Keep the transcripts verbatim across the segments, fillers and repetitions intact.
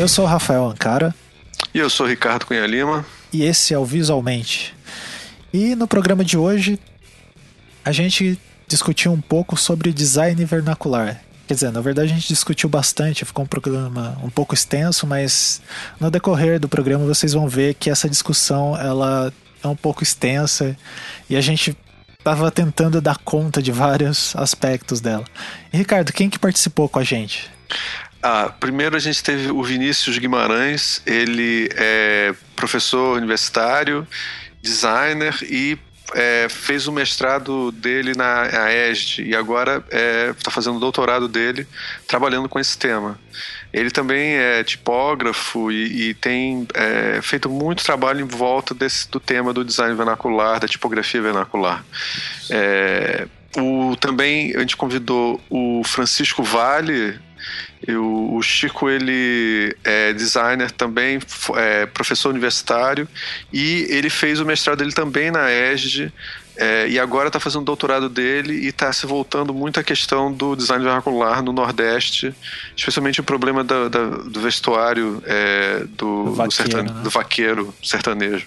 Eu sou o Rafael Ancara. E eu sou o Ricardo Cunha Lima. E esse é o Visualmente. E no programa de hoje, a gente discutiu um pouco sobre design vernacular. Quer dizer, na verdade a gente discutiu bastante, ficou um programa um pouco extenso, mas no decorrer do programa vocês vão ver que essa discussão ela é um pouco extensa e a gente estava tentando dar conta de vários aspectos dela. E Ricardo, quem que participou com a gente? Ah, primeiro a gente teve o Vinícius Guimarães, ele é professor universitário, designer e é, fez o mestrado dele na E S D e agora está é, fazendo o doutorado dele trabalhando com esse tema. Ele também é tipógrafo e, e tem é, feito muito trabalho em volta desse, do tema do design vernacular, da tipografia vernacular. É, o, também a gente convidou o Francisco Vale. Eu, o Chico, ele é designer também, é professor universitário e ele fez o mestrado dele também na E S D é, e agora está fazendo o doutorado dele e está se voltando muito à questão do design vernacular no Nordeste, especialmente o problema da, da, do vestuário é, do, vaqueiro, do, sertane... né? do vaqueiro sertanejo.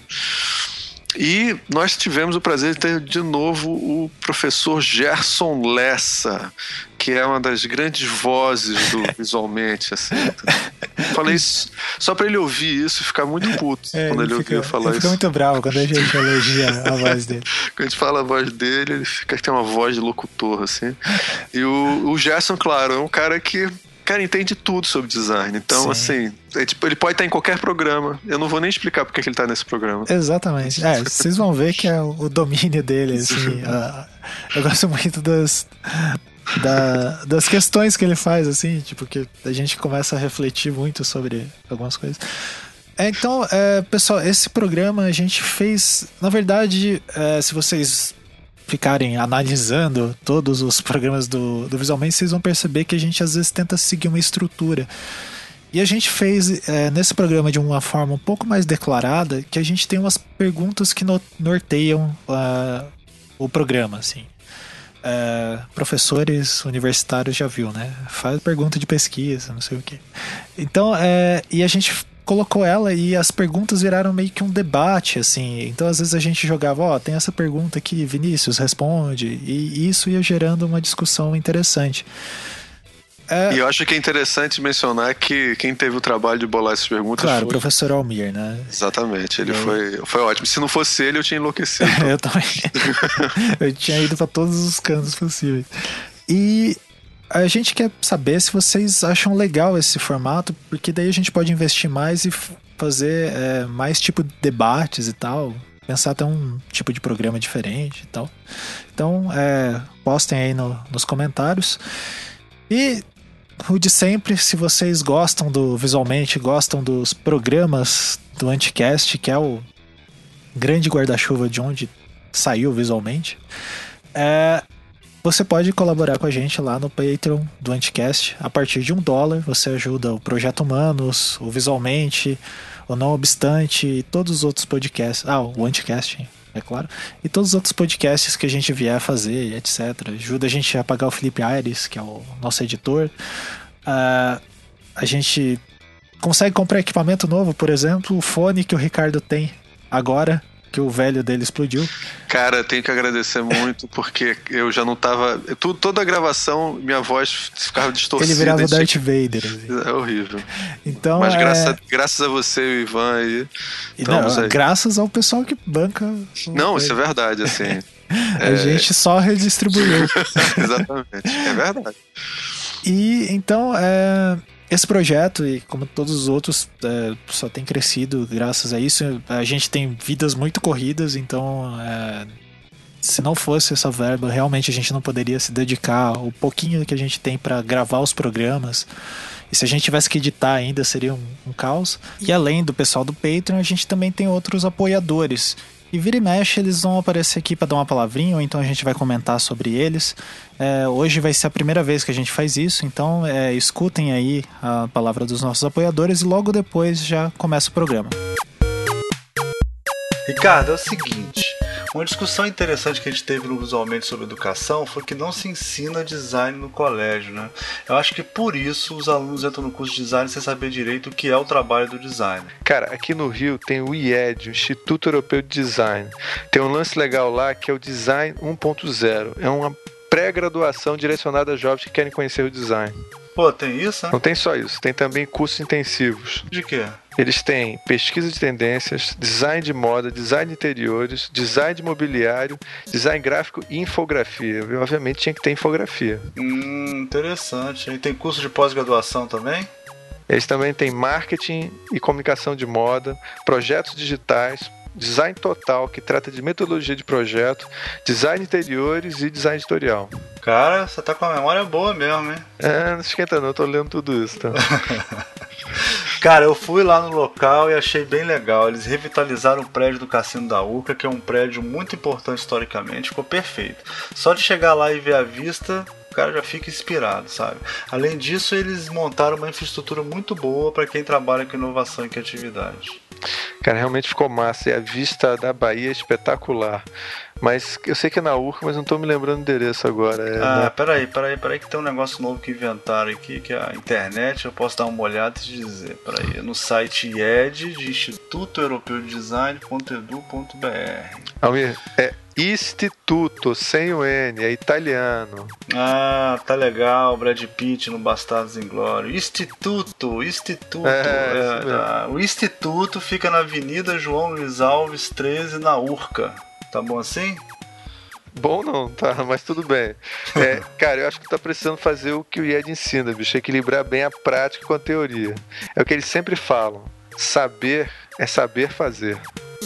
E nós tivemos o prazer de ter de novo o professor Gerson Lessa, que é uma das grandes vozes do Visualmente. Assim. Falei isso só para ele ouvir isso e ficar muito puto é, quando ele, ele fica, ouviu falar ele isso. Ele fica muito bravo quando a gente elogia a voz dele. Quando a gente fala a voz dele, ele fica que tem uma voz de locutor, assim. E o, o Gerson, claro, é um cara que... Cara, entende tudo sobre design. Então, Sim. assim, é, tipo, ele pode estar em qualquer programa. Eu não vou nem explicar porque que ele está nesse programa. Exatamente. É, vocês vão ver que é o domínio dele, assim. a, eu gosto muito das, da, das questões que ele faz, assim, tipo, que a gente começa a refletir muito sobre algumas coisas. É, então, é, pessoal, esse programa a gente fez, na verdade, é, se vocês ficarem analisando todos os programas do, do Visualmente, vocês vão perceber que a gente às vezes tenta seguir uma estrutura. E a gente fez é, nesse programa de uma forma um pouco mais declarada, que a gente tem umas perguntas que no, norteiam uh, o programa, assim. Uh, professores universitários já viu, né? Faz pergunta de pesquisa, não sei o quê. Então, é, e a gente colocou ela e as perguntas viraram meio que um debate, assim. Então, às vezes a gente jogava, ó, oh, tem essa pergunta aqui, Vinícius, responde. E isso ia gerando uma discussão interessante. É... E eu acho que é interessante mencionar que quem teve o trabalho de bolar essas perguntas claro, foi... o professor Almir, né? Exatamente, ele aí... foi, foi ótimo. Se não fosse ele, eu tinha enlouquecido. Então. Eu também. Eu tinha ido para todos os cantos possíveis. E a gente quer saber se vocês acham legal esse formato, porque daí a gente pode investir mais e fazer é, mais tipo de debates e tal. Pensar até um tipo de programa diferente e tal. Então, é, postem aí no, nos comentários. E o de sempre, se vocês gostam do Visualmente, gostam dos programas do Anticast, que é o grande guarda-chuva de onde saiu Visualmente, é... você pode colaborar com a gente lá no Patreon do Anticast. A partir de um dólar, você ajuda o Projeto Humanos, o Visualmente, o Não Obstante e todos os outros podcasts. Ah, o Anticast, é claro. E todos os outros podcasts que a gente vier a fazer, etcétera. Ajuda a gente a pagar o Felipe Aires, que é o nosso editor. Uh, a gente consegue comprar equipamento novo, por exemplo, o fone que o Ricardo tem agora, que o velho dele explodiu. Cara, tenho que agradecer muito, porque eu já não tava... Tu, toda a gravação, minha voz ficava distorcida. Ele virava o Darth Vader. Assim. É horrível. Então, Mas é... graças, a, graças a você e o Ivan aí... Não, aí. Graças ao pessoal que banca... Não, isso é verdade, assim. A é... gente só redistribuiu. Exatamente, é verdade. E, então, é... esse projeto, e como todos os outros, é, só tem crescido graças a isso. A gente tem vidas muito corridas, então é, se não fosse essa verba, realmente a gente não poderia se dedicar o pouquinho que a gente tem para gravar os programas. E se a gente tivesse que editar ainda, seria um, um caos. E além do pessoal do Patreon, a gente também tem outros apoiadores. E vira e mexe, eles vão aparecer aqui para dar uma palavrinha, ou então a gente vai comentar sobre eles. É, hoje vai ser a primeira vez que a gente faz isso, então é, escutem aí a palavra dos nossos apoiadores e logo depois já começa o programa. Ricardo, é o seguinte, Uma discussão interessante que a gente teve no Visualmente sobre educação foi que não se ensina design no colégio, né? Eu acho que por isso os alunos entram no curso de design sem saber direito o que é o trabalho do design. Cara, aqui no Rio tem o I E D, o Instituto Europeu de Design. Tem um lance legal lá que é o Design um ponto zero. É uma pré-graduação direcionada a jovens que querem conhecer o design. Pô, tem isso, né? Não tem só isso, tem também cursos intensivos. De quê? Eles têm pesquisa de tendências, design de moda, design de interiores, design de mobiliário, design gráfico e infografia. E, obviamente tinha que ter infografia. Hum, interessante. E tem curso de pós-graduação também? Eles também têm marketing e comunicação de moda, projetos digitais, design total, que trata de metodologia de projeto, design de interiores e design editorial. Cara, você tá com a memória boa mesmo, hein? É, não esquenta não, eu tô lendo tudo isso, tá? Cara, eu fui lá no local e achei bem legal. Eles revitalizaram o prédio do Cassino da Urca, que é um prédio muito importante historicamente, ficou perfeito. Só de chegar lá e ver a vista, o cara já fica inspirado, sabe? Além disso, eles montaram uma infraestrutura muito boa para quem trabalha com inovação e criatividade. Cara, realmente ficou massa. E a vista da Bahia é espetacular. Mas eu sei que é na Urca, mas não tô me lembrando do endereço agora. É, ah, né? peraí, peraí, peraí que tem um negócio novo que inventaram aqui, que é a internet. Eu posso dar uma olhada e te dizer. Peraí, é no site I E D, de Instituto Europeu de Design ponto edu ponto br. Almir, é Instituto, sem o N, é italiano. Ah, tá legal, Brad Pitt no Bastardos Inglórios. Instituto, Instituto. É, é, ah, o Instituto fica na Avenida João Luiz Alves, treze, na Urca. Tá bom assim? Bom não, tá, mas tudo bem. É, cara, eu acho que tu tá precisando fazer o que o I E D ensina, bicho, equilibrar bem a prática com a teoria. É o que eles sempre falam, saber é saber fazer.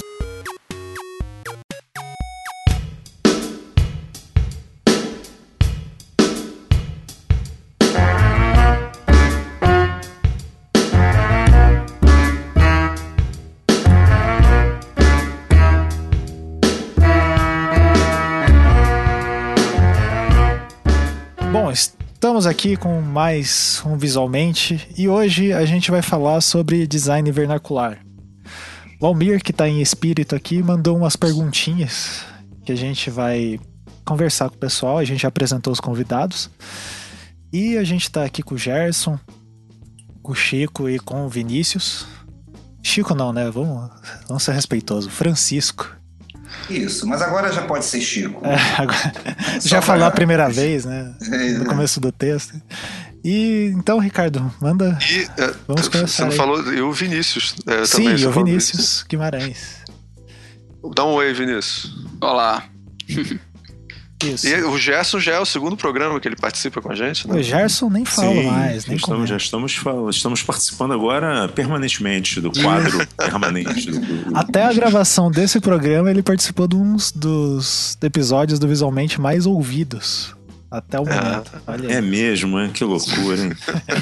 Estamos aqui com mais um Visualmente e hoje a gente vai falar sobre design vernacular. O Almir, que está em espírito aqui, mandou umas perguntinhas que a gente vai conversar com o pessoal. A gente já apresentou os convidados e a gente está aqui com o Gerson, com o Chico e com o Vinícius. Chico não, né? Vamos, vamos ser respeitosos. Francisco. Isso, mas agora já pode ser Chico. É, agora, já falou a primeira vez, né? No começo do texto. E então, Ricardo, manda. E, vamos começar. Você não aí. Falou, e o Vinícius. É, Sim, também, e o Vinícius Guimarães. Dá um oi, Vinícius. Olá. Isso. E o Gerson já é o segundo programa que ele participa com a gente, né? O Gerson nem fala Sim, mais, nem estamos, já estamos, estamos participando agora permanentemente do quadro permanente. Do... Até a gravação desse programa ele participou de um dos episódios do Visualmente mais ouvidos. Até o momento. Ah, Olha é mesmo, hein? Que loucura, hein?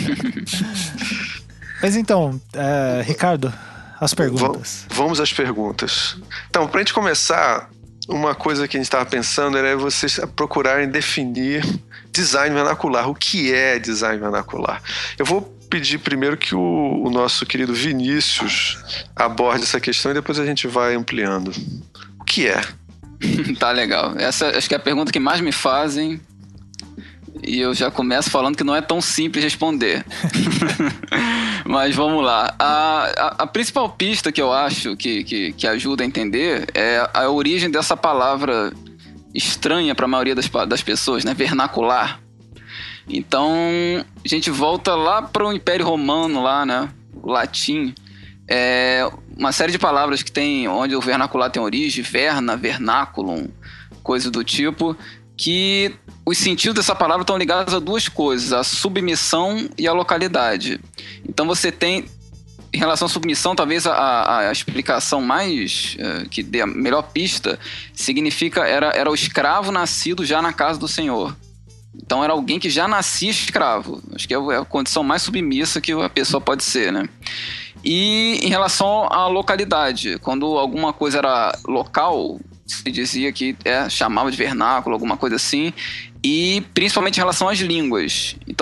Mas então, é, Ricardo, as perguntas. Vamos às perguntas. Então, pra gente começar... Uma coisa que a gente estava pensando era vocês procurarem definir design vernacular. O que é design vernacular? Eu vou pedir primeiro que o, o nosso querido Vinícius aborde essa questão e depois a gente vai ampliando. O que é? Tá legal. Essa acho que é a pergunta que mais me fazem e eu já começo falando que não é tão simples responder. Mas vamos lá. A, a, a principal pista que eu acho que, que, que ajuda a entender é a origem dessa palavra estranha para a maioria das, das pessoas, né? Vernacular. Então, a gente volta lá para o Império Romano, lá, né? O latim. É uma série de palavras que tem, onde o vernacular tem origem, verna, vernaculum, coisa do tipo, que os sentidos dessa palavra estão ligados a duas coisas, a submissão e a localidade. Então você tem, em relação à submissão, talvez a, a explicação mais, uh, que dê a melhor pista, significa, era, era o escravo nascido já na casa do Senhor. Então era alguém que já nascia escravo. Acho que é a condição mais submissa que a pessoa pode ser, né? E em relação à localidade, quando alguma coisa era local, se dizia que é, chamava de vernáculo, alguma coisa assim, e principalmente em relação às línguas. Então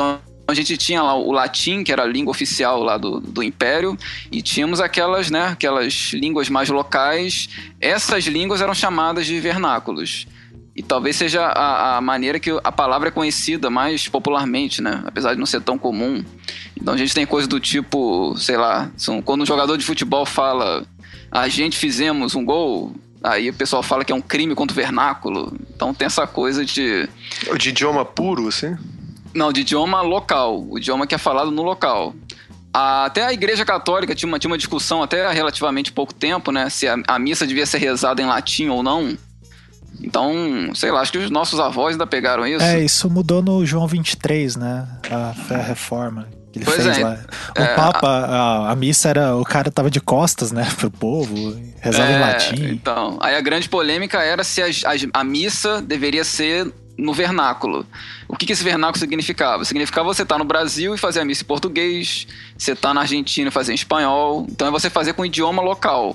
a gente tinha lá o latim, que era a língua oficial lá do, do Império, e tínhamos aquelas, né, aquelas línguas mais locais. Essas línguas eram chamadas de vernáculos. E talvez seja a, a maneira que a palavra é conhecida mais popularmente, né? Apesar de não ser tão comum. Então a gente tem coisa do tipo, sei lá, são, quando um jogador de futebol fala a gente fizemos um gol, aí o pessoal fala que é um crime contra o vernáculo. Então tem essa coisa de... De idioma puro, assim? Não, de idioma local. O idioma que é falado no local. A, até a Igreja Católica tinha uma, tinha uma discussão até há relativamente pouco tempo, né? Se a, a missa devia ser rezada em latim ou não. Então, sei lá, acho que os nossos avós ainda pegaram isso. É, isso mudou no João vinte e três, né? A fé a reforma que ele pois fez é, lá. O é, Papa, a, a missa era... O cara tava de costas, né? Pro povo, rezava é, em latim. Então, aí a grande polêmica era se a, a, a missa deveria ser no vernáculo. O que, que esse vernáculo significava? Significava você estar no Brasil e fazer a missa em português, você estar na Argentina e fazer em espanhol. Então é você fazer com o idioma local.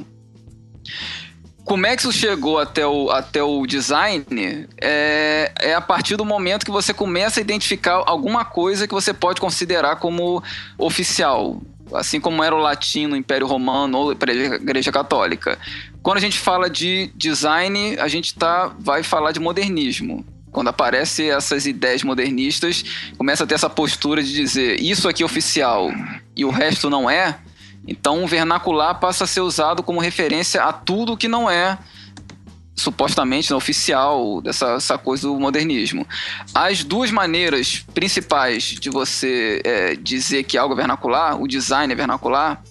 Como é que isso chegou até o, até o design? É, é a partir do momento que você começa a identificar alguma coisa que você pode considerar como oficial. Assim como era o latim no Império Romano ou para a Igreja Católica. Quando a gente fala de design, a gente tá, vai falar de modernismo. Quando aparecem essas ideias modernistas, começa a ter essa postura de dizer isso aqui é oficial e o resto não é. Então o vernacular passa a ser usado como referência a tudo que não é supostamente não, oficial dessa essa coisa do modernismo. As duas maneiras principais de você é, dizer que algo é vernacular, o design é vernacular,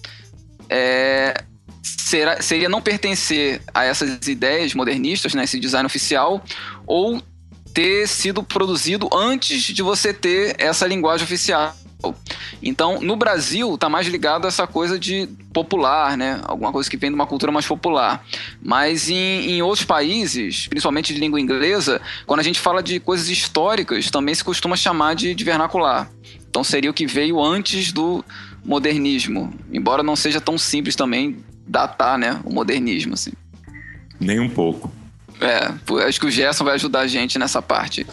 é, será, seria não pertencer a essas ideias modernistas, né, esse design oficial, ou ter sido produzido antes de você ter essa linguagem oficial. Então, no Brasil, tá mais ligado a essa coisa de popular, né? Alguma coisa que vem de uma cultura mais popular. Mas em, em outros países, principalmente de língua inglesa, quando a gente fala de coisas históricas, também se costuma chamar de, de vernacular. Então, seria o que veio antes do modernismo. Embora não seja tão simples também datar, né, o modernismo, assim. Nem um pouco. É, acho que o Gerson vai ajudar a gente nessa parte.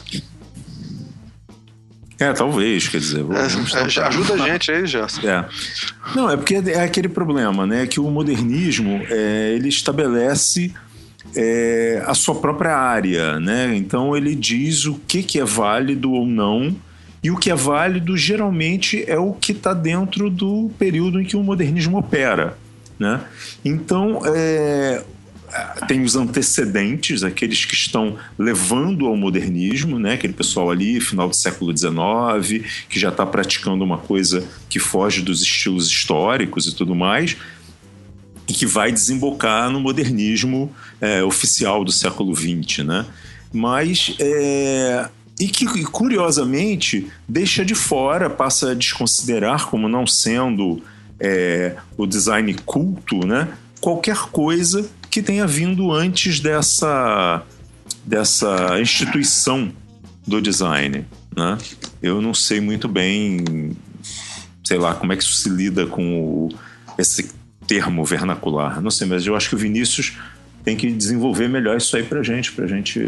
É, talvez, quer dizer... Vou, é, ajuda a gente aí, Gerson. É. Não, é porque é aquele problema, né? Que o modernismo, é, ele estabelece é, a sua própria área, né? Então ele diz o que, que é válido ou não, e o que é válido geralmente é o que está dentro do período em que o modernismo opera, né? Então, é... tem os antecedentes, aqueles que estão levando ao modernismo, né? Aquele pessoal ali, final do século dezenove, que já está praticando uma coisa que foge dos estilos históricos e tudo mais, e que vai desembocar no modernismo é, oficial do século vinte, né? Mas, é, e que, curiosamente, deixa de fora, passa a desconsiderar como não sendo é, o design culto, né? Qualquer coisa que tenha vindo antes dessa, dessa instituição do design, né? Eu não sei muito bem, sei lá, como é que isso se lida com o, esse termo vernacular. Não sei, mas eu acho que o Vinícius tem que desenvolver melhor isso aí pra gente, pra gente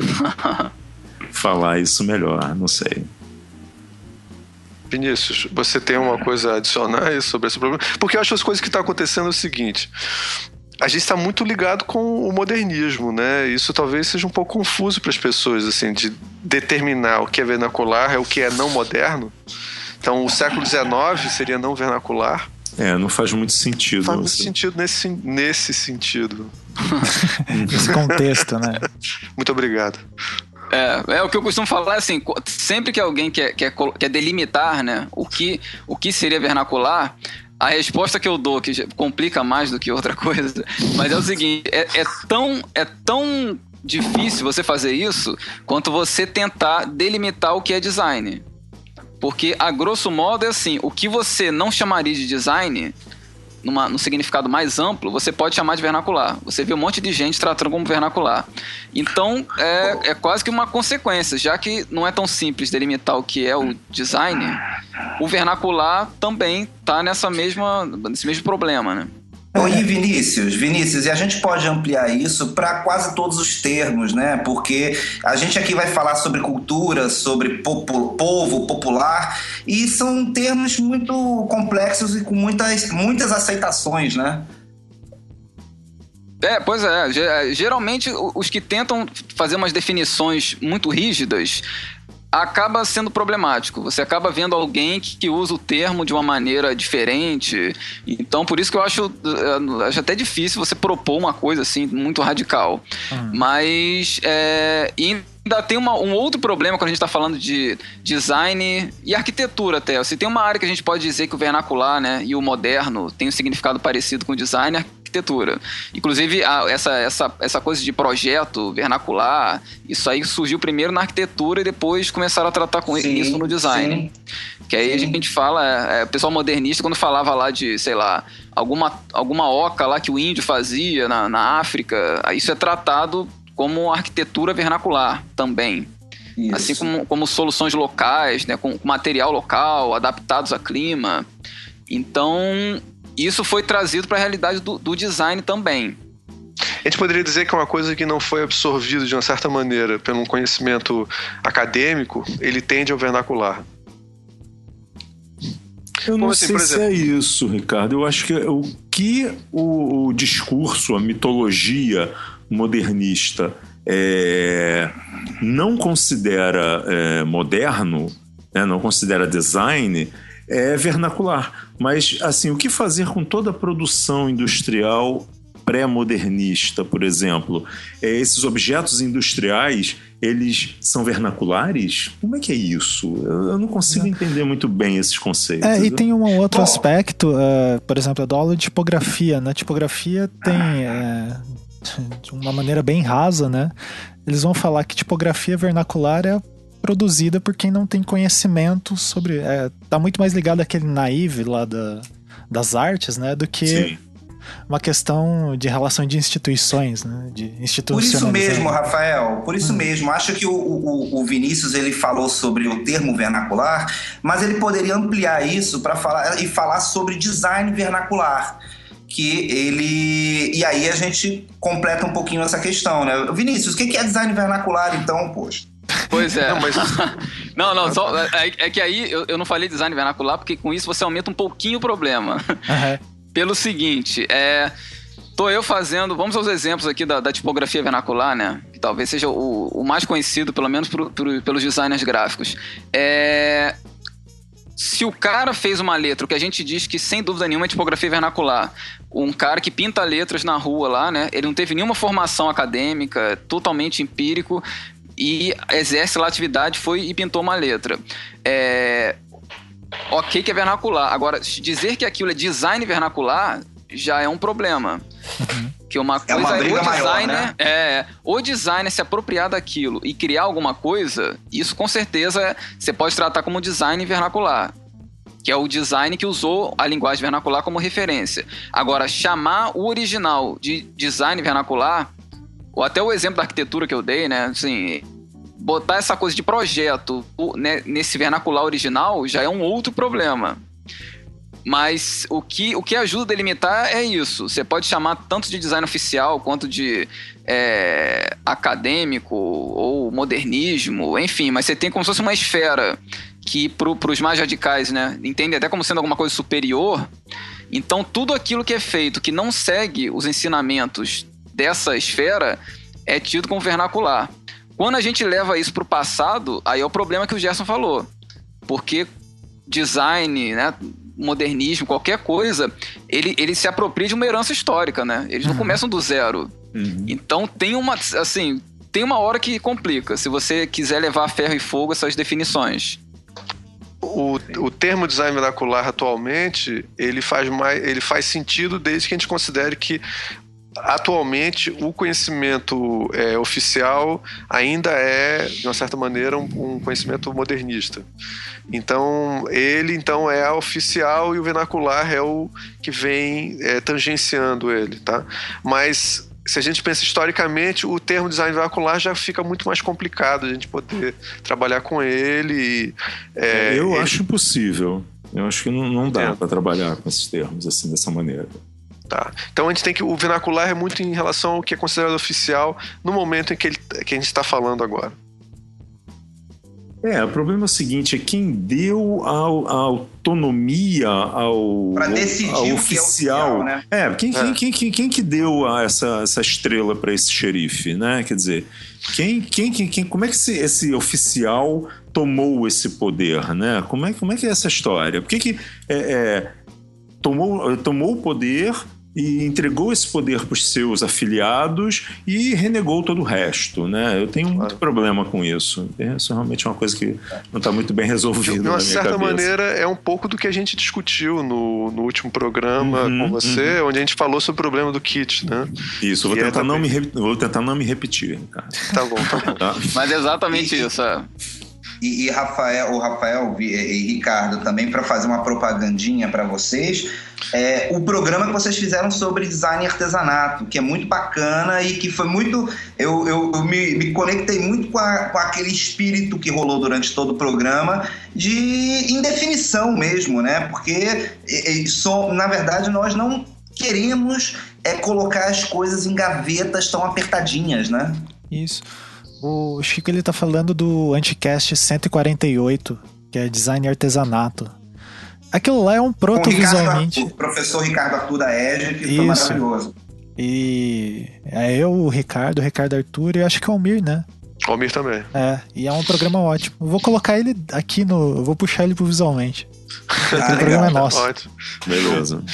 falar isso melhor, não sei. Vinícius, você tem uma coisa a adicionar aí sobre esse problema? Porque eu acho que as coisas que estão acontecendo é o seguinte... A gente está muito ligado com o modernismo, né? Isso talvez seja um pouco confuso para as pessoas, assim, de determinar o que é vernacular e o que é não moderno. Então, o século dezenove seria não vernacular. É, não faz muito sentido. Faz muito sentido nesse, nesse sentido. Nesse contexto, né? Muito obrigado. É, é o que eu costumo falar, assim, sempre que alguém quer, quer, quer delimitar, né, o que, o que seria vernacular... A resposta que eu dou, que complica mais do que outra coisa, mas é o seguinte, é, é, tão, é tão difícil você fazer isso quanto você tentar delimitar o que é design. Porque, a grosso modo, é assim, o que você não chamaria de design, numa, num significado mais amplo, você pode chamar de vernacular. Você vê um monte de gente tratando como vernacular. Então, é, é quase que uma consequência, já que não é tão simples delimitar o que é o design, o vernacular também está nessa mesma, nesse mesmo problema, né? Oi, Vinícius, Vinícius, e a gente pode ampliar isso para quase todos os termos, né? Porque a gente aqui vai falar sobre cultura, sobre popo, povo, popular, e são termos muito complexos e com muitas, muitas aceitações, né? É, pois é. Geralmente, os que tentam fazer umas definições muito rígidas acaba sendo problemático. Você acaba vendo alguém que usa o termo de uma maneira diferente. Então, por isso que eu acho, acho até difícil você propor uma coisa assim muito radical. Uhum. Mas é, ainda tem uma, um outro problema quando a gente está falando de design e arquitetura até. Se tem uma área que a gente pode dizer que o vernacular, né, e o moderno tem um significado parecido com o design, arquitetura. Inclusive, a, essa, essa, essa coisa de projeto vernacular, isso aí surgiu primeiro na arquitetura e depois começaram a tratar com sim, isso no design. Sim. Que aí sim. a gente fala, é, o pessoal modernista, quando falava lá de, sei lá, alguma, alguma oca lá que o índio fazia na, na África, isso é tratado como arquitetura vernacular também. Isso. Assim como, como soluções locais, né, com, com material local, adaptados a clima. Então, isso foi trazido para a realidade do, do design também. A gente poderia dizer que é uma coisa que não foi absorvida de uma certa maneira pelo conhecimento acadêmico, ele tende ao vernacular. Eu não assim, sei se é isso, Ricardo. Eu acho que o que o, o discurso, a mitologia modernista é, não considera é, moderno, né, não considera design, é vernacular. Mas, assim, o que fazer com toda a produção industrial pré-modernista, por exemplo? É, esses objetos industriais, eles são vernaculares? Como é que é isso? Eu não consigo entender muito bem esses conceitos. É, e tem um outro Bom. aspecto, uh, por exemplo, da aula de tipografia. Na tipografia tem, uh, de uma maneira bem rasa, né? Eles vão falar que tipografia vernacular é produzida por quem não tem conhecimento sobre... É, tá muito mais ligado àquele naive lá da, das artes, né? Do que... Sim. Uma questão de relação de instituições, né? De institucionalização. Por isso mesmo, Rafael, por isso hum. mesmo. Acho que o, o, o Vinícius ele falou sobre o termo vernacular, mas ele poderia ampliar isso para falar e falar sobre design vernacular. Que ele... E aí a gente completa um pouquinho essa questão, né? Vinícius, o que é design vernacular, então, poxa? Pois é. Não, mas... não, não só, é, é que aí eu, eu não falei design vernacular, porque com isso você aumenta um pouquinho o problema. Uhum. Pelo seguinte, é, tô eu fazendo, vamos aos exemplos aqui da, da tipografia vernacular, né? Que talvez seja o, o mais conhecido, pelo menos por, por, pelos designers gráficos. É, se o cara fez uma letra, o que a gente diz que sem dúvida nenhuma é tipografia vernacular, um cara que pinta letras na rua lá, né? Ele não teve nenhuma formação acadêmica, totalmente empírico, e exerce lá a atividade, foi e pintou uma letra. É... Ok que é vernacular. Agora, dizer que aquilo é design vernacular já é um problema. Uhum. Que uma coisa é uma briga é o designer, maior, né? é, o designer se apropriar daquilo e criar alguma coisa, isso com certeza você pode tratar como design vernacular, que é o design que usou a linguagem vernacular como referência. Agora, chamar o original de design vernacular, ou até o exemplo da arquitetura que eu dei, né? Assim, botar essa coisa de projeto, né, nesse vernacular original já é um outro problema. Mas o que, o que ajuda a delimitar é isso. Você pode chamar tanto de design oficial quanto de é, acadêmico ou modernismo, enfim, mas você tem como se fosse uma esfera que para os mais radicais, né, entendem até como sendo alguma coisa superior. Então tudo aquilo que é feito que não segue os ensinamentos dessa esfera é tido como vernacular. Quando a gente leva isso para o passado, aí é o problema que o Gerson falou. Porque design, né, modernismo, qualquer coisa, ele, ele se apropria de uma herança histórica, né? Eles não uhum. começam do zero. Uhum. Então tem uma, assim, tem uma hora que complica, se você quiser levar a ferro e fogo essas definições. O, o termo design vernacular atualmente, ele faz, mais, ele faz sentido desde que a gente considere que atualmente o conhecimento é, oficial ainda é, de uma certa maneira, um, um conhecimento modernista. Então, ele então é oficial e o vernacular é o que vem é, tangenciando ele, tá? Mas se a gente pensa historicamente, o termo design vernacular já fica muito mais complicado a gente poder trabalhar com ele. É, Eu ele... acho impossível. Eu acho que não, não dá para trabalhar com esses termos assim, dessa maneira. Tá. Então a gente tem que. O vernacular é muito em relação ao que é considerado oficial no momento em que, ele, que a gente está falando agora. É, o problema é o seguinte, é quem deu a, a autonomia ao, pra decidir ao o oficial. Que é, oficial, né? É, quem, É. Quem, quem, quem, quem que deu a essa, essa estrela para esse xerife, né? Quer dizer, quem, quem, quem, quem, como é que esse, esse oficial tomou esse poder, né? Como é, como é que é essa história? Por que que é, é, tomou, tomou o poder e entregou esse poder para os seus afiliados e renegou todo o resto, né? Eu tenho muito problema com isso. Isso realmente é uma coisa que não está muito bem resolvida. De na uma minha certa cabeça. maneira, é um pouco do que a gente discutiu no, no último programa Uhum, com você, uhum. onde a gente falou sobre o problema do kit, né? Isso, eu vou Que é tentar, não me, também- re- vou tentar não me repetir, cara. Tá bom, tá bom. Tá? Mas é exatamente E- isso. É. E, e Rafael, o Rafael e, e Ricardo também, para fazer uma propagandinha para vocês, é, o programa que vocês fizeram sobre design e artesanato, que é muito bacana e que foi muito... Eu, eu, eu me, me conectei muito com, a, com aquele espírito que rolou durante todo o programa de indefinição mesmo, né? Porque, e, e, só, na verdade, nós não queremos é, colocar as coisas em gavetas tão apertadinhas, né? Isso. O Chico, ele tá falando do Anticast cento e quarenta e oito, que é design e artesanato. Aquilo lá é um Com proto o Ricardo visualmente. Arthur, professor Ricardo Arthur da E G, que foi Isso. maravilhoso. E é eu, o Ricardo, o Ricardo Arthur e acho que é o Almir, né? Almir também. É, e é um programa ótimo. Eu vou colocar ele aqui no... Eu vou puxar ele pro visualmente. Ah, o programa é legal. nosso. Ótimo. Beleza.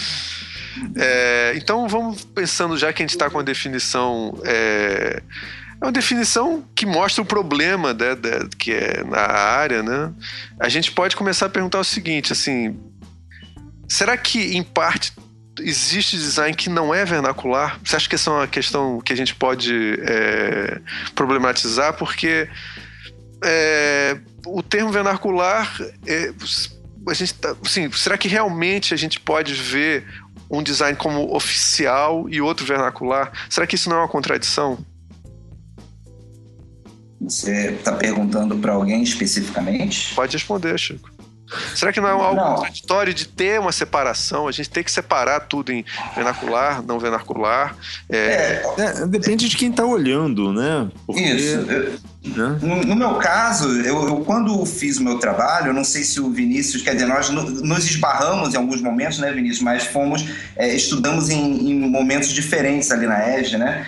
É, então vamos pensando, já que a gente está com a definição. É, é uma definição que mostra o problema, né, de- que é na área, né? A gente pode começar a perguntar o seguinte, assim, será que em parte existe design que não é vernacular? Você acha que essa é uma questão que a gente pode é, problematizar? Porque é, o termo vernacular, é, a gente tá, assim, será que realmente a gente pode ver um design como oficial e outro vernacular? Será que isso não é uma contradição? Você está perguntando para alguém especificamente? Pode responder, Chico. Será que não é algo Não. contraditório de ter uma separação? A gente tem que separar tudo em vernacular, não vernacular. É, É, depende de quem está olhando, né? Porque, Isso. Eu- né? no, no meu caso, eu, eu quando fiz o meu trabalho, eu não sei se o Vinícius, quer dizer, nós no- nos esbarramos em alguns momentos, né, Vinícius? Mas fomos, é, estudamos em, em momentos diferentes ali na E G, né?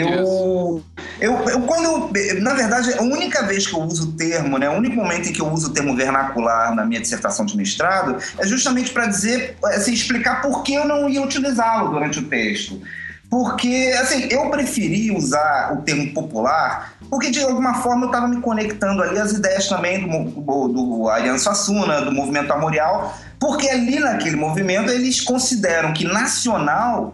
Eu, eu, eu quando, na verdade, a única vez que eu uso o termo, né, o único momento em que eu uso o termo vernacular na minha dissertação de mestrado é justamente para dizer, assim, explicar por que eu não ia utilizá-lo durante o texto. Porque, assim, eu preferi usar o termo popular porque, de alguma forma, eu estava me conectando ali às ideias também do, do, do Ariano Suassuna, do movimento armorial, porque ali naquele movimento eles consideram que nacional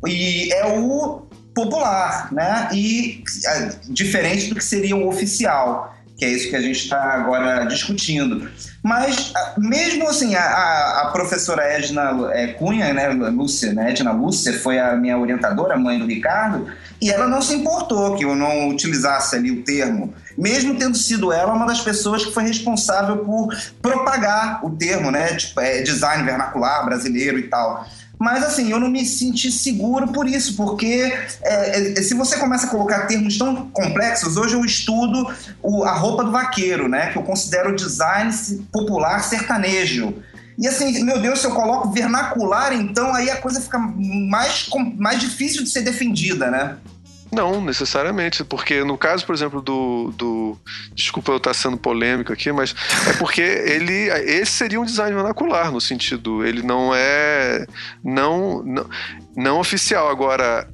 e é o popular, né? E é, diferente do que seria o oficial, que é isso que a gente está agora discutindo. Mas, mesmo assim, a, a, a professora Edna é, Cunha, né, Lúcia, né, Edna Lúcia, foi a minha orientadora, a mãe do Ricardo, e ela não se importou que eu não utilizasse ali o termo, mesmo tendo sido ela uma das pessoas que foi responsável por propagar o termo, né, tipo, é, design vernacular brasileiro e tal. Mas, assim, eu não me senti seguro por isso, porque é, é, se você começa a colocar termos tão complexos, hoje eu estudo o, a roupa do vaqueiro, né? Que eu considero design popular sertanejo. E, assim, meu Deus, se eu coloco vernacular, então aí a coisa fica mais, mais difícil de ser defendida, né? não, necessariamente, porque no caso, por exemplo, do... do desculpa eu estar sendo polêmico aqui, mas é porque ele, esse seria um design vernacular, no sentido, ele não é não, não, não oficial. Agora,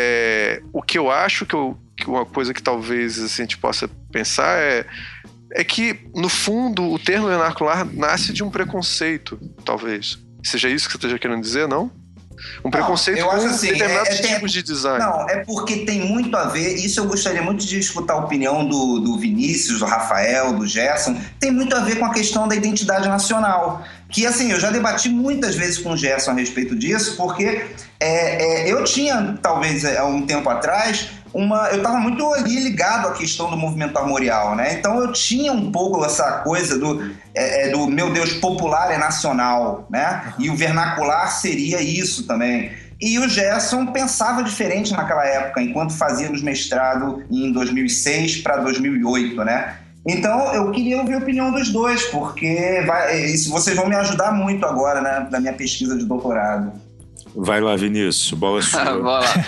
é, o que eu acho que, eu, que uma coisa que talvez assim, a gente possa pensar é, é que, no fundo, o termo vernacular nasce de um preconceito, talvez. Seja isso que você esteja querendo dizer, não? Um preconceito eu com acho assim, determinados é- é- tipos de design. Não, é porque tem muito a ver, isso eu gostaria muito de escutar a opinião do, do Vinícius, do Rafael, do Gerson, tem muito a ver com a questão da identidade nacional, que assim, eu já debati muitas vezes com o Gerson a respeito disso, porque é, é, eu tinha, talvez há um tempo atrás, uma, eu estava muito ali ligado à questão do movimento armorial, né? Então eu tinha um pouco essa coisa do, é, do meu Deus, popular é nacional, né? E o vernacular seria isso também. E o Gerson pensava diferente naquela época, enquanto fazíamos mestrado em dois mil e seis para dois mil e oito, né? Então, eu queria ouvir a opinião dos dois, porque vai, isso, vocês vão me ajudar muito agora, né, na minha pesquisa de doutorado. Vai lá, Vinícius, bola sua. Vai lá.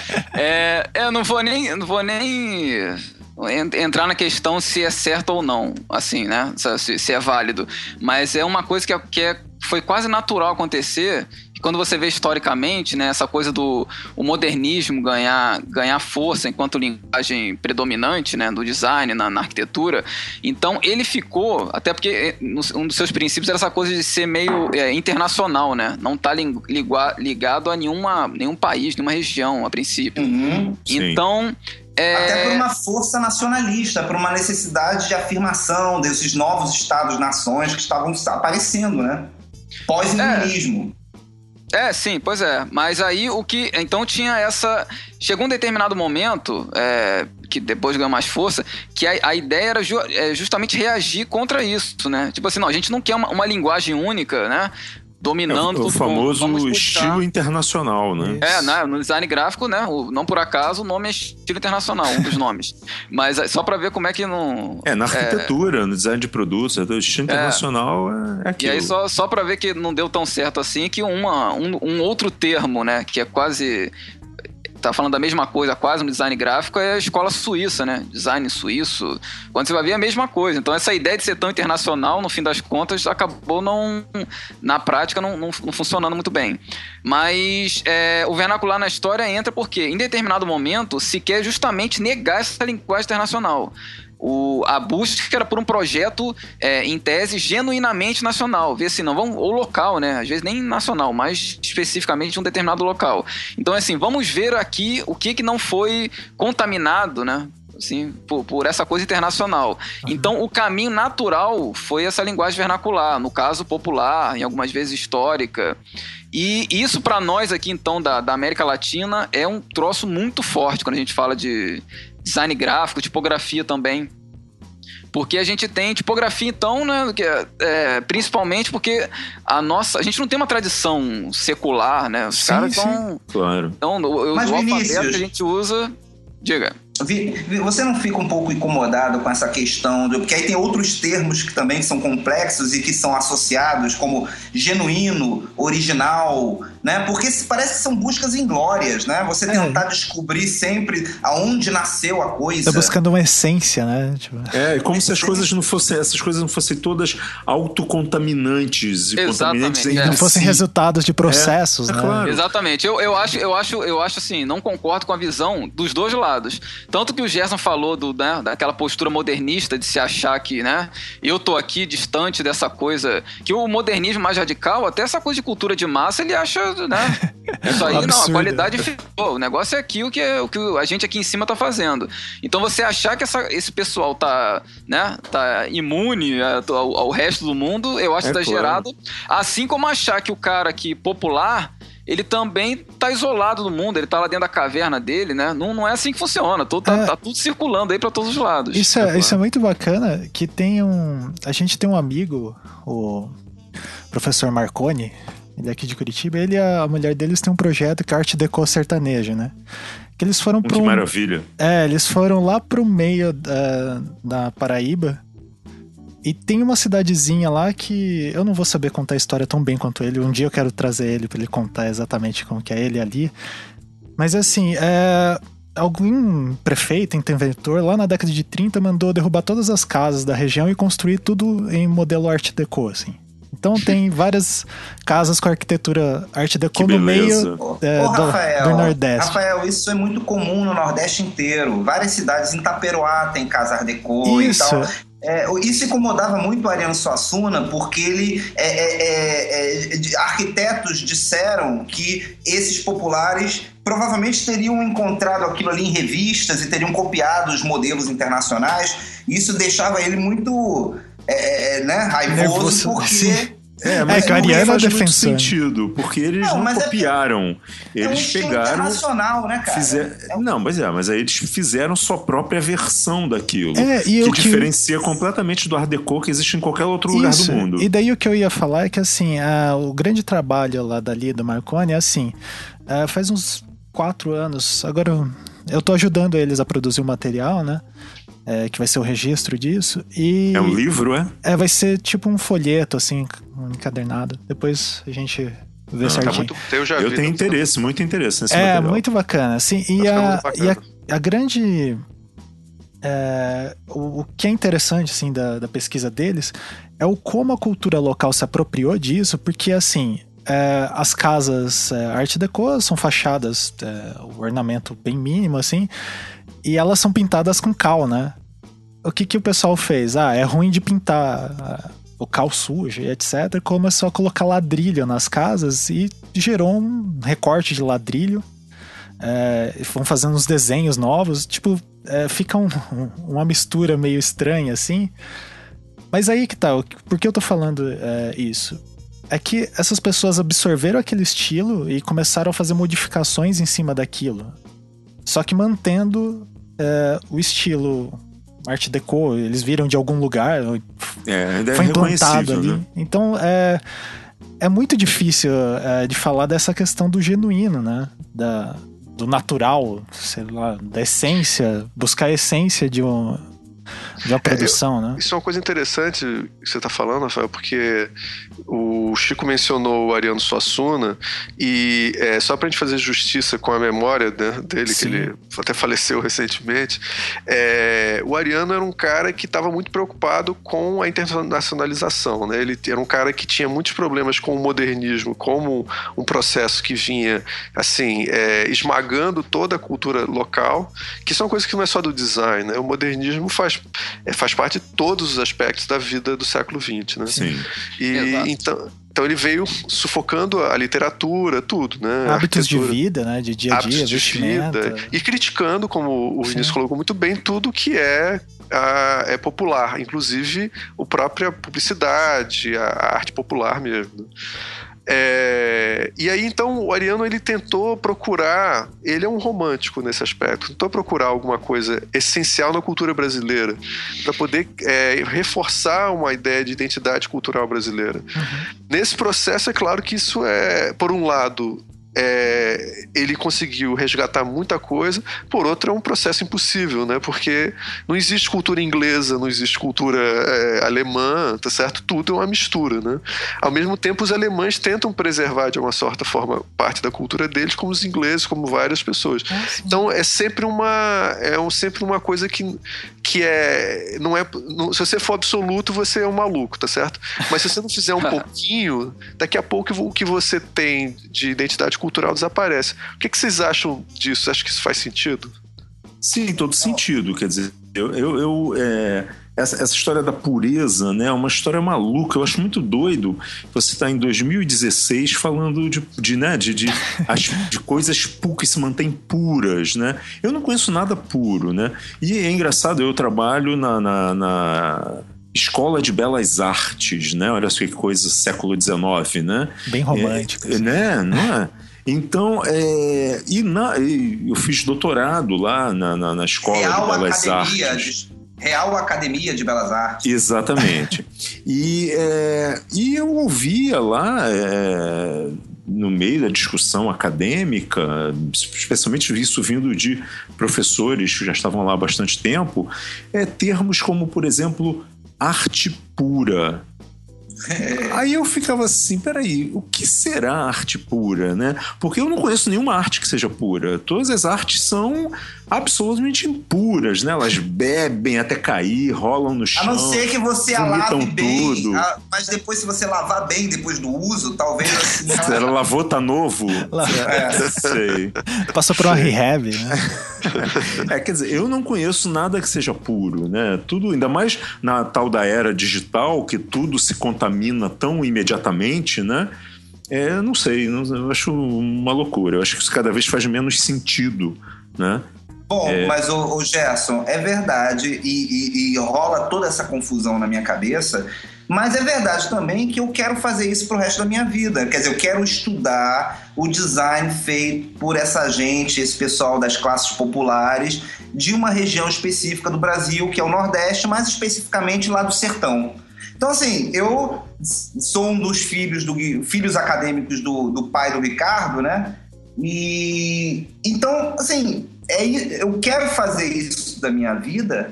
É, eu não vou nem, não vou nem entrar na questão se é certo ou não, assim, né? Se, se é válido. Mas é uma coisa que, é, que é, foi quase natural acontecer. Quando você vê historicamente, né, essa coisa do o modernismo ganhar, ganhar força enquanto linguagem predominante, né, do design na, na arquitetura, então ele ficou, até porque um dos seus princípios era essa coisa de ser meio é, internacional, né, não estar tá ligado a nenhuma, nenhum país, nenhuma região a princípio. Uhum, então... É... Até por uma força nacionalista, por uma necessidade de afirmação desses novos estados-nações que estavam aparecendo, né? Pós-iluminismo. É. É, sim, pois é. Mas aí o que... Então tinha essa... Chegou um determinado momento, é, que depois ganhou mais força, que a, a ideia era ju, é, justamente reagir contra isso, né? Tipo assim, não, a gente não quer uma, uma linguagem única, né? Dominando é, o todo famoso mundo. estilo internacional, né? É, né? No design gráfico, né? O, não por acaso o nome é estilo internacional, um dos nomes. Mas só pra ver como é que não... É, na arquitetura, é, no design de produtos, o estilo internacional é, é aquilo. E aí só, só pra ver que não deu tão certo assim, que uma, um, um outro termo, né? Que é quase... Tá falando da mesma coisa quase no design gráfico, é a escola suíça, né? Design suíço. Quando você vai ver é a mesma coisa. Então essa ideia de ser tão internacional, no fim das contas, acabou não... Na prática, não, não, não funcionando muito bem. Mas é, o vernacular na história entra porque, em determinado momento, se quer justamente negar essa linguagem internacional. O, a busca era por um projeto, é, em tese, genuinamente nacional. Ver assim, não, vamos, ou local, né? Às vezes nem nacional, mas especificamente um determinado local. Então, assim, vamos ver aqui o que, que não foi contaminado, né? Assim, por, por essa coisa internacional. Uhum. Então, o caminho natural foi essa linguagem vernacular, no caso popular, em algumas vezes histórica. E isso para nós aqui, então, da, da América Latina, é um troço muito forte quando a gente fala de design gráfico, tipografia também. Porque a gente tem tipografia, então, né, que é, é, principalmente porque a nossa... A gente não tem uma tradição secular, né? Os sim, caras estão... Claro. Então, o, o alfabeto que a gente usa... Diga. Você não fica um pouco incomodado com essa questão, do, porque aí tem outros termos que também são complexos e que são associados, como genuíno, original, né? Porque parece que são buscas inglórias, né? Você é. tentar descobrir sempre aonde nasceu a coisa. Tá buscando uma essência, né? Tipo... É, como se as coisas não fossem, essas coisas não fossem todas autocontaminantes e contaminantes é. não fossem resultados de processos, é, né? É claro. Exatamente. Eu, eu acho, eu acho, eu acho assim, não concordo com a visão dos dois lados. Tanto que o Gerson falou do, né, daquela postura modernista de se achar que, né, eu tô aqui distante dessa coisa, que o modernismo mais radical, até essa coisa de cultura de massa, ele acha, né, isso aí, não, a qualidade ficou, o negócio é aqui o que, o que a gente aqui em cima tá fazendo. Então você achar que essa, esse pessoal tá, né, tá imune ao, ao resto do mundo, eu acho é exagerado. Claro. Assim como achar que o cara aqui popular, ele também tá isolado do mundo, ele tá lá dentro da caverna dele, né? Não, não é assim que funciona, tô, tá, é, tá tudo circulando aí pra todos os lados. Isso é, é, isso é muito bacana, que tem um... A gente tem um amigo, o professor Marconi, ele é aqui de Curitiba, ele e a mulher deles têm um projeto que é Art Deco sertanejo, né? Que eles foram pro... Que maravilha. É, eles foram lá pro meio da, da Paraíba. E tem uma cidadezinha lá que eu não vou saber contar a história tão bem quanto ele. Um dia eu quero trazer ele pra ele contar exatamente como que é ele ali. Mas assim, é... algum prefeito, interventor, lá na década de trinta mandou derrubar todas as casas da região e construir tudo em modelo Art Deco, assim. Então tem várias casas com arquitetura Art Deco no meio é, Ô, Rafael, do, do Nordeste. Rafael, isso é muito comum no Nordeste inteiro. Várias cidades, em Itaperuá tem casa Art Deco isso. e tal. É, isso incomodava muito o Ariano Suassuna, porque ele é, é, é, arquitetos disseram que esses populares provavelmente teriam encontrado aquilo ali em revistas e teriam copiado os modelos internacionais. Isso deixava ele muito é, né, raivoso, nervoso, porque sim. É, mas é que o Ariano faz é muito defensor. sentido, porque eles Não, não, mas é- copiaram. É um Eles estilo pegaram. internacional, né, cara? Fizer... É um- Não, mas é, mas aí eles fizeram sua própria versão daquilo. É, e que o que- diferencia completamente do Art Deco que existe em qualquer outro lugar Isso. do mundo. E daí o que eu ia falar é que assim, a- o grande trabalho lá dali do Marconi é assim, é, faz uns quatro anos, agora eu, eu tô ajudando eles a produzir o material, né? É, que vai ser o registro disso. E É um livro, é? é, vai ser tipo um folheto, assim, um encadernado. Depois a gente vê Ah, tá certinho. Tá muito, eu já Eu vi, tenho tá- interesse, muito interesse nesse É, material. muito bacana, assim. E, Vai ficar a, muito bacana. e a, a grande... é, o, o que é interessante, assim, da, da pesquisa deles é o como a cultura local se apropriou disso, porque, assim, é, as casas é, Art Deco são fachadas, é, o ornamento bem mínimo, assim, e elas são pintadas com cal, né? O que, que o pessoal fez? Ah, é ruim de pintar ah, o cal sujo e etcétera. Começou a colocar ladrilho nas casas e gerou um recorte de ladrilho. É, vão fazendo uns desenhos novos. Tipo, é, fica um, um, uma mistura meio estranha, assim. Mas aí que tá. Por que eu tô falando é, isso? É que essas pessoas absorveram aquele estilo e começaram a fazer modificações em cima daquilo. Só que mantendo é, o estilo Art Deco, eles viram de algum lugar, É, ainda foi é implantado reconhecível, ali. né? Então é, é muito difícil é, de falar dessa questão do genuíno, né? Da, do natural, sei lá, da essência, buscar a essência de, um, de uma produção, né? Isso é uma coisa interessante que você está falando, Rafael, porque o Chico mencionou o Ariano Suassuna e é, só para a gente fazer justiça com a memória, né, dele, Sim. que ele até faleceu recentemente, é, o Ariano era um cara que estava muito preocupado com a internacionalização, né? Ele era um cara que tinha muitos problemas com o modernismo como um processo que vinha assim, é, esmagando toda a cultura local, que são coisas que não é só do design, né? O modernismo faz, é, faz parte de todos os aspectos da vida do século vinte, né? Sim. E Exato. então, então ele veio sufocando a literatura, tudo, né? A Hábitos de arquitetura, vida, né? De dia a dia, hábitos de vestimenta. vida, e criticando, como o Vinícius Sim. colocou muito bem, tudo que é, a, é popular, inclusive a própria publicidade, a, a arte popular mesmo. É, e aí então o Ariano ele tentou procurar, ele é um romântico nesse aspecto, tentou procurar alguma coisa essencial na cultura brasileira para poder é, reforçar uma ideia de identidade cultural brasileira. Uhum. Nesse processo é claro que isso é, por um lado, é, ele conseguiu resgatar muita coisa, por outro é um processo impossível, né? Porque não existe cultura inglesa, não existe cultura é, alemã, tá certo? Tudo é uma mistura, né? Ao mesmo tempo os alemães tentam preservar de uma certa forma parte da cultura deles, como os ingleses, como várias pessoas. Então é sempre uma é um, sempre uma coisa que, que é não é não, se você for absoluto você é um maluco, tá certo? Mas se você não fizer um pouquinho, daqui a pouco o que você tem de identidade cultural desaparece. O que, que vocês acham disso? Você acha que isso faz sentido? Sim, todo sentido. Quer dizer, eu, eu, eu, é, essa, essa história da pureza, né, é uma história maluca. Eu acho muito doido você estar em dois mil e dezesseis falando de, de, né, de, de, as, de coisas pu- que se mantêm puras, né? Eu não conheço nada puro, né? E é engraçado, eu trabalho na, na, na Escola de Belas Artes, né? Olha só que coisa, século dezenove, né? Bem romântico. É, assim. né? Não é? Então, é, e na, e eu fiz doutorado lá na, na, na Escola Real de Belas Academia Artes. de, Real Academia de Belas Artes. Exatamente. e, é, e eu ouvia lá, é, no meio da discussão acadêmica, especialmente isso vindo de professores que já estavam lá há bastante tempo, é, termos como, por exemplo, arte pura. Aí eu ficava assim, peraí, o que será arte pura, né? Porque eu não conheço nenhuma arte que seja pura. Todas as artes são absolutamente impuras, né? Elas bebem até cair, rolam no chão. A não ser que você a lave vomitam bem, tudo. a- mas depois se você lavar bem depois do uso, talvez assim... Se ela lavou, tá novo? É, sei. Passou por uma rehab, né? É, quer dizer, eu não conheço nada que seja puro, né? Tudo, ainda mais na tal da era digital, que tudo se contamina tão imediatamente, né? É, eu não sei, não- eu acho uma loucura. Eu acho que isso cada vez faz menos sentido, né? Bom, É. mas o, Gerson, é verdade e, e- e rola toda essa confusão na minha cabeça Mas é verdade também que eu quero fazer isso pro resto da minha vida. Quer dizer, eu quero estudar o design feito por essa gente, esse pessoal das classes populares, de uma região específica do Brasil, que é o Nordeste, mais especificamente lá do Sertão. Então, assim, eu sou um dos filhos, do, filhos acadêmicos do, do pai do Ricardo, né? E então, assim, é, eu quero fazer isso da minha vida,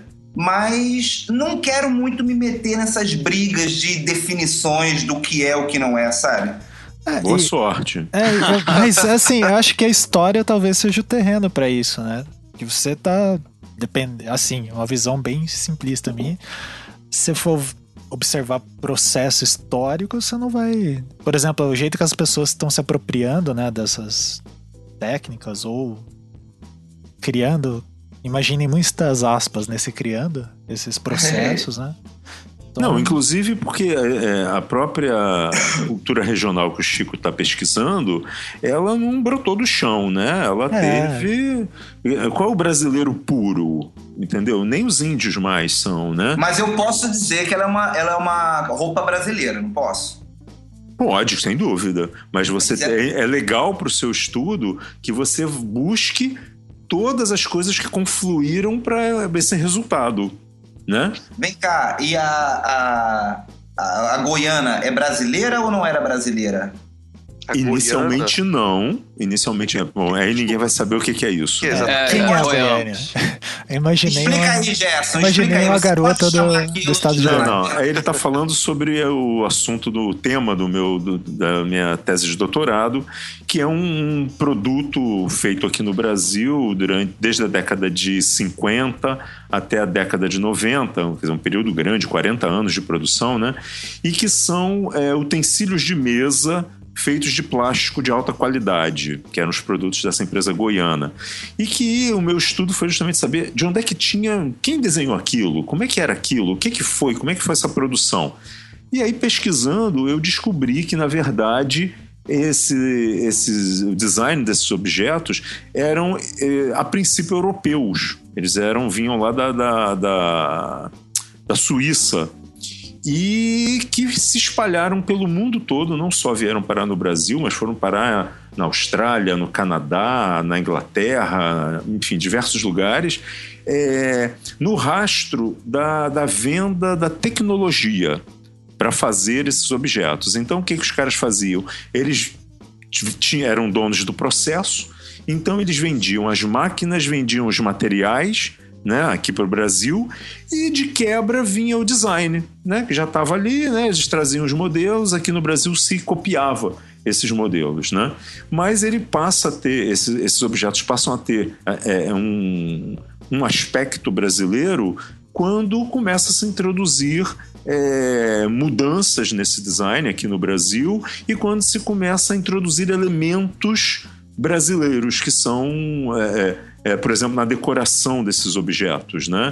mas não quero muito me meter nessas brigas de definições do que é o que não é, sabe? É, Boa e, sorte. É, mas assim, eu acho que a história talvez seja o terreno para isso, né? Que você tá, depende, assim, uma visão bem simplista minha. Se for observar processo histórico, você não vai... Por exemplo, o jeito que as pessoas estão se apropriando, né, dessas técnicas ou criando, imaginem muitas aspas nesse criando, esses processos, né? Então... Não, inclusive porque é, a própria cultura regional que o Chico está pesquisando, ela não brotou do chão, né? Ela é. teve... Qual é o brasileiro puro? Entendeu? Nem os índios mais são, né? Mas eu posso dizer que ela é uma, ela é uma roupa brasileira, não posso? Pode, sem dúvida. Mas você é, é legal para o seu estudo que você busque todas as coisas que confluíram para esse resultado, né? Vem cá, e a, a, a, a Goiana é brasileira ou não era brasileira? A Inicialmente Goiana. não. Inicialmente, bom, aí ninguém vai saber o que, que é isso. Que é, Quem é a Goiânia? Goiânia? Imaginei Explica uma, aí, Gerson. imaginei aí, uma garota do, aqui, do estado de Não, Goiânia. não. Aí ele está falando sobre o assunto do tema do meu, do, da minha tese de doutorado, que é um produto feito aqui no Brasil durante, desde a década de cinquenta até a década de noventa, quer dizer, um período grande, quarenta anos de produção, né? E que são é, utensílios de mesa feitos de plástico de alta qualidade, que eram os produtos dessa empresa goiana. E que o meu estudo foi justamente saber de onde é que tinha... Quem desenhou aquilo? Como é que era aquilo? O que que foi? Como é que foi essa produção? E aí, pesquisando, eu descobri que, na verdade, esse, esses, o design desses objetos eram, eh, a princípio, europeus. Eles eram, vinham lá da, da, da, da Suíça, e que se espalharam pelo mundo todo, não só vieram parar no Brasil, mas foram parar na Austrália, no Canadá, na Inglaterra, enfim, diversos lugares, é, no rastro da, da venda da tecnologia para fazer esses objetos. Então, o que, que os caras faziam? Eles tinham, eram donos do processo, então eles vendiam as máquinas, vendiam os materiais, né, aqui para o Brasil, e de quebra vinha o design, né, que já estava ali, né, eles traziam os modelos, aqui no Brasil se copiava esses modelos, né, mas ele passa a ter, esses, esses objetos passam a ter é, um, um aspecto brasileiro quando começa a se introduzir é, mudanças nesse design aqui no Brasil e quando se começa a introduzir elementos brasileiros que são... É, É, por exemplo, na decoração desses objetos, né?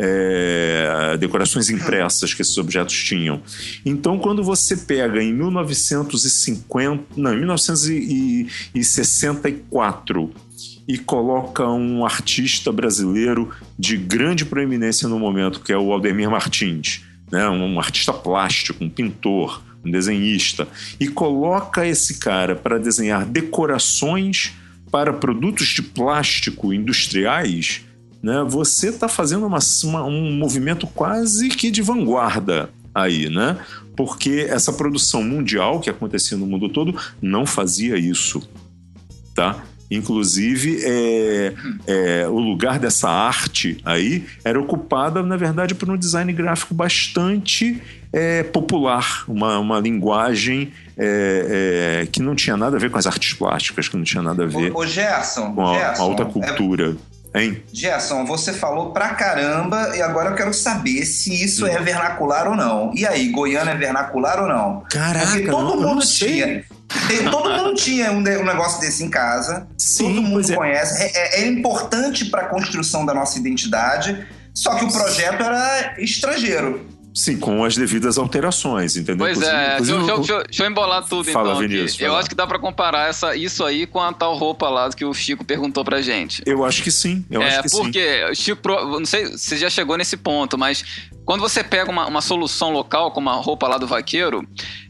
É, decorações impressas que esses objetos tinham. Então, quando você pega em mil novecentos e cinquenta, não, em mil novecentos e sessenta e quatro e coloca um artista brasileiro de grande proeminência no momento, que é o Aldemir Martins, né? Um artista plástico, um pintor, um desenhista, e coloca esse cara para desenhar decorações para produtos de plástico industriais, né, você está fazendo uma, uma, um movimento quase que de vanguarda aí, né? Porque essa produção mundial que acontecia no mundo todo não fazia isso, tá? Inclusive, é, é, o lugar dessa arte aí era ocupada, na verdade, por um design gráfico bastante é, popular, uma, uma linguagem é, é, que não tinha nada a ver com as artes plásticas, que não tinha nada a ver ô, ô Gerson, com a, Gerson, a alta cultura. É... Hein? Gerson, você falou pra caramba e agora eu quero saber se isso hum. é vernacular ou não. E aí, Goiânia é vernacular ou não? Caraca, porque todo não, mundo não tinha... Tem, todo mundo tinha um, um negócio desse em casa. Sim, todo mundo é. conhece. É, é importante para a construção da nossa identidade. Só que o projeto era estrangeiro. Sim, com as devidas alterações, entendeu? Pois é, deixa, eu, deixa, eu, deixa eu embolar tudo fala, então. Vinícius, eu acho que dá pra comparar essa, isso aí com a tal roupa lá que o Chico perguntou pra gente. Eu acho que sim, eu é, acho que porque, sim. Chico, não sei se já chegou nesse ponto, mas quando você pega uma, uma solução local, como a roupa lá do vaqueiro,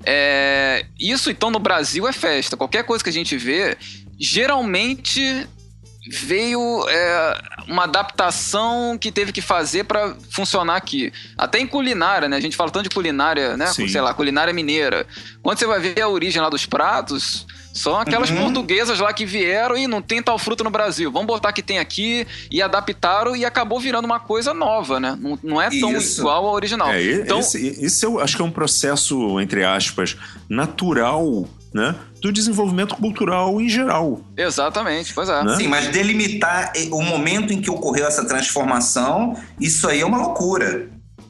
é, isso então no Brasil é festa. Qualquer coisa que a gente vê, geralmente veio é, uma adaptação que teve que fazer para funcionar aqui. Até em culinária, né? A gente fala tanto de culinária, né? Sim. Sei lá, culinária mineira. Quando você vai ver a origem lá dos pratos, são aquelas uhum. portuguesas lá que vieram e não tem tal fruta no Brasil. Vamos botar que tem aqui, e adaptaram e acabou virando uma coisa nova, né? Não, não é tão isso. igual ao original. É, então, esse, esse eu acho que é um processo, entre aspas, natural, né, do desenvolvimento cultural em geral. Exatamente, pois é. Né? Sim, mas delimitar o momento em que ocorreu essa transformação, isso aí é uma loucura.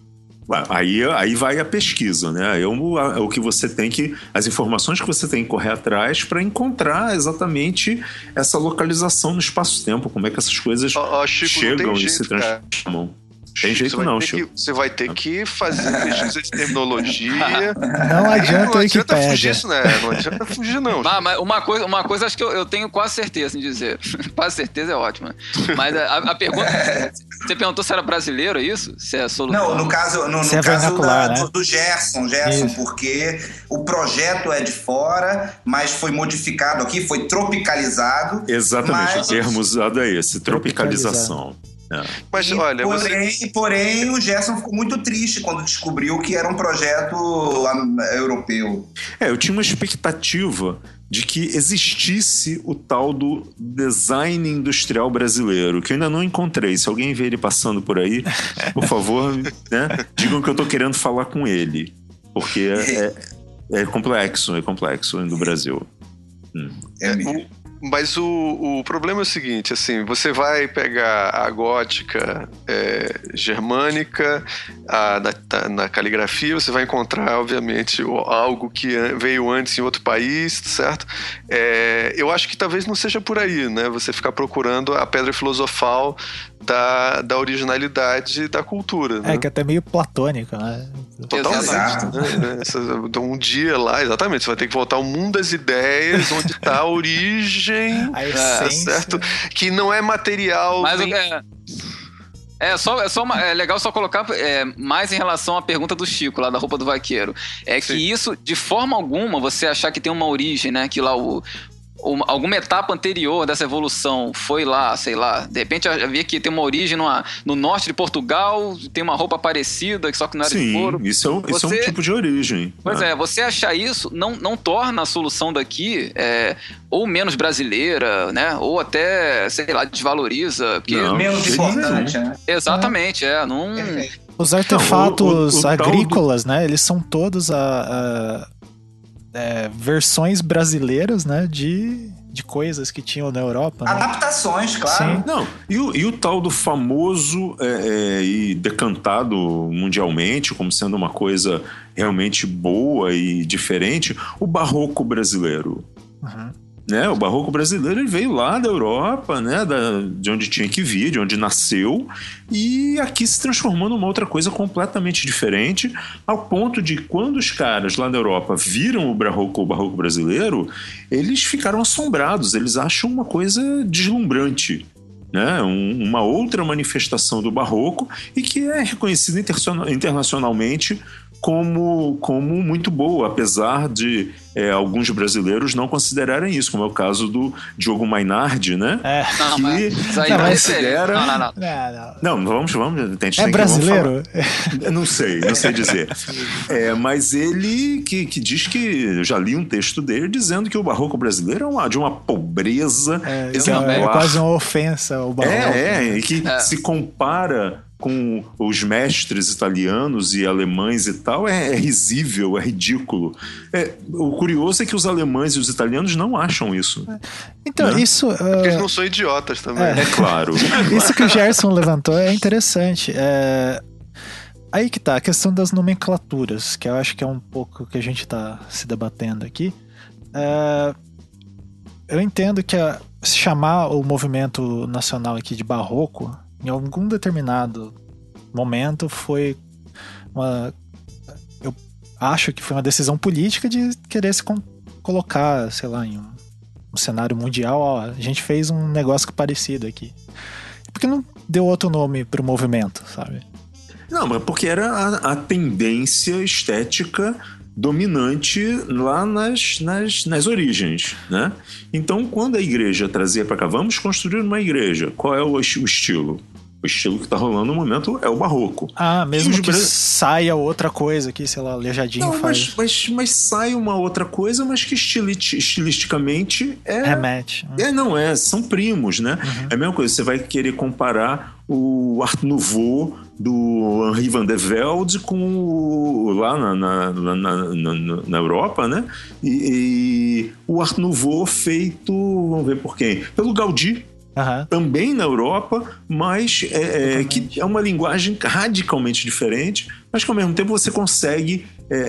Aí, aí vai a pesquisa, né? É o, o que você tem que... As informações que você tem que correr atrás para encontrar exatamente essa localização no espaço-tempo, como é que essas coisas oh, oh, Chico, chegam jeito, e se transformam. Cara. Tem jeito você não, Chico. Que, você vai ter que fazer pesquisa de terminologia. Não adianta, não adianta fugir disso, né? Não adianta fugir, não. Ah, mas uma coisa, uma coisa acho que eu, eu tenho quase certeza em dizer. Quase certeza é ótima. Mas a, a pergunta... Você perguntou se era brasileiro, é isso? Se é solução? Não, no caso, no, no é caso da, né? do, do Gerson, Gerson porque o projeto é de fora, mas foi modificado aqui, foi tropicalizado. Exatamente, mas... o termo usado é esse, tropicalização. É. Mas, e, olha, porém, você... porém, o Gerson ficou muito triste quando descobriu que era um projeto europeu. É, eu tinha uma expectativa de que existisse o tal do design industrial brasileiro, que eu ainda não encontrei. Se alguém vê ele passando por aí, por favor, né, digam que eu estou querendo falar com ele, porque é, é, é complexo, é complexo no Brasil. Hum. É mesmo. Mas o, o problema é o seguinte, assim, você vai pegar a gótica é, germânica, a, na, na caligrafia, você vai encontrar, obviamente, algo que veio antes em outro país, certo? É, eu acho que talvez não seja por aí, né? Você ficar procurando a pedra filosofal da, da originalidade da cultura. Né? É, que é até meio platônico, né? Totalmente. Né? Um dia lá, exatamente, você vai ter que voltar ao mundo das ideias, onde está a origem, a é, certo? Que não é material. Mas nem... é, é, só, é, só uma, é legal só colocar é, mais em relação à pergunta do Chico, lá da roupa do vaqueiro. É que Sim. isso, de forma alguma, você achar que tem uma origem, né? Que lá o. Uma, alguma etapa anterior dessa evolução foi lá, sei lá, de repente eu vi que tem uma origem numa, no norte de Portugal, tem uma roupa parecida, só que não era Sim, de couro. Isso é, um, você, isso é um tipo de origem. Pois né? é, você achar isso não, não torna a solução daqui é, ou menos brasileira, né? Ou até, sei lá, desvaloriza. Porque... Não, menos importante, né? Exatamente, é. Não... Os artefatos não, o, o, o agrícolas, do... né? Eles são todos a... a... É, versões brasileiras, né, de, de coisas que tinham na Europa. Né? Adaptações, claro. Sim. Não, e o, e o tal do famoso é, é, e decantado mundialmente como sendo uma coisa realmente boa e diferente, o barroco brasileiro. Uhum. Né? O barroco brasileiro ele veio lá da Europa, né? da, de onde tinha que vir, de onde nasceu, e aqui se transformou numa outra coisa completamente diferente, ao ponto de quando os caras lá da Europa viram o barroco, o barroco brasileiro, eles ficaram assombrados, eles acham uma coisa deslumbrante. Né? Um, uma outra manifestação do barroco e que é reconhecida internacionalmente como, como muito boa, apesar de é, alguns brasileiros não considerarem isso, como é o caso do Diogo Mainardi, né? É. Não, que mas aí não, não considera... Não, não, não. Não, não vamos, vamos... Tem, é tem brasileiro? Que, não sei, não sei dizer. É, mas ele que, que diz que... Eu já li um texto dele dizendo que o barroco brasileiro é uma, de uma pobreza é, exemplar. É quase uma ofensa ao barroco. É, é, e que é. se compara com os mestres italianos e alemães e tal, é, é risível, é ridículo. É, o curioso é que os alemães e os italianos não acham isso. Então, né? isso... Uh... Porque eles não são idiotas também. É, é claro. Isso que o Gerson levantou é interessante. É... Aí que tá, a questão das nomenclaturas, que eu acho que é um pouco que a gente tá se debatendo aqui. É... Eu entendo que a... chamar o movimento nacional aqui de barroco em algum determinado momento foi uma, eu acho que foi uma decisão política de querer se con- colocar, sei lá, em um, um cenário mundial. Ó, a gente fez um negócio parecido aqui. Por que não deu outro nome pro movimento, sabe? Não, mas porque era a, a tendência estética dominante lá nas, nas, nas origens, né? Então, quando a igreja trazia para cá, vamos construir uma igreja, qual é o, o estilo? O estilo que está rolando no momento é o barroco. Ah, mesmo que bra... saia outra coisa aqui, sei lá, Aleijadinho Não, faz... Mas, mas, mas sai uma outra coisa, mas que estili... estilisticamente é... remete. É, não, é, são primos, né? Uhum. É a mesma coisa, você vai querer comparar o Art Nouveau do Henri van der Velde com o, lá na, na, na, na, na Europa, né? E, e o Art Nouveau feito, vamos ver por quem? Pelo Gaudí. Uhum. Também na Europa, mas é, é, que é uma linguagem radicalmente diferente, mas que ao mesmo tempo você consegue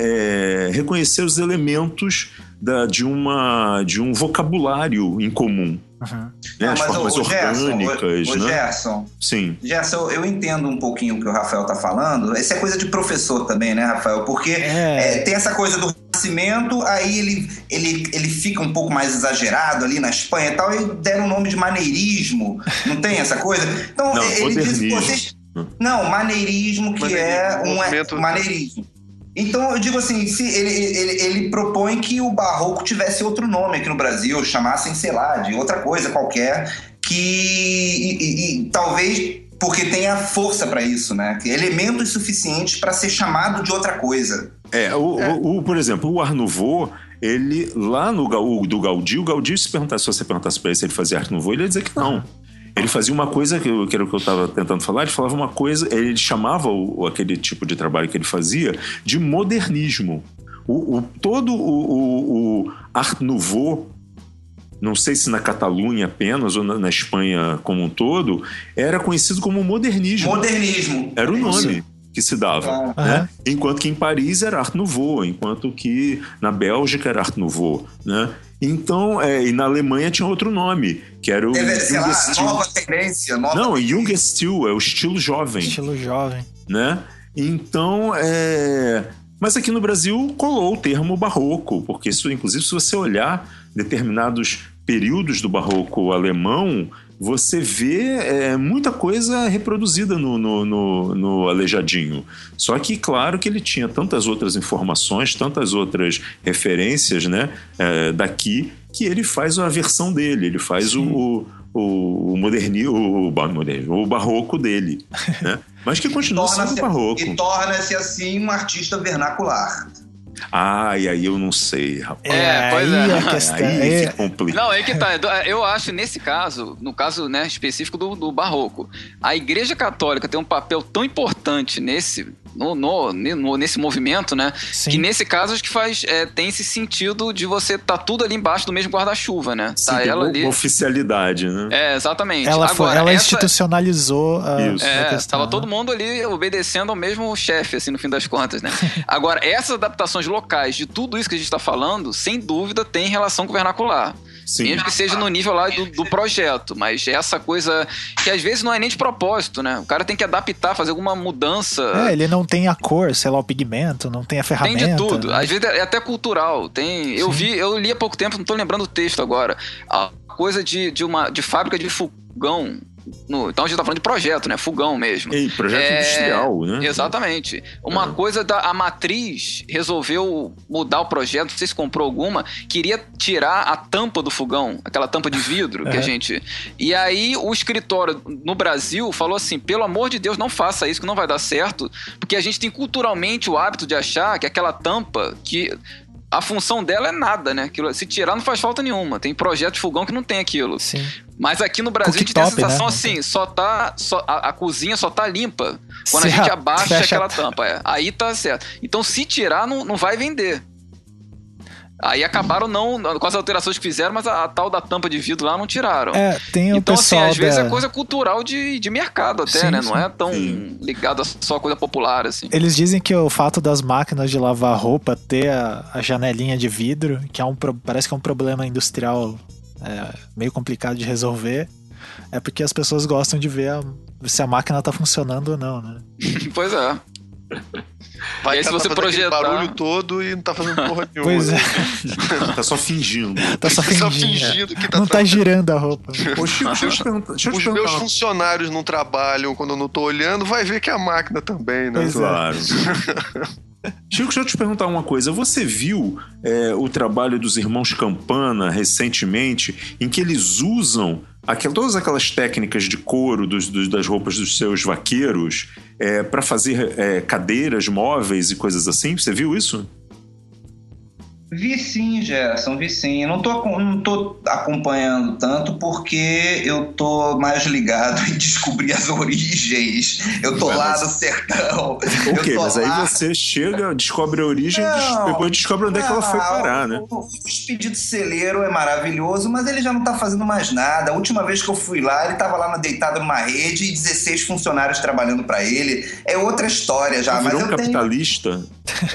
é, reconhecer os elementos da, de, uma, de um vocabulário em comum. Uhum. Né? As Não, mas formas o, o Gerson, orgânicas, o, o né? Gerson, Sim. Gerson, eu entendo um pouquinho o que o Rafael tá falando. Isso é coisa de professor também, né, Rafael? Porque É. É, tem essa coisa do Renascimento, aí ele, ele, ele fica um pouco mais exagerado ali na Espanha e tal, e deram o nome de maneirismo. Não tem essa coisa? Então, Não, ele diz que modernismo. vocês... Não, maneirismo, que Maneirismo, é um movimento- maneirismo. Então, eu digo assim, se ele, ele, ele propõe que o barroco tivesse outro nome aqui no Brasil, chamassem, sei lá, de outra coisa qualquer, que e, e, e, talvez porque tenha força para isso, né? Elementos suficientes para ser chamado de outra coisa. É, o, é. O, o, por exemplo, o Art Nouveau, ele, lá no o, do Gaudí, o Gaudí, se, perguntasse, se você perguntasse para ele se ele fazia Art Nouveau, ele ia dizer que não. Ele fazia uma coisa, que, eu, que era o que eu estava tentando falar, ele falava uma coisa, ele chamava o, aquele tipo de trabalho que ele fazia de modernismo. O, o, todo o, o, o Art Nouveau, não sei se na Catalunha apenas ou na, na Espanha como um todo, era conhecido como modernismo. Modernismo. Era o nome que se dava. Ah, né? Enquanto que em Paris era Art Nouveau, enquanto que na Bélgica era Art Nouveau, né? Então, é, e na Alemanha tinha outro nome, que era o Deve, sei lá, Jugendstil. nova tendência. Nova Não, tendência. Jugendstil, é o estilo jovem. Estilo jovem. Né? Então, é... Mas aqui no Brasil colou o termo barroco, porque isso, inclusive, se você olhar determinados períodos do barroco alemão, você vê é, muita coisa reproduzida no, no, no, no Aleijadinho. Só que, claro, que ele tinha tantas outras informações, tantas outras referências, né, é, daqui, que ele faz a versão dele, ele faz o, o, o, moderni, o, o, o barroco dele, né? Mas que continua sendo barroco. E torna-se, assim, um artista vernacular. Ah, e aí eu não sei, rapaz. É, pois aí é. a questão Aí é... que complica. Não, aí que tá. Eu acho, nesse caso, no caso, né, específico do, do barroco, a Igreja Católica tem um papel tão importante nesse, no, no, no, nesse movimento, né? Sim. Que nesse caso acho que faz, é, tem esse sentido de você tá tudo ali embaixo do mesmo guarda-chuva, né? Sim, Tá tem ela uma ali. oficialidade, né? É, exatamente. Ela, foi, Agora, ela essa... institucionalizou a, Isso. a É, questão. tava todo mundo ali obedecendo ao mesmo chefe, assim, no fim das contas, né? Agora, essas adaptações locais de tudo isso que a gente tá falando, sem dúvida, tem relação com o vernacular. Sim. Mesmo que seja no nível lá do, do projeto, mas essa coisa que às vezes não é nem de propósito, né? O cara tem que adaptar, fazer alguma mudança. É, ele não tem a cor, sei lá, o pigmento, não tem a ferramenta. Tem de tudo. Né? Às vezes é até cultural. Tem, eu vi, eu li há pouco tempo, não tô lembrando o texto agora. A coisa de, de uma de fábrica de fogão. No, então a gente tá falando de projeto, né? Fogão mesmo. E projeto É, industrial, né? Exatamente. Uma Uhum. coisa da a matriz resolveu mudar o projeto, não sei se comprou alguma, queria tirar a tampa do fogão, aquela tampa de vidro que a Uhum. gente... E aí o escritório no Brasil falou assim, pelo amor de Deus, não faça isso que não vai dar certo, porque a gente tem culturalmente o hábito de achar que aquela tampa que... A função dela é nada, né? Aquilo, se tirar não faz falta nenhuma. Tem projeto de fogão que não tem aquilo. Sim. Mas aqui no Brasil a gente tem a Cooktop, sensação né? assim, só tá. Só, a, a cozinha só tá limpa quando Se a gente a- abaixa fecha aquela a- tampa. É. Aí tá certo. Então, se tirar, não, não vai vender. Aí acabaram não, com as alterações que fizeram, mas a, a tal da tampa de vidro lá não tiraram. É, tem o Então, assim, pessoal às vezes da... é coisa cultural de, de mercado até, Sim, né? sim. Não é tão Sim. ligado a só coisa popular, assim. Eles dizem que o fato das máquinas de lavar roupa ter a, a janelinha de vidro, que é um, pro- parece que é um problema industrial é, meio complicado de resolver, é porque as pessoas gostam de ver a- se a máquina tá funcionando ou não, né? Pois é. Vai e aí, que se ela você tá fazendo aquele projetar... barulho todo e não tá fazendo porra nenhuma. Pois é. Tá só fingindo. Tá só Tá fingindo. fingindo que tá Não tá trabalhando. girando a roupa. Ô, Chico, deixa eu te perguntar. Deixa eu te Os perguntar meus uma- funcionários não trabalham quando eu não tô olhando, vai ver que a máquina também, né? Pois é. Claro. Chico, deixa eu te perguntar uma coisa. Você viu é, o trabalho dos irmãos Campana recentemente, em que eles usam aquel, todas aquelas técnicas de couro dos, dos, das roupas dos seus vaqueiros é, para fazer é, cadeiras, móveis e coisas assim? Você viu isso? Vi sim, Gerson, vi sim. Não tô, não tô acompanhando tanto porque eu tô mais ligado em descobrir as origens. Eu tô Mas- lá no sertão. Ok, eu tô mas aí lá... você chega, descobre a origem, Não, depois descobre onde é que ela foi Ah, parar, né? O, o Expedito Celeiro é maravilhoso, mas ele já não tá fazendo mais nada. A última vez que eu fui lá, ele tava lá deitado numa rede e dezesseis funcionários trabalhando para ele. É outra história já, mas Virou um eu tenho... capitalista.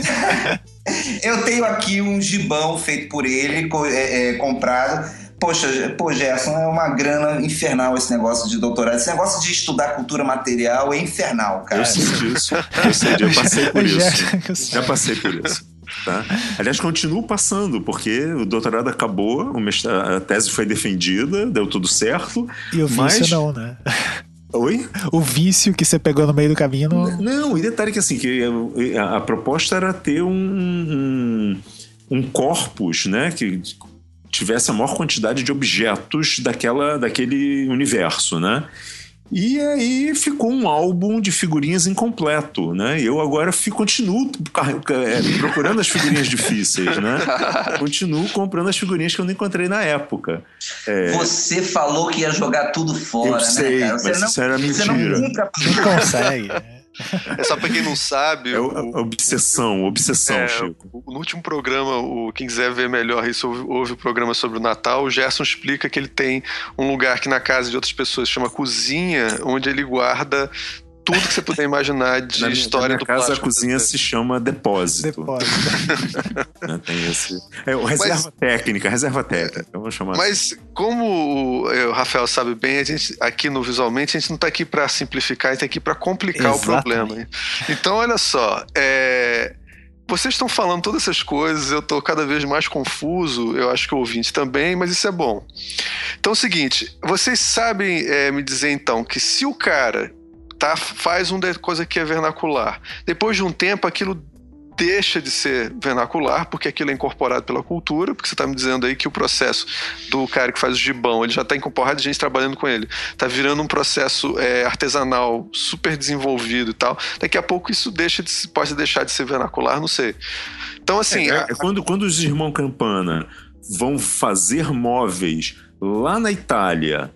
Eu tenho aqui um gibão feito por ele, co- é, é, comprado. Poxa, pô, Gerson, é uma grana infernal esse negócio de doutorado. Esse negócio de estudar cultura material é infernal, cara. Eu sei disso. Eu sei, eu passei por O isso. Gerson que eu sei. Já passei por isso. Tá? Aliás, continuo passando, porque o doutorado acabou, o mestrado, a tese foi defendida, deu tudo certo. E o vício mas... não, né? Oi? O vício que você pegou no meio do caminho não... Não, e detalhe que assim, que a, a proposta era ter um, um, um corpus, né, que tivesse a maior quantidade de objetos daquela, daquele universo, né? E aí ficou um álbum de figurinhas incompleto, né? E eu agora fico, continuo é, procurando as figurinhas difíceis, né? Continuo comprando as figurinhas que eu não encontrei na época. É, Você falou que ia jogar tudo fora, eu né, sei, cara? Você mas não, isso era você não mentira. cumpre a... Não consegue. É só pra quem não sabe. É o- o- a obsessão, obsessão, É, Chico. o- no último programa, o, quem quiser ver melhor isso, ouve, ouve o programa sobre o Natal, o Gerson explica que ele tem um lugar que na casa de outras pessoas chama cozinha, onde ele guarda tudo que você puder imaginar de Na minha, história na minha do casa a plástico. cozinha se chama depósito. Depósito. Né? Tem esse. É, o reserva técnica, reserva técnica. Eu vou chamar assim. Mas como o, o Rafael sabe bem, a gente aqui no Visualmente a gente não está aqui para simplificar, a gente está aqui para complicar Exatamente. o problema. hein? Então, olha só, é, vocês estão falando todas essas coisas, eu estou cada vez mais confuso, eu acho que o ouvinte também, mas isso é bom. Então é o seguinte, vocês sabem é, me dizer então que se o cara tá, faz uma coisa que é vernacular, depois de um tempo aquilo deixa de ser vernacular, porque aquilo é incorporado pela cultura, porque você está me dizendo aí que o processo do cara que faz o gibão, ele já está incorporado de gente trabalhando com ele, está virando um processo é, artesanal super desenvolvido e tal, daqui a pouco isso deixa de, pode deixar de ser vernacular, não sei. Então assim... É, a- é quando, quando os irmãos Campana vão fazer móveis lá na Itália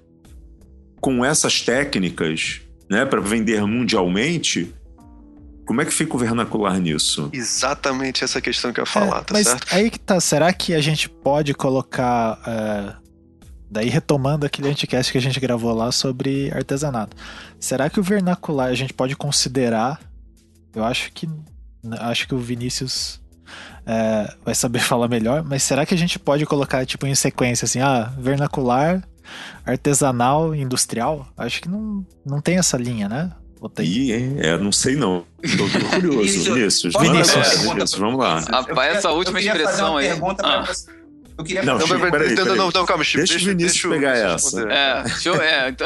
com essas técnicas, né, para vender mundialmente, como é que fica o vernacular nisso? Exatamente essa questão que eu ia falar, É, tá mas certo? aí que tá, será que a gente pode colocar, é, daí retomando aquele anticast que a gente gravou lá sobre artesanato, será que o vernacular a gente pode considerar, eu acho que acho que o Vinícius é, vai saber falar melhor, mas será que a gente pode colocar tipo em sequência assim, ah, vernacular, artesanal, industrial? Acho que não, não tem essa linha, né? Ou tem? Ih, hein? É, não sei não. Tô, tô curioso. Vinícius, Vinícius, pode manda fazer uma agora, pergunta Vinícius, pra vamos lá. vocês? Rapaz, Eu queria- essa última eu queria expressão fazer uma aí. pergunta Ah. pra você. Eu queria Não, fazer Não, Chico, mas- peraí, não, peraí. não, não, calma, Chico. Deixa o Vinícius deixa o pegar Vinícius essa. responder. É, deixa eu, é, então,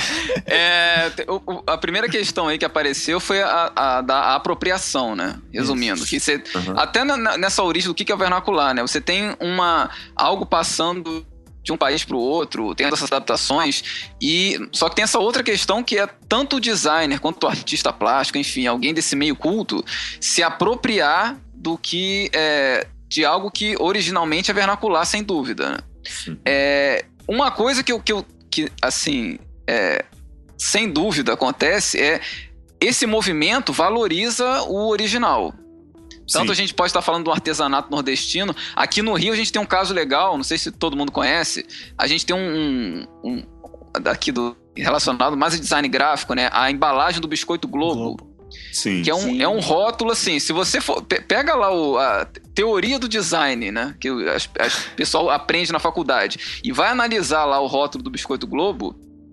é, te- o- o- a primeira questão aí que apareceu foi a, a da apropriação, né? Resumindo, que você, Uhum. até na- na- nessa origem do que que é o vernacular, né? Você tem uma, algo passando de um país para o outro, tem essas adaptações, e só que tem essa outra questão que é tanto o designer quanto o artista plástico, enfim, alguém desse meio culto, se apropriar do que é, de algo que originalmente é vernacular, sem dúvida, né? Sim. É, uma coisa que eu, que, eu, que assim, é, sem dúvida acontece é esse movimento valoriza o original. Tanto Sim. a gente pode estar falando do artesanato nordestino. Aqui no Rio a gente tem um caso legal, não sei se todo mundo conhece. A gente tem um, um, um daqui do relacionado mais a design gráfico, né? A embalagem do Biscoito Globo. Globo. Sim. Que é um, Sim. é um rótulo assim, se você for, pe- pega lá o, a teoria do design, né, que o as- as- pessoal aprende na faculdade, e vai analisar lá o rótulo do Biscoito Globo,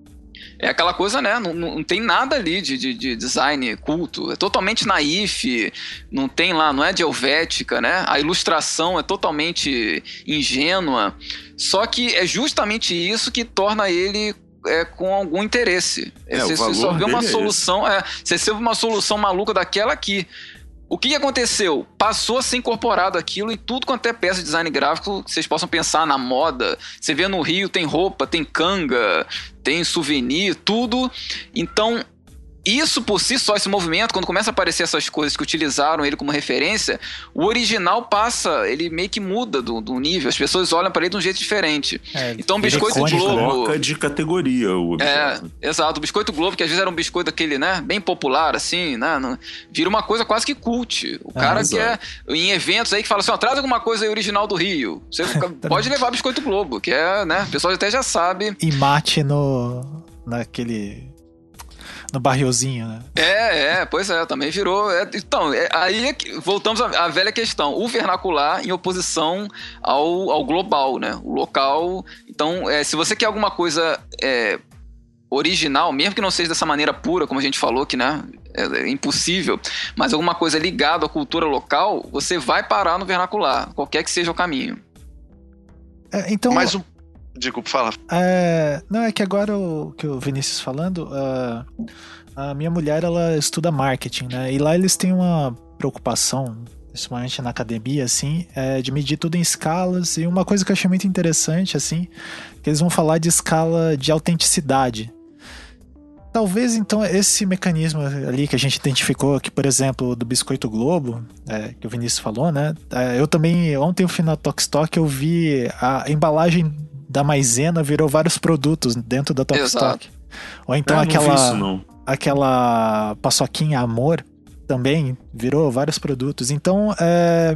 É aquela coisa, né? Não, não tem nada ali de, de, de design culto. É totalmente naif, não tem lá, não é de helvética, né? A ilustração é totalmente ingênua. Só que é justamente isso que torna ele é, com algum interesse. É, você, o valor você só vê uma dele é solução, é, você vê uma solução maluca daquela aqui. O que aconteceu? Passou a ser incorporado aquilo em tudo quanto é peça de design gráfico que vocês possam pensar na moda. Você vê no Rio, tem roupa, tem canga, tem souvenir, tudo. Então, isso por si só, esse movimento, quando começa a aparecer essas coisas que utilizaram ele como referência, o original passa, ele meio que muda do, do nível. As pessoas olham para ele de um jeito diferente. É, então, o Biscoito icônico, Globo... Troca de categoria o objeto. É, exato. O Biscoito Globo, que às vezes era um biscoito daquele, né, bem popular, assim, né, não, vira uma coisa quase que cult. O cara ah, que é em eventos aí que fala assim, ó, traz alguma coisa aí original do Rio. Você pode levar Biscoito Globo, que é, né, o pessoal até já sabe. E mate no... naquele... no barrilzinho, né? É, é, pois é, também virou. É, então, é, aí é que, voltamos à, à velha questão. O vernacular em oposição ao, ao global, né? O local. Então, é, se você quer alguma coisa é, original, mesmo que não seja dessa maneira pura, como a gente falou, que, né, é, é impossível, mas alguma coisa ligada à cultura local, você vai parar no vernacular, qualquer que seja o caminho. É, então. Mais um. Digo, fala. É, não, é que agora o que o Vinícius falando, uh, a minha mulher, ela estuda marketing, né? E lá eles têm uma preocupação, principalmente na academia, assim, é de medir tudo em escalas. E uma coisa que eu achei muito interessante, assim, que eles vão falar de escala de autenticidade. Talvez, então, esse mecanismo ali que a gente identificou aqui, por exemplo, do Biscoito Globo, é, que o Vinícius falou, né? É, eu também, ontem eu fui na Tokstok, eu vi a embalagem da maisena virou vários produtos dentro da Tokstok. Ou então é, aquela, não vi isso, não. aquela paçoquinha Amor também virou vários produtos. Então, é,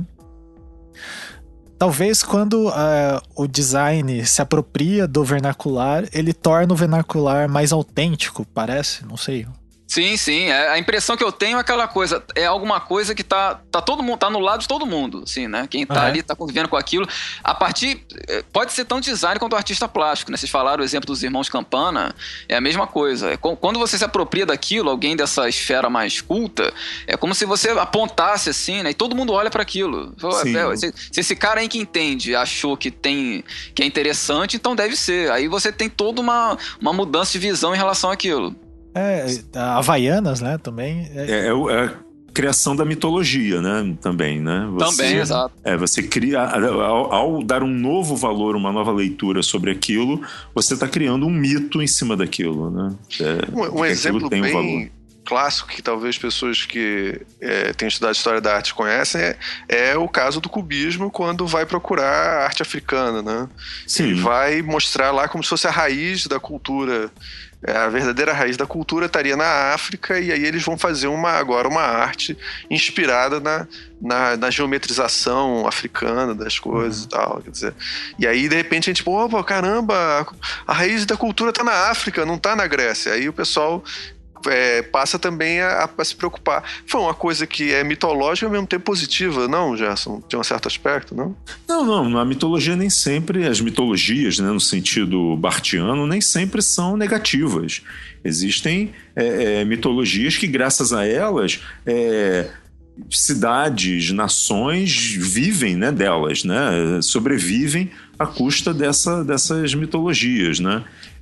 talvez quando é, o design se apropria do vernacular, ele torna o vernacular mais autêntico, parece, não sei. Sim, sim. A impressão que eu tenho é aquela coisa, é alguma coisa que tá, tá todo mundo, tá no lado de todo mundo, assim, né? Quem tá uhum. ali tá convivendo com aquilo. A partir, pode ser tanto design quanto artista plástico, né? Vocês falaram o exemplo dos irmãos Campana, é a mesma coisa. É quando você se apropria daquilo, alguém dessa esfera mais culta, é como se você apontasse assim, né? E todo mundo olha para aquilo. Se, se esse cara aí que entende achou que tem, que é interessante, então deve ser. Aí você tem toda uma, uma mudança de visão em relação àquilo. É, Havaianas, né, também. É, é, é a criação da mitologia, né, também, né? Você, também, exato. É, você cria, ao, ao dar um novo valor, uma nova leitura sobre aquilo, você está criando um mito em cima daquilo, né? É, um um exemplo bem um valor. clássico que talvez pessoas que é, têm estudado história da arte conhecem é, é o caso do cubismo, quando vai procurar arte africana, né? Sim. Ele vai mostrar lá como se fosse a raiz da cultura. A verdadeira raiz da cultura estaria na África, e aí eles vão fazer uma, agora uma arte inspirada na, na, na geometrização africana das coisas, uhum, e tal, quer dizer. E aí de repente a gente, pô, caramba, a raiz da cultura está na África, não está na Grécia. Aí o pessoal é, passa também a, a se preocupar. Foi uma coisa que é mitológica e ao mesmo tempo positiva, não, Gerson? De um certo aspecto, não? Não, não, a mitologia nem sempre, as mitologias, né, no sentido bartiano, nem sempre são negativas. Existem é, é, mitologias que, graças a elas, é, cidades, nações vivem, né, delas, né, sobrevivem à custa dessa, dessas mitologias, né?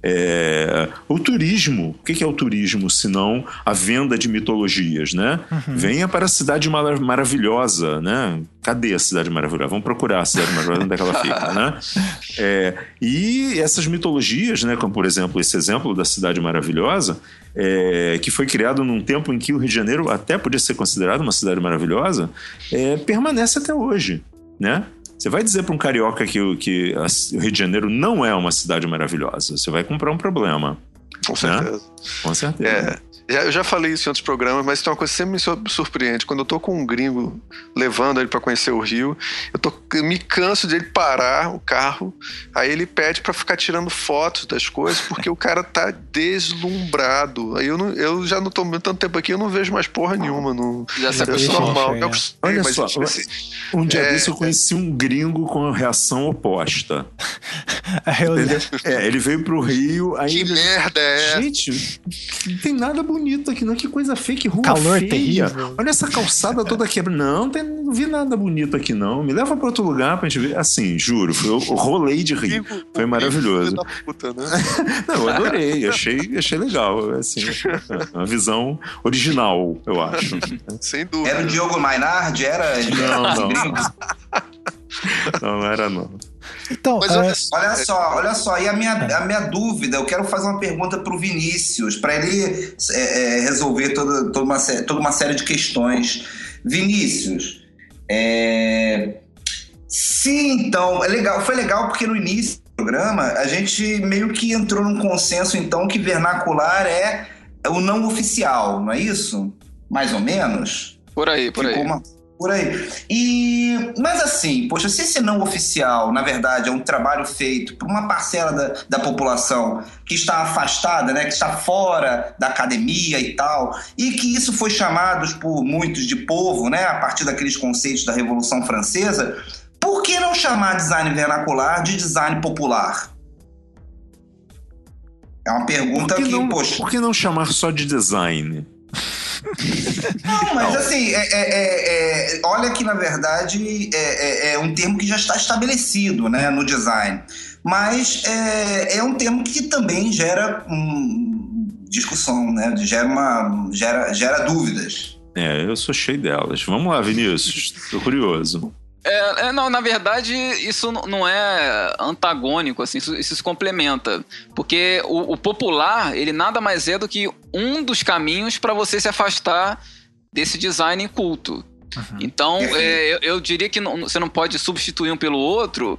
É, o turismo, o que é o turismo senão a venda de mitologias, né? Uhum. Venha para a Cidade Mar- Maravilhosa, né? Cadê a Cidade Maravilhosa? Vamos procurar a Cidade Maravilhosa, onde é que ela fica, né? É, e essas mitologias, né, como por exemplo esse exemplo da Cidade Maravilhosa, é, que foi criado num tempo em que o Rio de Janeiro até podia ser considerado uma cidade maravilhosa, é, permanece até hoje, né? Você vai dizer para um carioca que, que o Rio de Janeiro não é uma cidade maravilhosa, você vai comprar um problema. Com certeza. Né? Com certeza. É, Já, eu já falei isso em outros programas, mas tem uma coisa que sempre me surpreende. Quando eu tô com um gringo levando ele pra conhecer o Rio, eu, tô, eu me canso de ele parar o carro, aí ele pede pra ficar tirando fotos das coisas, porque o cara tá deslumbrado. Aí eu, não, eu já não tô tanto tempo aqui, eu não vejo mais porra nenhuma. Não, Já se eu sou normal. Eu, Olha mas, só, tipo, assim, um dia é, desse eu conheci um gringo com a reação oposta. Eu, Entendeu? É, ele veio pro Rio, aí que ele... merda é essa? Gente, não tem nada bonito aqui, não. Que coisa feia, que rua Calor feia. terrível. Olha essa calçada toda quebrada. Não, tem, não vi nada bonito aqui, não. Me leva pra outro lugar pra gente ver. Assim, juro, foi o rolê de Rio. Foi maravilhoso. Puta, né? Não, eu adorei, achei, achei legal. Assim, uma visão original, eu acho. Sem dúvida. Era o Diogo Mainardi? Era? Não, não. Não, não era não. Então, Mas é, olha só, Olha só, olha só, e a minha, a minha dúvida, eu quero fazer uma pergunta pro Vinícius, para ele é, é, resolver toda, toda, uma, toda uma série de questões. Vinícius, é, se então, é legal, foi legal porque no início do programa a gente meio que entrou num consenso então que vernacular é o não oficial, não é isso? Mais ou menos? Por aí, por Ficou aí. uma... Por aí. E, mas assim, poxa, se esse não oficial, na verdade, é um trabalho feito por uma parcela da, da população que está afastada, né, que está fora da academia e tal, e que isso foi chamado por muitos de povo, né, a partir daqueles conceitos da Revolução Francesa, por que não chamar design vernacular de design popular? É uma pergunta Por que, que, não, poxa... por que não chamar só de design? Não, mas Não. assim, é, é, é, olha que na verdade é, é, é um termo que já está estabelecido, né, no design, mas é, é um termo que também gera hum, discussão, né, gera, uma, gera, gera dúvidas. É, eu sou cheio delas. Vamos lá, Vinícius, tô curioso. É, é, não, na verdade, isso não é antagônico, assim, isso, isso se complementa. Porque o, o popular, ele nada mais é do que um dos caminhos para você se afastar desse design culto. Uhum. Então, é, eu, eu diria que não, você não pode substituir um pelo outro,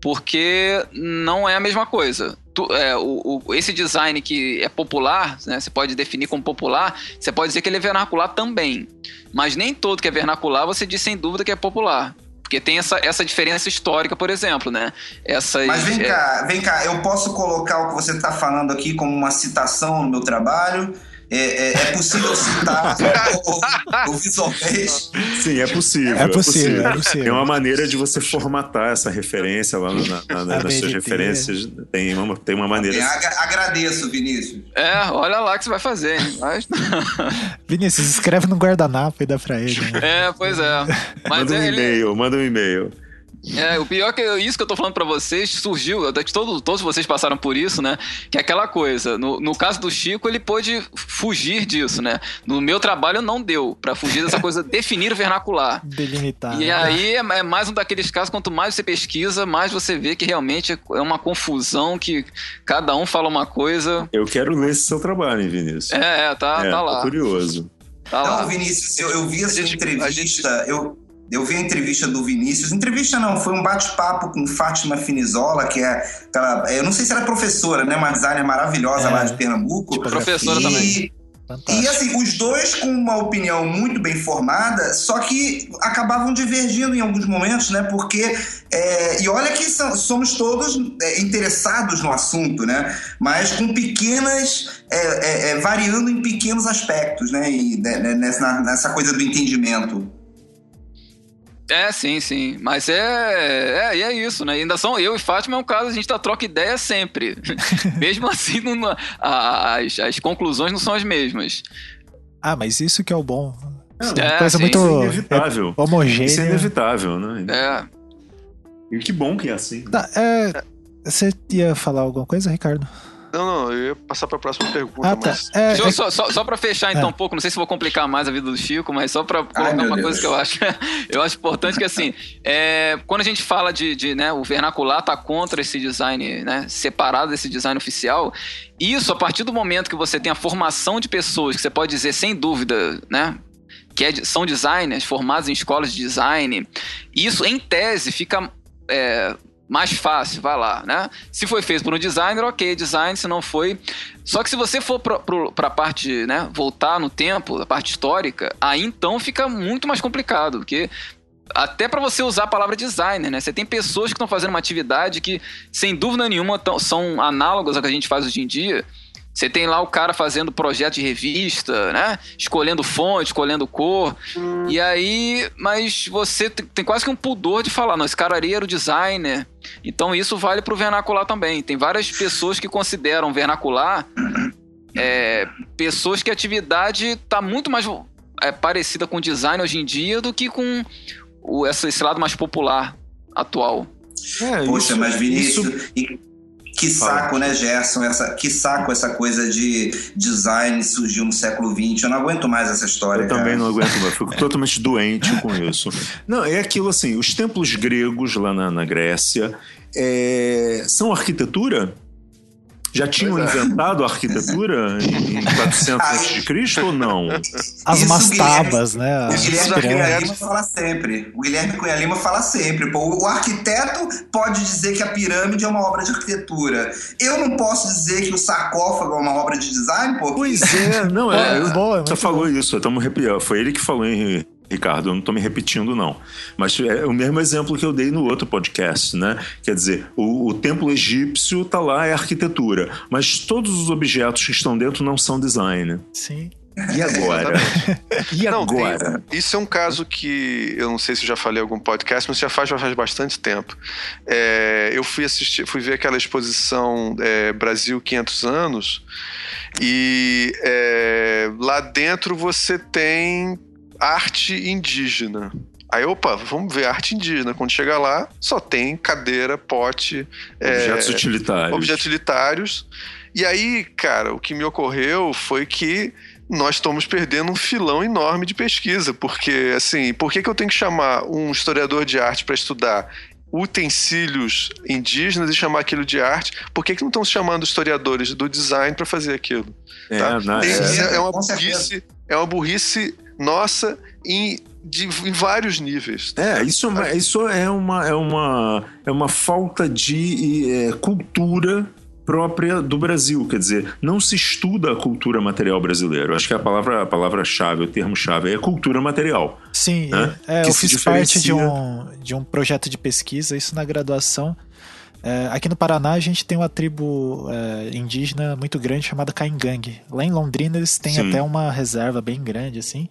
porque não é a mesma coisa. Tu, é, o, o, esse design que é popular, né, você pode definir como popular, você pode dizer que ele é vernacular também. Mas nem todo que é vernacular, você diz sem dúvida que é popular. Porque tem essa, essa diferença histórica, por exemplo, né? Essas, Mas vem é... cá, vem cá, eu posso colocar o que você está falando aqui como uma citação no meu trabalho? É, é, é possível citar o, o visualmente? Sim, é possível. É possível, é possível. Tem uma maneira de você formatar essa referência lá na, na, na, nas suas referências. Tem uma, tem uma maneira. Bem, agradeço, Vinícius. É, olha lá o que você vai fazer, hein? Mas... Vinícius, escreve no guardanapo e dá pra ele. Né? É, pois é. Mas manda um ele... e-mail, manda um e-mail. É, o pior é que isso que eu tô falando pra vocês surgiu, até que todos, todos vocês passaram por isso, né? Que é aquela coisa, no, no caso do Chico, ele pôde fugir disso, né? No meu trabalho não deu pra fugir dessa coisa, definir o vernacular. Delimitar. E aí é, é mais um daqueles casos, quanto mais você pesquisa, mais você vê que realmente é uma confusão, que cada um fala uma coisa. Eu quero ler esse seu trabalho, hein, Vinícius? É, é, tá, é, tá lá. Tô curioso. Tá lá. Não, Vinícius, eu, eu vi essa gente, entrevista, gente... eu... Eu vi a entrevista do Vinícius. Entrevista não, foi um bate-papo com Fátima Finizola, que é aquela... Eu não sei se ela é professora, né? Uma designer maravilhosa é, lá de Pernambuco. Tipo, professora e, também. E assim, os dois com uma opinião muito bem formada, só que acabavam divergindo em alguns momentos, né? Porque... É, e olha que são, somos todos é, interessados no assunto, né? Mas com pequenas... É, é, é, variando em pequenos aspectos, né? E, né, nessa, nessa coisa do entendimento. É, sim, sim. Mas é, é, é isso, né? Ainda são eu e Fátima, é um caso, a gente tá, troca ideia sempre. Mesmo assim, não, as, as conclusões não são as mesmas. Ah, mas isso que é o bom. É, é uma coisa sim, muito isso é inevitável. É homogênea. Isso é inevitável, né? É. E que bom que é assim. Tá, é, você ia falar alguma coisa, Ricardo? Não, não, eu ia passar para a próxima pergunta. Ah, tá. Mas... É, Deixa eu, é... Só, só, só pra fechar então é. um pouco, não sei se vou complicar mais a vida do Chico, mas só pra colocar Ai, uma Deus. coisa que eu acho, eu acho importante, que assim, é, quando a gente fala de, de né, o vernacular tá contra esse design, né, separado desse design oficial, isso a partir do momento que você tem a formação de pessoas, que você pode dizer sem dúvida, né, que é, são designers formados em escolas de design, isso em tese fica... É, mais fácil, vai lá, né? Se foi feito por um designer, ok, design, se não foi... Só que se você for para a parte, né, voltar no tempo, a parte histórica, aí então fica muito mais complicado, porque até para você usar a palavra designer, né? Você tem pessoas que estão fazendo uma atividade que, sem dúvida nenhuma, tão, são análogas ao que a gente faz hoje em dia. Você tem lá o cara fazendo projeto de revista, né? Escolhendo fonte, escolhendo cor. Hum. E aí, mas você tem quase que um pudor de falar, não, esse cara ali era o designer. Então isso vale pro vernacular também. Tem várias pessoas que consideram vernacular é, pessoas que a atividade tá muito mais é, parecida com design hoje em dia do que com o, essa, esse lado mais popular atual. É, Poxa, isso, mas Vinícius... Isso... E... Que saco, né, Gerson? Essa, que saco essa coisa de design surgiu no século vinte. Eu não aguento mais essa história. Eu cara. também não aguento mais. Fico totalmente doente com isso. Não, é aquilo assim, os templos gregos lá na, na Grécia é, são arquitetura? Já tinham é. inventado a arquitetura em quatrocentos antes de Cristo ou não? As mastabas, né? O Guilherme Cunha Lima fala sempre. O Guilherme Cunha Lima fala sempre. Pô, o arquiteto pode dizer que a pirâmide é uma obra de arquitetura. Eu não posso dizer que o sarcófago é uma obra de design, pô. Pois é, não é. é boa, você falou bom. isso. Tamo arrepiando. Foi ele que falou em... Ricardo, eu não estou me repetindo, não. Mas é o mesmo exemplo que eu dei no outro podcast, né? Quer dizer, o, o templo egípcio está lá, é arquitetura. Mas todos os objetos que estão dentro não são design. Sim. E agora? E não, agora? Tem, isso é um caso que eu não sei se eu já falei em algum podcast, mas já faz, já faz bastante tempo. É, eu fui assistir, fui ver aquela exposição é, Brasil quinhentos anos e é, lá dentro você tem arte indígena. Aí, opa, vamos ver arte indígena. Quando chega lá, só tem cadeira, pote... Objetos é, utilitários. Objetos utilitários. E aí, cara, o que me ocorreu foi que nós estamos perdendo um filão enorme de pesquisa. Porque, assim, por que que eu tenho que chamar um historiador de arte para estudar utensílios indígenas e chamar aquilo de arte? Por que que não estão chamando historiadores do design para fazer aquilo? É, tá? não, Tem, é, é, uma burrice, é uma burrice nossa em, de, em vários níveis. É, isso é uma, isso é uma, é uma, é uma falta de é, cultura própria do Brasil. Quer dizer, não se estuda a cultura material brasileira. Eu acho que a palavra, a palavra-chave, o termo-chave é cultura material. Sim, né? é, eu fiz diferencia... parte de um, de um projeto de pesquisa, isso na graduação. É, aqui no Paraná a gente tem uma tribo é, indígena muito grande chamada Caingangue. Lá em Londrina eles têm Sim. até uma reserva bem grande, assim.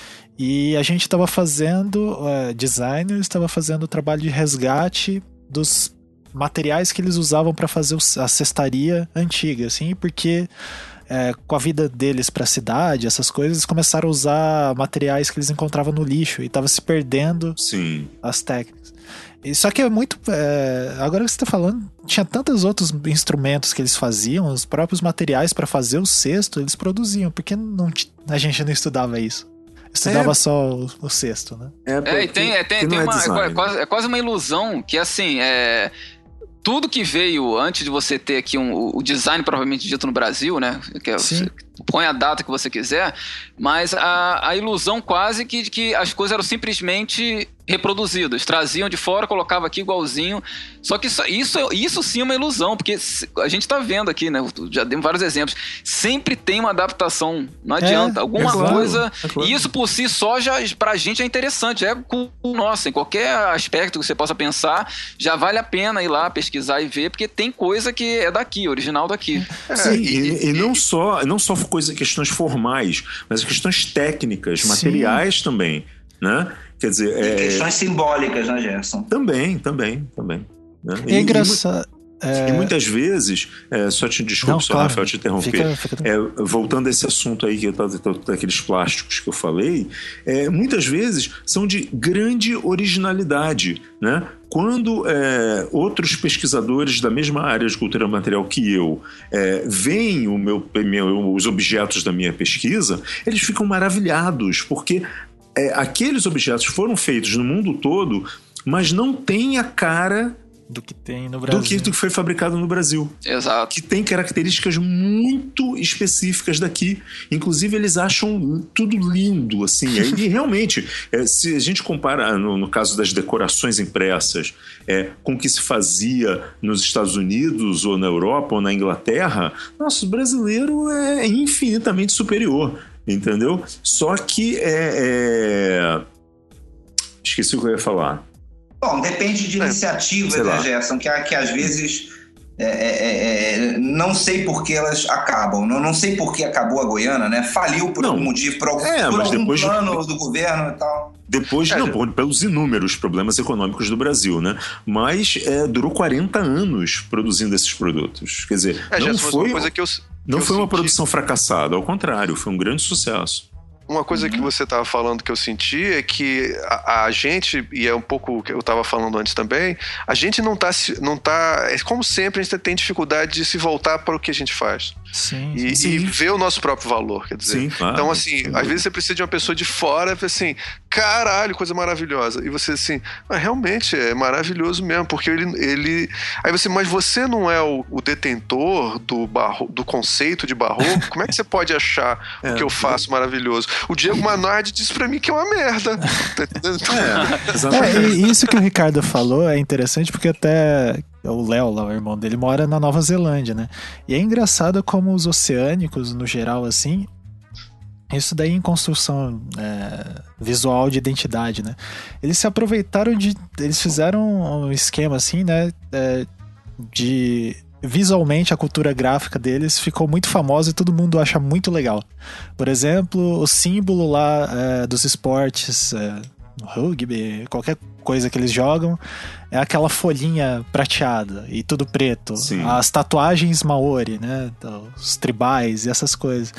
E a gente estava fazendo, uh, designers, estava fazendo o trabalho de resgate dos materiais que eles usavam para fazer a cestaria antiga, assim, porque é, com a vida deles para a cidade, essas coisas, eles começaram a usar materiais que eles encontravam no lixo e estava se perdendo Sim. as técnicas. E, só que é muito... É, agora que você está falando, tinha tantos outros instrumentos que eles faziam, os próprios materiais para fazer o cesto, eles produziam, porque não, a gente não estudava isso. Estudava é. só o, o cesto, né? É, é e tem, é, tem, tem é uma. É quase, é quase uma ilusão que, assim, é. Tudo que veio antes de você ter aqui um, o design propriamente dito no Brasil, né? Que é, você põe a data que você quiser, mas a, a ilusão quase que de que as coisas eram simplesmente reproduzidas. Traziam de fora, colocava aqui igualzinho. Só que isso, isso, isso sim é uma ilusão, porque a gente tá vendo aqui, né? Já demos vários exemplos. Sempre tem uma adaptação. Não adianta. É, Alguma é claro, coisa... É claro. E isso por si só, já, pra gente é interessante. É com nossa, em qualquer aspecto que você possa pensar, já vale a pena ir lá pesquisar e ver, porque tem coisa que é daqui, original daqui. É, sim, e, e, e não só, não só coisas, questões formais, mas questões técnicas, sim. materiais também, né? Quer dizer, é... questões simbólicas, né, Gerson? Também, também, também. Né? É e, engraçado. E, é... e muitas vezes, é, só te desculpe, Não, só, claro. Rafael, te interromper. Fica, fica... É, voltando a esse assunto aí que eu tava, daqueles plásticos que eu falei, é, muitas vezes são de grande originalidade, né? Quando é, outros pesquisadores da mesma área de cultura material que eu é, veem o meu, meu, os objetos da minha pesquisa, eles ficam maravilhados, porque é, aqueles objetos foram feitos no mundo todo, mas não têm a cara do que tem no Brasil. Do que, do que foi fabricado no Brasil. Exato. Que tem características muito específicas daqui. Inclusive, eles acham tudo lindo, assim. E realmente, é, se a gente compara, no, no caso das decorações impressas, é, com o que se fazia nos Estados Unidos, ou na Europa, ou na Inglaterra, nosso brasileiro é infinitamente superior, entendeu? Só que é... é... Esqueci o que eu ia falar. Bom, depende de iniciativas, né, Gerson, que, que às vezes é, é, é, não sei por que elas acabam, não, não sei por que acabou a Goiânia, né? Faliu por não. algum motivo, por algum, é, por algum plano de... do governo e tal. Depois, é, não, por, pelos inúmeros problemas econômicos do Brasil, né? Mas é, durou quarenta anos produzindo esses produtos. Quer dizer, é, não foi, uma, coisa que eu, que não foi uma senti... produção fracassada, ao contrário, foi um grande sucesso. Uma coisa uhum. que você estava falando que eu senti é que a, a gente, e é um pouco o que eu estava falando antes também, a gente não está, não tá, como sempre, a gente tem dificuldade de se voltar para o que a gente faz. Sim, e, sim. e ver o nosso próprio valor, quer dizer. Sim, claro, então, assim, sim. às vezes você precisa de uma pessoa de fora, assim, caralho, coisa maravilhosa. E você, assim, mas realmente é maravilhoso mesmo, porque ele... ele... Aí você, mas você não é o, o detentor do, barro, do conceito de barroco? Como é que você pode achar é, o que eu faço maravilhoso? O Diego Manardi disse pra mim que é uma merda. Tá entendendo? É, exatamente. É, e isso que o Ricardo falou é interessante porque até o Léo, lá, o irmão dele, mora na Nova Zelândia, né? E é engraçado como os oceânicos, no geral, assim, isso daí em construção é, visual de identidade, né? Eles se aproveitaram de... Eles fizeram um esquema, assim, né? É, de... Visualmente, a cultura gráfica deles ficou muito famosa e todo mundo acha muito legal. Por exemplo, o símbolo lá é, dos esportes, é, rugby, qualquer coisa que eles jogam, é aquela folhinha prateada e tudo preto. Sim. As tatuagens maori, né? Os tribais e essas coisas.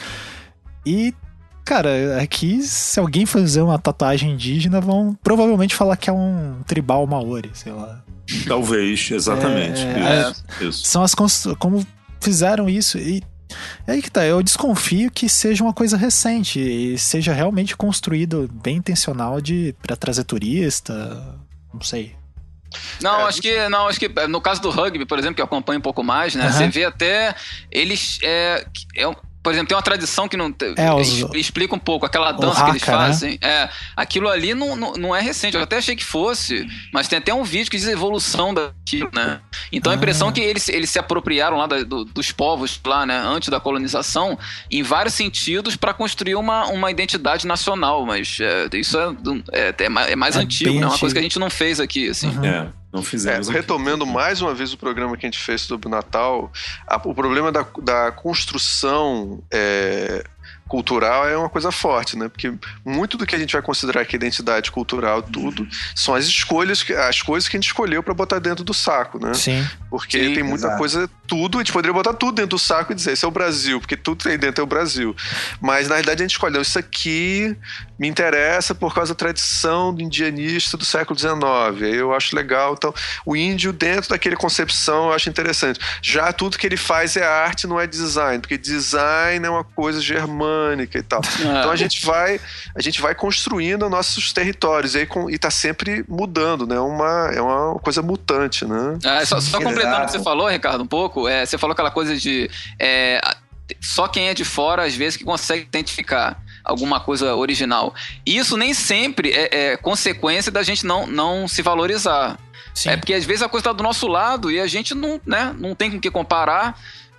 E, cara, aqui, se alguém fazer uma tatuagem indígena, vão provavelmente falar que é um tribal maori, sei lá. Talvez, exatamente. É, isso, é, isso. São as constru... como fizeram isso e é aí que tá, eu desconfio que seja uma coisa recente e seja realmente construído bem intencional de para trazer turista, não sei. Não, é, acho que não, acho que no caso do rugby, por exemplo, que eu acompanho um pouco mais, né? Uhum. Você vê até eles é, é por exemplo, tem uma tradição que não é, os, explica um pouco aquela dança que eles haka, fazem. Né? É, aquilo ali não, não, não é recente. Eu até achei que fosse, mas tem até um vídeo que diz a evolução daquilo, né? Então ah. a impressão é que eles, eles se apropriaram lá da, do, dos povos lá, né? Antes da colonização, em vários sentidos para construir uma, uma identidade nacional. Mas é, isso é, é, é mais, é mais é antigo, né? Uma coisa que a gente não fez aqui, assim. Uhum. É. Não fizemos é, retomando aqui. Mais uma vez o programa que a gente fez sobre o Natal, a, o problema da, da construção é, cultural é uma coisa forte, né? Porque muito do que a gente vai considerar que é identidade cultural, tudo, são as escolhas, as coisas que a gente escolheu para botar dentro do saco, né? Sim. Porque Sim, tem muita exato. coisa, tudo, a gente poderia botar tudo dentro do saco e dizer, esse é o Brasil, porque tudo tem dentro é o Brasil. Mas na realidade a gente escolheu, isso aqui me interessa por causa da tradição do indianista do século dezenove, aí eu acho legal. Então, o índio dentro daquele concepção eu acho interessante. Já tudo que ele faz é arte, não é design, porque design é uma coisa germânica e tal. É. Então a gente vai a gente vai construindo nossos territórios e, aí, com, e tá sempre mudando, né? Uma, é uma coisa mutante, né? É, só, só completando o que você falou, Ricardo, um pouco, é, você falou aquela coisa de é, só quem é de fora às vezes que consegue identificar alguma coisa original. E isso nem sempre é, é consequência da gente não, não se valorizar. Sim. É porque às vezes a coisa está do nosso lado e a gente não, né, não tem com o que comparar.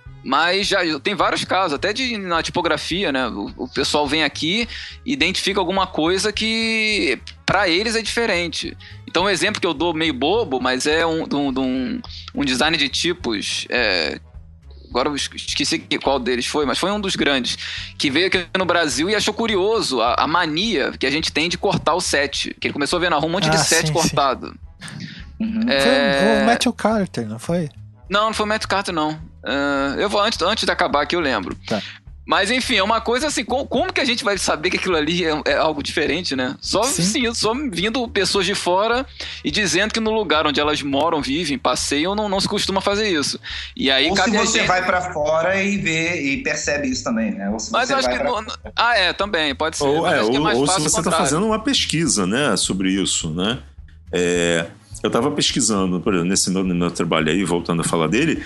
Mas já tem vários casos, até de, na tipografia, né? O, o pessoal vem aqui e identifica alguma coisa que para eles é diferente. Então, um exemplo que eu dou meio bobo, mas é um, um, um, um design de tipos. É, agora eu esqueci qual deles foi, mas foi um dos grandes, que veio aqui no Brasil e achou curioso a, a mania que a gente tem de cortar o set. Que ele começou a ver na rua um monte ah, de set sim, cortado. Sim. É... Foi o Matthew Carter, não foi? Não, não foi o Matthew Carter, não. Uh, eu vou antes, antes de acabar aqui, eu lembro. Tá. Mas enfim, é uma coisa assim, como, como que a gente vai saber que aquilo ali é, é algo diferente, né? Só, sim, só vindo pessoas de fora e dizendo que no lugar onde elas moram, vivem, passeiam, não, não se costuma fazer isso. E aí, ou se você gente... vai pra fora e vê e percebe isso também, né? Ou se mas você eu acho vai que... pra... No... Ah, é, também, pode ser. Ou, é, acho ou, que é mais ou fácil se você está fazendo uma pesquisa, né, sobre isso, né? É... eu estava pesquisando, por exemplo, nesse meu, no meu trabalho aí, voltando a falar dele,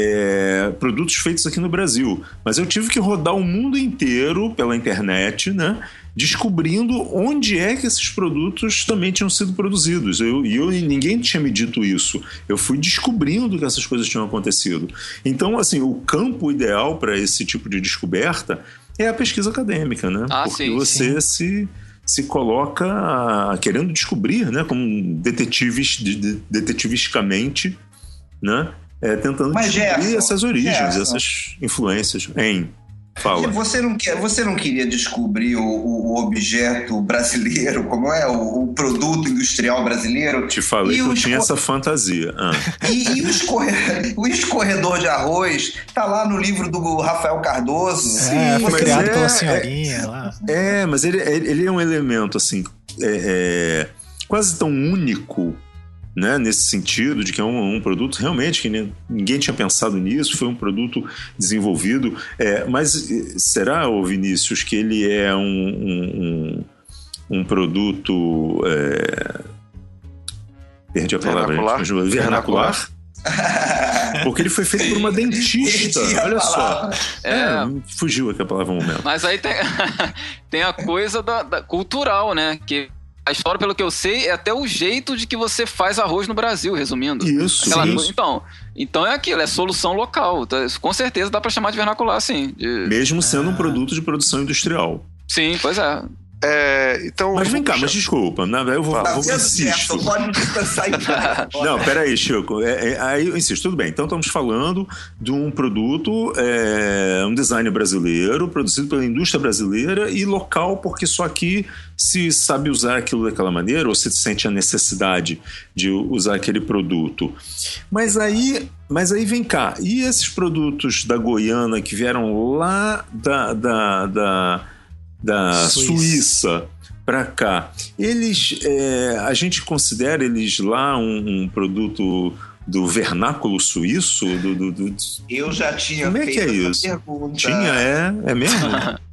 é, produtos feitos aqui no Brasil. Mas eu tive que rodar o mundo inteiro pela internet, né? Descobrindo onde é que esses produtos também tinham sido produzidos. Eu, e eu, ninguém tinha me dito isso. Eu fui descobrindo que essas coisas tinham acontecido. Então, assim, o campo ideal para esse tipo de descoberta é a pesquisa acadêmica, né? Ah, Porque sim, você sim. se... se coloca querendo descobrir, né, como detetivis, detetivisticamente, né, é, tentando Mas, descobrir Gerson, essas origens, Gerson. essas influências. Em fala. Você não, quer, você não queria descobrir o, o objeto brasileiro, como é? O, o produto industrial brasileiro? Te falei e que eu escor... tinha essa fantasia. Ah. E, e o, escorre... o escorredor de arroz tá lá no livro do Rafael Cardoso. É, foi mas criado é- pela senhorinha é, lá. É, mas ele, ele é um elemento assim, é, é, quase tão único, né, nesse sentido de que é um, um produto realmente que nem- ninguém tinha pensado nisso, foi um produto desenvolvido. É, mas eh, será, ô Vinícius, que ele é um, um, um, um produto. É, perdi a palavra, Vernacular? gente, mas vernacular? Porque ele foi feito por uma dentista. Perdi a Olha só. palavra. É, É. fugiu aqui a palavra um momento. Mas aí tem, tem a coisa da, da cultural, né? Que a história, pelo que eu sei, é até o jeito de que você faz arroz no Brasil, resumindo. Isso, Aquela- isso. Então, então é aquilo, é solução local. Tá? Com certeza dá pra chamar de vernacular, sim. De- Mesmo sendo Ah. um produto de produção industrial. Sim, pois é. É, então, Mas eu vem vou cá, puxar- mas desculpa, né? Eu vou, Tá vou vendo, insisto. Gerson? Pode descansar em paz. Não, peraí, Chico. É, é, aí eu insisto, tudo bem. Então estamos falando de um produto, é, um design brasileiro, produzido pela indústria brasileira e local, porque só aqui se sabe usar aquilo daquela maneira, ou se sente a necessidade de usar aquele produto. Mas aí, mas aí vem cá, e esses produtos da Goiânia que vieram lá da, da, da, da Suíça. Suíça para cá, eles, é, a gente considera eles lá um, um produto do vernáculo suíço? Do, do, do- Eu já tinha Como é feito que é essa isso? pergunta. Tinha, é, é mesmo?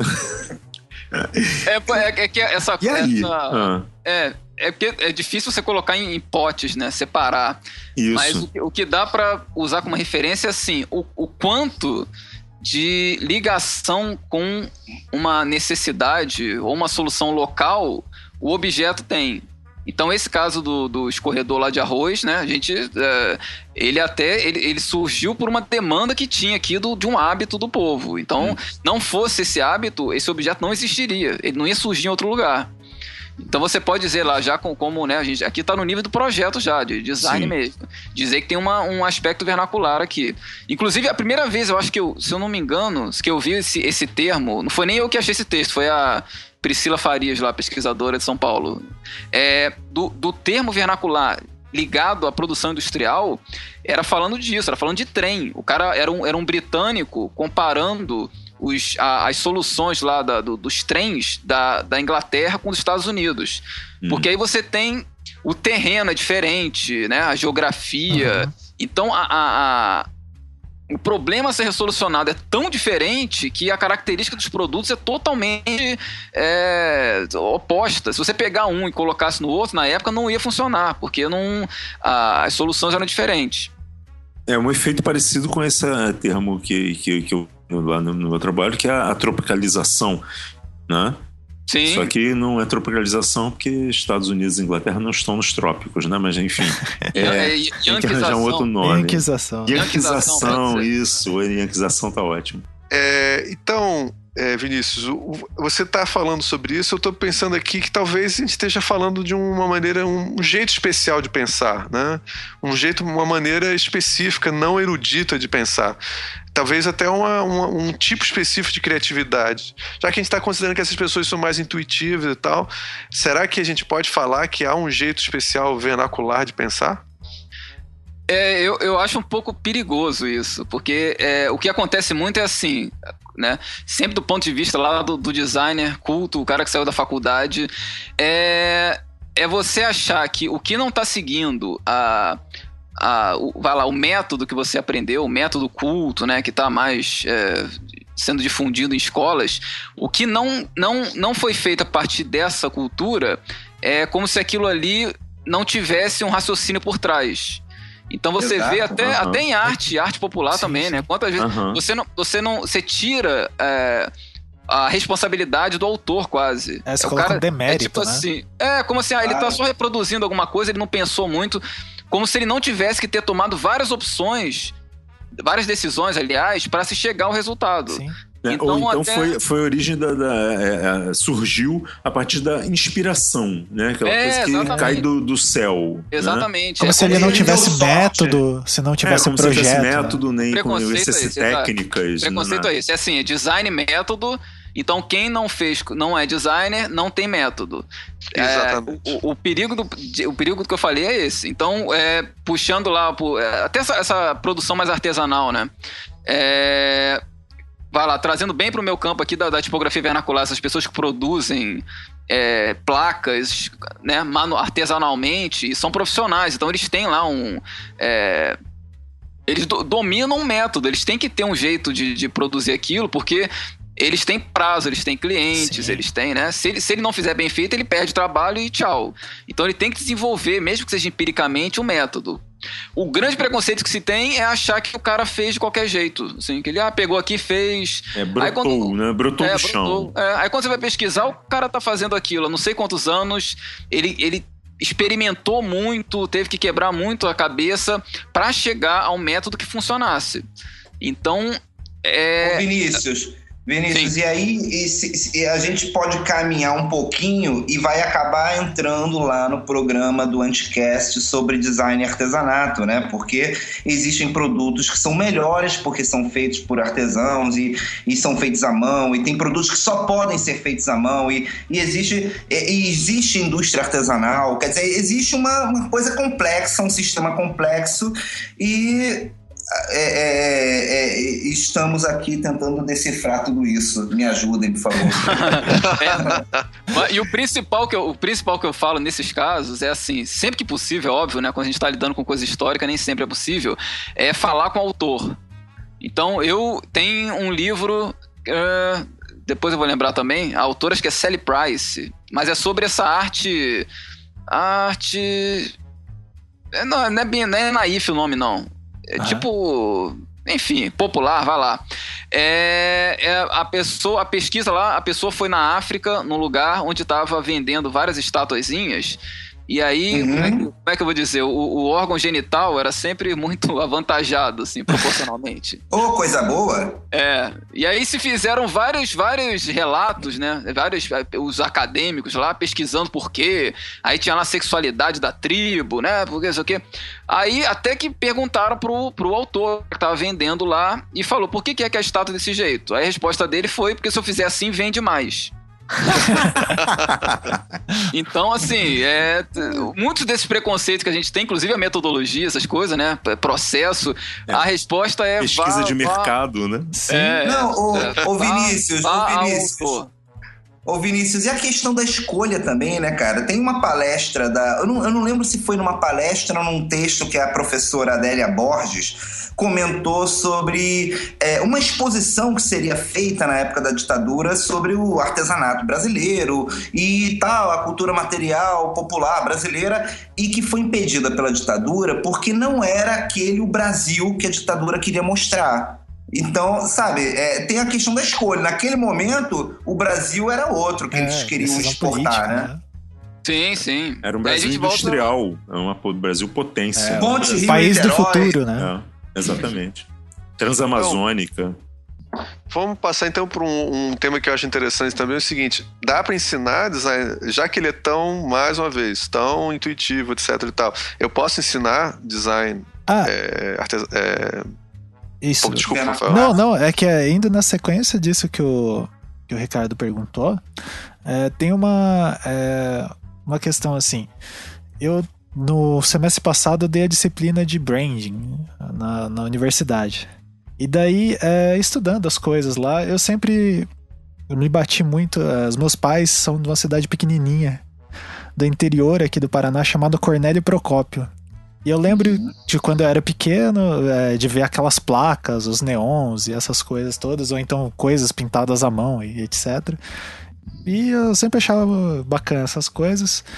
É, pô, é, é que essa. E aí? essa- Ah, é, é porque é difícil você colocar em, em potes, né? Separar. Mas o, isso. que- o que dá pra usar como referência é assim: o, o quanto de ligação com uma necessidade ou uma solução local o objeto tem. Então, esse caso do, do escorredor lá de arroz, né? A gente. É, ele até. Ele, ele surgiu por uma demanda que tinha aqui do, de um hábito do povo. Então, Hum. não fosse esse hábito, esse objeto não existiria. Ele não ia surgir em outro lugar. Então você pode dizer lá, já com, como, né, a gente aqui está no nível do projeto já, de design Sim. mesmo. Dizer que tem uma, um aspecto vernacular aqui. Inclusive, a primeira vez, eu acho que, eu, se eu não me engano, que eu vi esse, esse termo, não foi nem eu que achei esse texto, foi a Priscila Farias, lá, pesquisadora de São Paulo. É, do, do termo vernacular ligado à produção industrial, era falando disso, era falando de trem. O cara era um, era um britânico comparando os, a, as soluções lá da, do, dos trens da, da Inglaterra com os Estados Unidos. Hum. Porque aí você tem o terreno é diferente, né? A geografia. Uhum. Então, a, a, a, o problema a ser resolucionado é tão diferente que a característica dos produtos é totalmente é, oposta. Se você pegar um e colocasse no outro, na época não ia funcionar, porque não, a, as soluções eram diferentes. É um efeito parecido com esse termo que, que, que eu lá no, no meu trabalho, que é a, a tropicalização, né? Sim. Só que não é tropicalização porque Estados Unidos e Inglaterra não estão nos trópicos, né? Mas enfim, é, E- e- tem que arranjar um outro nome. Yanquização. Yanquização, Yanquização, pode ser. isso. A yanquização tá ótimo. É, então, é, Vinícius, o- o- você está falando sobre isso, eu estou pensando aqui que talvez a gente esteja falando de uma maneira, um jeito especial de pensar, né? Um jeito, uma maneira específica, não erudita de pensar. Talvez até uma, uma, um tipo específico de criatividade. Já que a gente está considerando que essas pessoas são mais intuitivas e tal, será que a gente pode falar que há um jeito especial vernacular de pensar? É, eu, eu acho um pouco perigoso isso, porque é, o que acontece muito é assim, né? Sempre do ponto de vista lá do, do designer culto, o cara que saiu da faculdade, é, é você achar que o que não está seguindo a, a, o, vai lá, o método que você aprendeu, o método culto, né, que está mais é, sendo difundido em escolas, o que não, não, não foi feito a partir dessa cultura é como se aquilo ali não tivesse um raciocínio por trás. Então você Exato. vê até, Uhum. até em arte, arte popular Sim, também, sim. né? Quantas vezes Uhum. você não, você não, você tira é, a responsabilidade do autor quase. É, você o coloca cara um demérito, é tipo né? assim, é como assim, ah, ele tá Claro. só reproduzindo alguma coisa, ele não pensou muito, como se ele não tivesse que ter tomado várias opções, várias decisões, aliás, para se chegar ao resultado. Sim. Né? Então, Ou então até- foi, foi a origem da. da- é, é, surgiu a partir da inspiração, né? Aquela É, coisa que exatamente. cai do, do céu. Né? Exatamente. Como é se ele não ele tivesse deu sorte. método, se não É, tivesse como projeto. se tivesse né? método, nem com Preconceito é essas esse, exato. técnicas. Preconceito né? é esse. É assim, é design método. Então, quem não fez, não é designer, não tem método. É, Exatamente. o, o perigo do, o perigo do que eu falei é esse. Então, é, puxando lá, pro- é, até essa, essa produção mais artesanal, né? É, vai lá, trazendo bem pro meu campo aqui da, da tipografia vernacular, essas pessoas que produzem é, placas, né, manu- artesanalmente, e são profissionais, então eles têm lá um... é, eles do- dominam um método, eles têm que ter um jeito de, de produzir aquilo, porque eles têm prazo, eles têm clientes, Sim. eles têm, né? Se ele, se ele não fizer bem feito, ele perde trabalho e tchau. Então ele tem que desenvolver, mesmo que seja empiricamente, um método. O grande preconceito que se tem é achar que o cara fez de qualquer jeito. Assim, que ele ah, pegou aqui, fez. É, Aí brotou, quando- né? Brotou É, do chão. brotou. É, aí quando você vai pesquisar, o cara tá fazendo aquilo há não sei quantos anos, ele, ele experimentou muito, teve que quebrar muito a cabeça para chegar a um método que funcionasse. Então, é... Ô, Vinícius, Vinícius, Sim. e aí e se- se- a gente pode caminhar um pouquinho e vai acabar entrando lá no programa do Anticast sobre design e artesanato, né? Porque existem produtos que são melhores porque são feitos por artesãos e, e são feitos à mão, e tem produtos que só podem ser feitos à mão, e, e, existe, e, e existe indústria artesanal, quer dizer, existe uma, uma coisa complexa, um sistema complexo, e É, é, é, estamos aqui tentando decifrar tudo isso. Me ajudem, por favor. É. E o principal, que eu, o principal que eu falo nesses casos é assim, sempre que possível, óbvio, né? Quando a gente está lidando com coisa histórica, nem sempre é possível, é falar com o autor. Então, eu tenho um livro, uh, depois eu vou lembrar também, a autora acho que é Sally Price, mas é sobre essa arte... Arte... É, não, não, é bem, não é naif o nome, não. É Ah. tipo... Enfim, popular, vai lá. É, é a pessoa, a pesquisa lá, a pessoa foi na África, num lugar onde estava vendendo várias estatuazinhas. E aí, Uhum. como, é que, como é que eu vou dizer? O, o órgão genital era sempre muito avantajado, assim, proporcionalmente. Ô, coisa boa! É, e aí se fizeram vários, vários relatos, né? Vários, os acadêmicos lá pesquisando por quê. Aí tinha lá a sexualidade da tribo, né? Por que, sei o quê. Aí até que perguntaram pro, pro autor que tava vendendo lá e falou, por que, que é que a estátua desse jeito? Aí a resposta dele foi, porque se eu fizer assim, vende mais. Então, assim, é, t- muitos desses preconceitos que a gente tem, inclusive a metodologia, essas coisas, né? Processo, É. a resposta é... Pesquisa vá- de vá- mercado, né? Sim. É, Não, ô, é, ô vá- Vinícius, vá ô ao Vinícius. autor. Ô Vinícius, e a questão da escolha também, né, cara? Tem uma palestra da... Eu não, eu não lembro se foi numa palestra ou num texto que a professora Adélia Borges comentou sobre é, uma exposição que seria feita na época da ditadura sobre o artesanato brasileiro e tal, a cultura material popular brasileira, e que foi impedida pela ditadura porque não era aquele o Brasil que a ditadura queria mostrar. Então, sabe, é, tem a questão da escolha. Naquele momento, o Brasil era outro que É, eles queriam decisão exportar, política, né? Sim, sim. Era um Daí a Brasil gente volta- industrial. É uma po- Brasil potência. É, Ponte Rio País do Niterói. futuro, né? É, exatamente. Transamazônica. Vamos passar então para um, um tema que eu acho interessante também, é o seguinte, dá para ensinar design, já que ele é tão, mais uma vez, tão intuitivo, etc e tal, eu posso ensinar design Ah, é, artes, é, isso. pô, desculpa, Não, Rafael. Não, não, é que é, indo na sequência disso que o, que o Ricardo perguntou, é, tem uma, é, uma questão assim. Eu, no semestre passado, eu dei a disciplina de branding na, na universidade. E daí, é, estudando as coisas lá, eu sempre eu me bati muito. Os meus pais são de uma cidade pequenininha, do interior aqui do Paraná, chamada Cornélio Procópio. E eu lembro de quando eu era pequeno, é, de ver aquelas placas, os neons e essas coisas todas, ou então coisas pintadas à mão e etcétera. E eu sempre achava bacana essas coisas.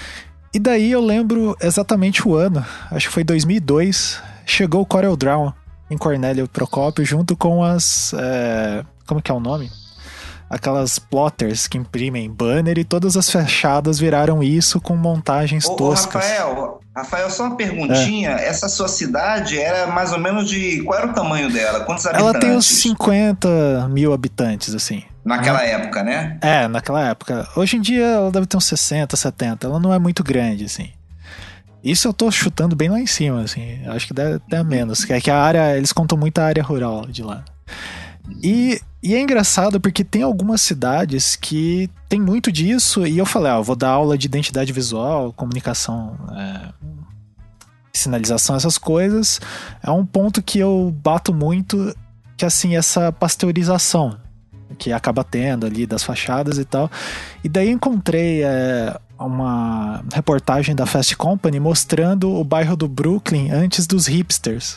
E daí eu lembro exatamente o ano, acho que foi dois mil e dois, chegou o CorelDRAW em Cornélio Procópio junto com as... É, como que é o nome? Aquelas plotters que imprimem banner e todas as fachadas viraram isso com montagens ô, toscas. Ô, Rafael, Rafael, só uma perguntinha. É. Essa sua cidade era mais ou menos de... Qual era o tamanho dela? Quantos habitantes? Ela tem uns cinquenta mil habitantes, assim. Naquela né? época, né? É, naquela época. Hoje em dia ela deve ter uns sessenta, setenta. Ela não é muito grande, assim. Isso eu tô chutando bem lá em cima, assim. Acho que deve ter menos. Que é que a área... Eles contam muito a área rural de lá. E, e é engraçado porque tem algumas cidades que tem muito disso. E eu falei, ah, eu vou dar aula de identidade visual, comunicação, é, sinalização, essas coisas. É um ponto que eu bato muito, que assim, essa pasteurização que acaba tendo ali das fachadas e tal. E daí encontrei é, uma reportagem da Fast Company mostrando o bairro do Brooklyn antes dos hipsters.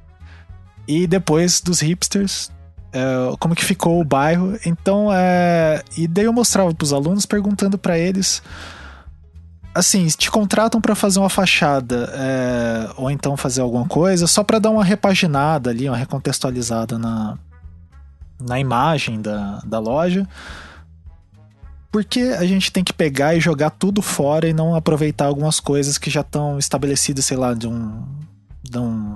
E depois dos hipsters, é, como que ficou o bairro. Então, é, e daí eu mostrava pros alunos perguntando pra eles... Assim, te contratam pra fazer uma fachada é, ou então fazer alguma coisa só pra dar uma repaginada ali, uma recontextualizada na... na imagem da, da loja, porque a gente tem que pegar e jogar tudo fora e não aproveitar algumas coisas que já estão estabelecidas, sei lá, de um, de um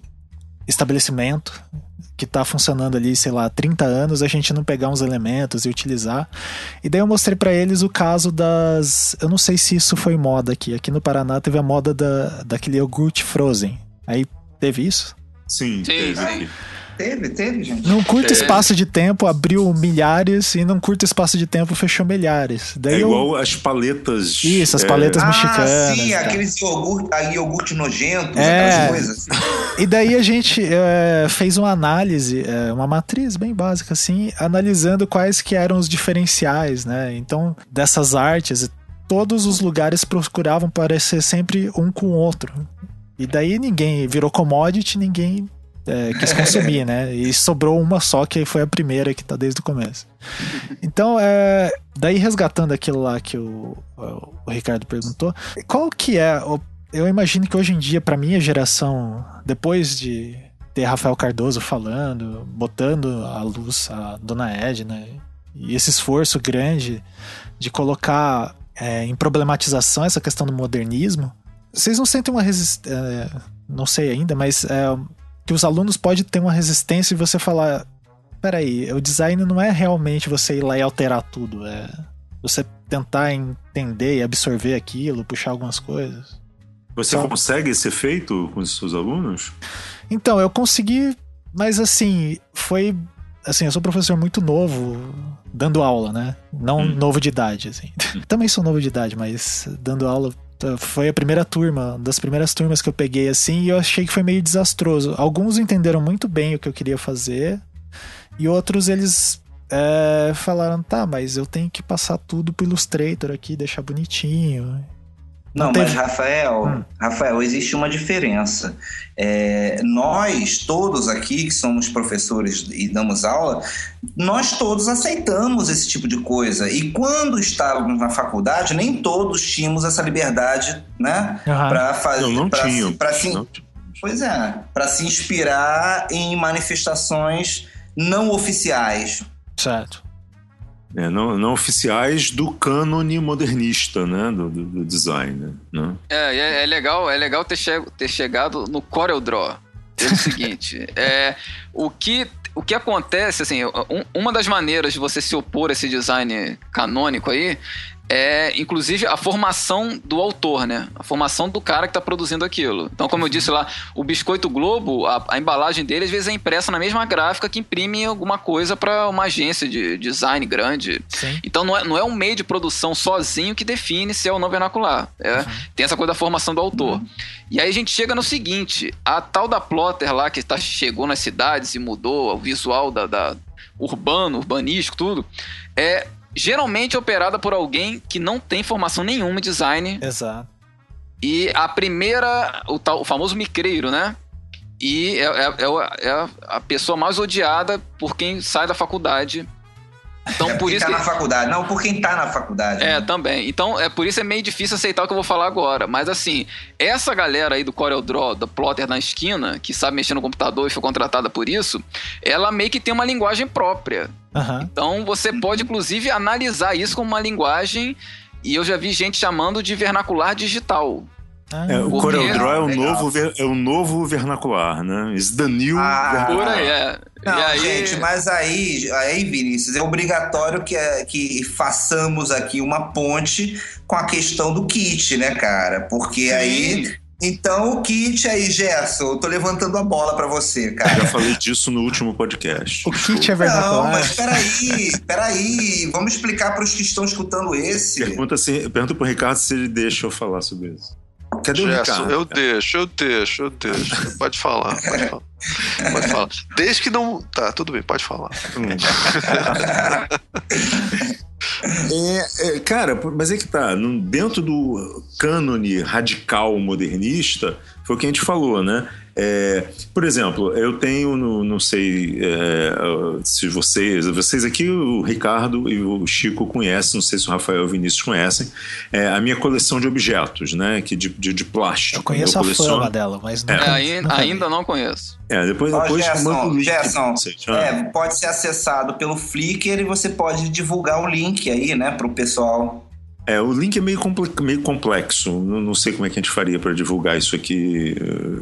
estabelecimento que está funcionando ali, sei lá, há trinta anos, a gente não pegar uns elementos e utilizar. E daí eu mostrei para eles o caso das... Eu não sei se isso foi moda aqui. Aqui no Paraná teve a moda da, daquele iogurte frozen. Aí teve isso? Sim, sim teve sim. aqui. Teve, teve, gente. Num curto teve. espaço de tempo abriu milhares e num curto espaço de tempo fechou milhares. Daí é eu... igual as paletas. Isso, as é... paletas ah, mexicanas. sim, aqueles iogurte, iogurte nojentos, é. aquelas coisas. E daí a gente é, fez uma análise, é, uma matriz bem básica assim, analisando quais que eram os diferenciais, né? Então, dessas artes, todos os lugares procuravam parecer sempre um com o outro. E daí ninguém virou commodity, ninguém é, quis consumir, né? E sobrou uma só, que foi a primeira, que tá desde o começo. Então, é, daí resgatando aquilo lá que o, o Ricardo perguntou, qual que é... O, eu imagino que hoje em dia, pra minha geração, depois de ter Rafael Cardoso falando, botando à luz a Dona Edna, e esse esforço grande de colocar é, em problematização essa questão do modernismo, vocês não sentem uma resistência, é, não sei ainda, mas é, que os alunos podem ter uma resistência e você falar, peraí, o design não é realmente você ir lá e alterar tudo, é você tentar entender e absorver aquilo, puxar algumas coisas. Você então, consegue esse efeito com os seus alunos? Então, eu consegui, mas assim, foi... Assim, eu sou professor muito novo, dando aula, né? Não hum. novo de idade, assim. Hum. Também sou novo de idade, mas dando aula... Foi a primeira turma, das primeiras turmas que eu peguei, assim, e eu achei que foi meio desastroso. Alguns entenderam muito bem o que eu queria fazer, e outros, eles é, falaram, tá, mas eu tenho que passar tudo pro Illustrator aqui, deixar bonitinho... Não, Não mas Rafael, hum. Rafael, existe uma diferença. É, nós todos aqui que somos professores e damos aula, nós todos aceitamos esse tipo de coisa. E quando estávamos na faculdade, nem todos tínhamos essa liberdade, né? Uhum. Para fazer, não, não pra, tinha. Pra se, não. Pois é, para se inspirar em manifestações não oficiais. Certo. É, não, não oficiais do cânone modernista, né, do, do, do design, né? É, é, é legal, é legal ter, che- ter chegado no CorelDRAW. Pelo seguinte, é, o que o que acontece, assim, um, uma das maneiras de você se opor a esse design canônico aí é, inclusive, a formação do autor, né? A formação do cara que tá produzindo aquilo. Então, como eu disse lá, o Biscoito Globo, a, a embalagem dele, às vezes, é impressa na mesma gráfica que imprime alguma coisa para uma agência de design grande. Sim. Então, não é, não é um meio de produção sozinho que define se é ou não vernacular. É, uhum. Tem essa coisa da formação do autor. Uhum. E aí a gente chega no seguinte, a tal da plotter lá, que tá, chegou nas cidades e mudou o visual da, da urbano, urbanístico, tudo, é... geralmente operada por alguém que não tem formação nenhuma em design. Exato. E a primeira, o, tal, o famoso micreiro, né? E é, é, é a pessoa mais odiada por quem sai da faculdade Então, é por isso tá que... na faculdade. Não, por quem tá na faculdade. É, né? também. Então, é por isso é meio difícil aceitar o que eu vou falar agora. Mas, assim, essa galera aí do CorelDRAW, da Plotter na esquina, que sabe mexer no computador e foi contratada por isso, ela meio que tem uma linguagem própria. Uhum. Então, você pode, inclusive, analisar isso como uma linguagem, e eu já vi gente chamando de vernacular digital. Ah, É, o Porque- CorelDRAW é o, Legal. novo, ver- é o novo vernacular, né? It's the new Ah, vernacular. Por aí, é. Não, e aí... gente, mas aí, aí, Vinícius, é obrigatório que, é, que façamos aqui uma ponte com a questão do kit, né, cara? Porque Sim. aí... Então, o kit aí, Gerson, eu tô levantando a bola pra você, Já cara. falei disso no último podcast. o kit é Não, vernacular. mas peraí, peraí. Vamos explicar para os que estão escutando esse. Pergunta, se, pergunta pro Ricardo se ele deixa eu falar sobre isso. Cadê o Gerson, Ricardo? eu cara? deixo, eu deixo, eu deixo. Pode falar, pode falar. Pode falar. Desde que não. Tá, tudo bem, pode falar. Hum. É, é, cara, mas é que tá, no- dentro do cânone radical modernista, foi o que a gente falou, né? É, por exemplo, eu tenho, no, não sei é, se vocês, vocês aqui, o Ricardo e o Chico conhecem, não sei se o Rafael e o Vinícius conhecem, é, a minha coleção de objetos, né? Que de, de, de plástico. Eu conheço a coleciono- fama dela, mas não. É, ainda, ainda não conheço. É, depois, Ó, depois eu mando o Gerson, link Gerson, pra vocês. Ah. é, pode ser acessado pelo Flickr e você pode divulgar o link aí, né, pro pessoal. É, o link é meio, comple- meio complexo. Não, não sei como é que a gente faria para divulgar isso aqui.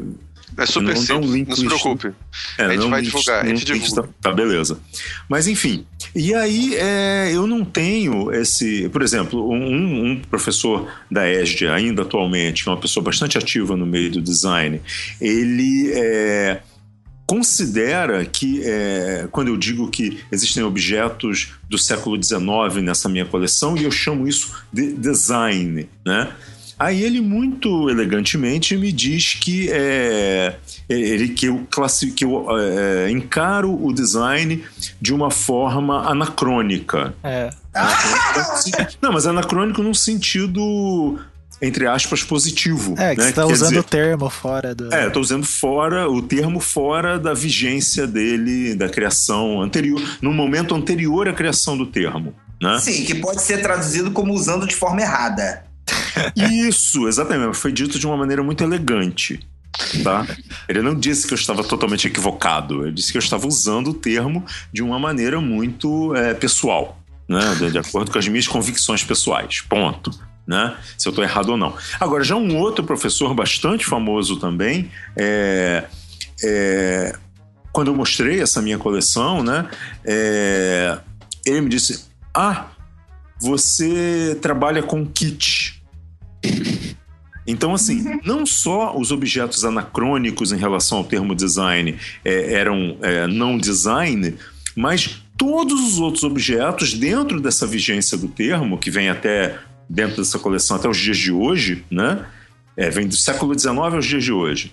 É super Não dá um simples, link não se list- preocupe. É, A gente não vai link- divulgar, a não gente link divulga. Tá, tá, beleza. Mas enfim, e aí é, eu não tenho esse... Por exemplo, um, um professor da E S D ainda atualmente, que é uma pessoa bastante ativa no meio do design, ele... É, considera que, é, quando eu digo que existem objetos do século dezenove nessa minha coleção, e eu chamo isso de design, né? Aí ele muito elegantemente me diz que, é, ele, que eu, classi, que eu é, encaro o design de uma forma anacrônica. É. Não, mas anacrônico num sentido, entre aspas, positivo. É, que né? você tá Quer usando dizer, o termo fora do. é, eu tô usando fora o termo fora da vigência dele, da criação anterior, no momento anterior à criação do termo, né? Sim, que pode ser traduzido como usando de forma errada. Isso, exatamente. Foi dito de uma maneira muito elegante, tá? Ele não disse que eu estava totalmente equivocado. Ele disse que eu estava usando o termo de uma maneira muito é, pessoal, né? De, de acordo com as minhas convicções pessoais. Ponto. Né? Se eu estou errado ou não. Agora, já um outro professor bastante famoso também, é, é, quando eu mostrei essa minha coleção, né, é, ele me disse: ah, você trabalha com kit. Então, assim, não só os objetos anacrônicos em relação ao termo design é, eram é, não design, mas todos os outros objetos dentro dessa vigência do termo, que vem até dentro dessa coleção até os dias de hoje, né? É, vem do século dezenove aos dias de hoje.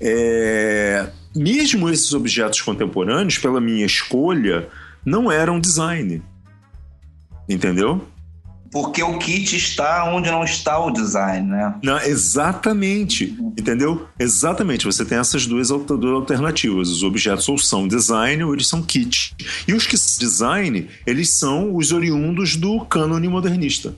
É, mesmo esses objetos contemporâneos, pela minha escolha, não eram design. Entendeu? Porque o kit está onde não está o design, né? Não, exatamente, entendeu? Exatamente, você tem essas duas alternativas. Os objetos ou são design ou eles são kit. E os que são design, eles são os oriundos do cânone modernista.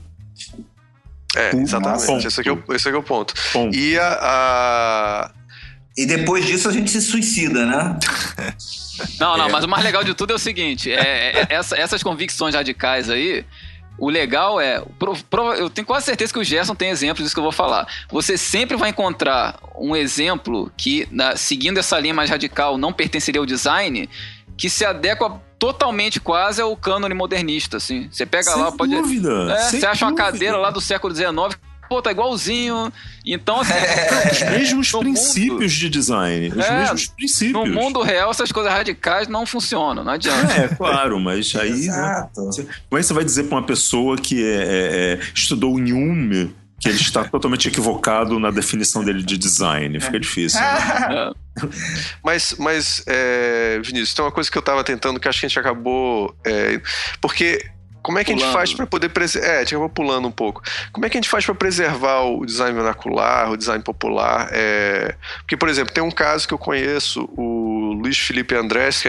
É, exatamente. Ponto. Esse aqui é o, esse aqui é o ponto. Ponto. E a, a- E depois disso a gente se suicida, né? Não, não, É. mas o mais legal de tudo é o seguinte: é, é- essa- essas convicções radicais aí, o legal é. pro- pro- eu tenho quase certeza que o Gerson tem exemplos disso que eu vou falar. Você sempre vai encontrar um exemplo que, na- seguindo essa linha mais radical, não pertenceria ao design, que se adequa totalmente quase ao cânone modernista. Assim. Você pega Sem lá, pode. dúvida, É, sem você acha uma dúvida. cadeira lá do século dezenove. Pô, tá igualzinho. Então, assim, Os mesmos no princípios mundo- de design. Os É, mesmos princípios. no mundo real, essas coisas radicais não funcionam, não adianta. É, claro, mas aí. Né, Exato. como é que você vai dizer para uma pessoa que é, é, é, estudou em Hume que ele está totalmente equivocado na definição dele de design? Fica difícil. Né? É. Mas, mas é, Vinícius, tem uma coisa que eu tava tentando que acho que a gente acabou. é, porque. Como é que a gente Pulando. faz para poder preservar? É, a gente acabou pulando um pouco. Como é que a gente faz para preservar o design vernacular, o design popular? É... Porque, por exemplo, tem um caso que eu conheço, o Luiz Felipe Andrés, que é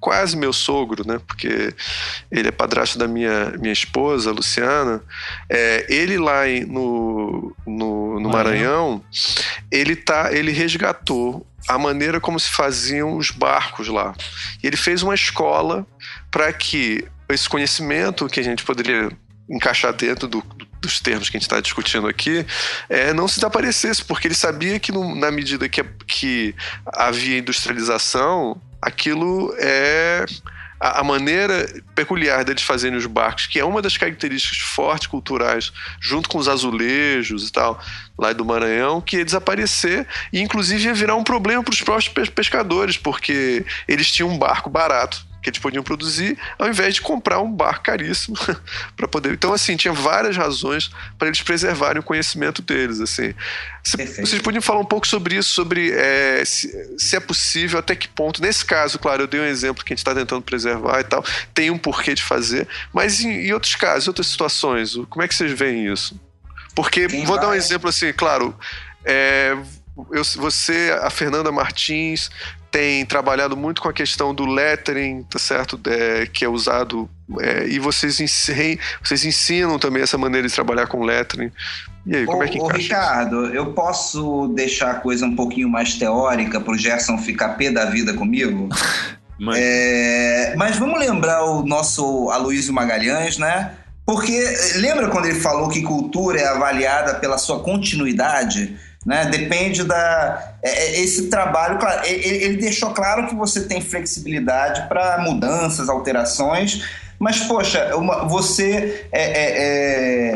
quase meu sogro, né? Porque ele é padrasto da minha, minha esposa, Luciana. É, ele lá em, no, no, no Maranhão, ele, tá, ele resgatou a maneira como se faziam os barcos lá. E ele fez uma escola para que esse conhecimento que a gente poderia encaixar dentro do, dos termos que a gente está discutindo aqui, é, não se desaparecesse, porque ele sabia que no, na medida que, que havia industrialização, aquilo é a, a maneira peculiar deles fazerem os barcos, que é uma das características fortes culturais, junto com os azulejos e tal, lá do Maranhão, que ia desaparecer e inclusive ia virar um problema para os próprios pescadores, porque eles tinham um barco barato que eles podiam produzir, ao invés de comprar um barco caríssimo para poder... Então, assim, tinha várias razões para eles preservarem o conhecimento deles, assim. Vocês podiam falar um pouco sobre isso, sobre é, se, se é possível, até que ponto. Nesse caso, claro, eu dei um exemplo que a gente está tentando preservar e tal, tem um porquê de fazer, mas em, em outros casos, em outras situações, como é que vocês veem isso? Porque, Quem vou vai? dar um exemplo assim, claro, é, eu, você, a Fernanda Martins, tem trabalhado muito com a questão do lettering, tá certo? É, que é usado, é, e vocês, ensinam, vocês ensinam também essa maneira de trabalhar com lettering. E aí, como ô, é que encaixa? Ô, Ricardo, eu posso deixar a coisa um pouquinho mais teórica para o Gerson ficar pé da vida comigo? Mas... É, mas vamos lembrar o nosso Aloysio Magalhães, né? Porque lembra quando ele falou que cultura é avaliada pela sua continuidade? Né? Depende da... É, esse trabalho, claro, ele, ele deixou claro que você tem flexibilidade para mudanças, alterações, mas, poxa, uma, você, é, é, é,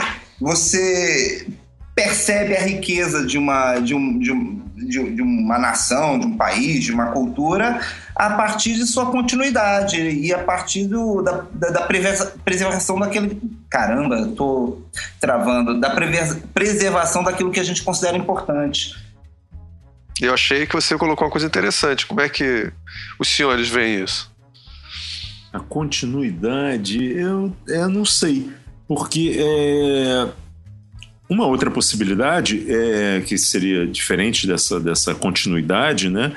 você percebe a riqueza de uma, de, um, de, um, de, de uma nação, de um país, de uma cultura, a partir de sua continuidade e a partir do, da, da, da preservação daquele... Caramba, eu tô travando. Da preservação daquilo que a gente considera importante. Eu achei que você colocou uma coisa interessante. Como é que os senhores veem isso? A continuidade, eu, eu não sei. Porque é, uma outra possibilidade, é, que seria diferente dessa, dessa continuidade, né,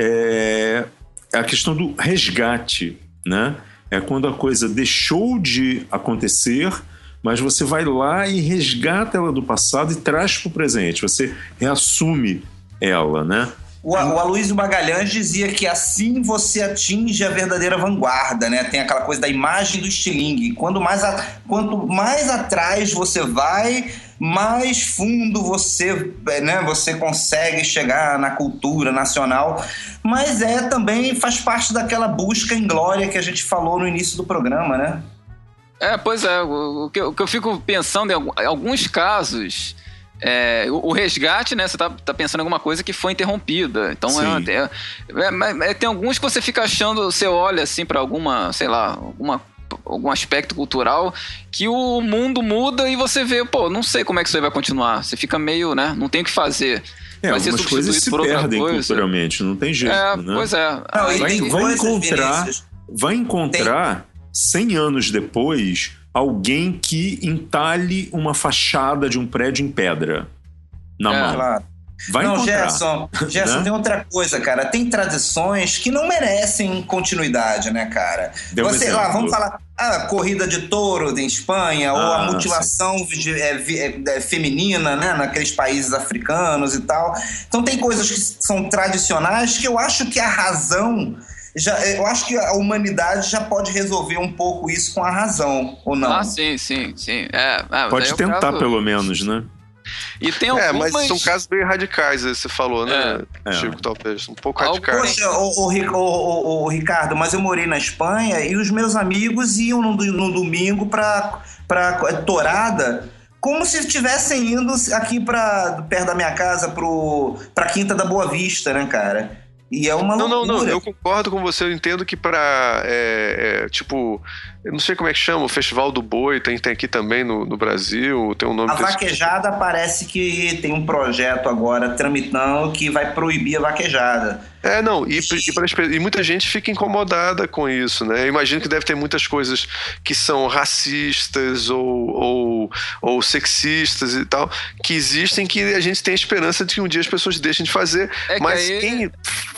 é a questão do resgate, né? É quando a coisa deixou de acontecer, mas você vai lá e resgata ela do passado e traz para o presente. Você reassume ela, né? O, o Aloysio Magalhães dizia que assim você atinge a verdadeira vanguarda, né? Tem aquela coisa da imagem do estilingue. Quando mais a, quanto mais atrás você vai, mais fundo você, né, você consegue chegar na cultura nacional. Mas é também faz parte daquela busca em glória que a gente falou no início do programa, né? É, pois é. O, o, que, eu, o que eu fico pensando em alguns casos... É, o, o resgate, né? Você tá, tá pensando em alguma coisa que foi interrompida. Então, é, é, é, é, tem alguns que você fica achando, você olha assim pra alguma, sei lá, alguma, algum aspecto cultural que o mundo muda e você vê, pô, não sei como é que isso aí vai continuar. Você fica meio, né? Não tem o que fazer. É, vai ser algumas coisas se por outra perdem coisa. culturalmente, não tem jeito, é, né? Pois é. Não, vai, vai encontrar, Vinícius. vai encontrar tem... cem anos depois... alguém que entalhe uma fachada de um prédio em pedra na é, mão. Claro. Vai não, encontrar. Gerson, Gerson né? Tem outra coisa, cara. Tem tradições que não merecem continuidade, né, cara? Deu um Você, exemplo. lá, vamos falar a corrida de touro em Espanha, ah, ou a mutilação de, é, é, feminina, né, naqueles países africanos e tal. Então tem coisas que são tradicionais que eu acho que a razão... Já, eu acho que a humanidade já pode resolver um pouco isso com a razão, ou não? Ah, sim, sim, sim. É, é, pode tentar, caso... pelo menos, né? E tem algumas... É, mas são casos bem radicais, você falou, né, é, Chico, é. talvez. Um pouco radicais. Poxa, o, o, o, o Ricardo, mas eu morei na Espanha e os meus amigos iam no, no domingo pra, pra tourada... como se estivessem indo aqui pra, perto da minha casa pro, pra Quinta da Boa Vista, né, cara? E é uma não, loucura. Não, não, eu concordo com você, eu entendo que pra, é, é, tipo, eu não sei como é que chama, o Festival do Boi, tem, tem aqui também no, no Brasil, tem um nome... A vaquejada parece que tem um projeto agora tramitando que vai proibir a vaquejada. É, não, e, e, pra, e muita gente fica incomodada com isso, né? Eu imagino que deve ter muitas coisas que são racistas ou, ou, ou sexistas e tal, que existem, que a gente tem a esperança de que um dia as pessoas deixem de fazer, é mas aí... quem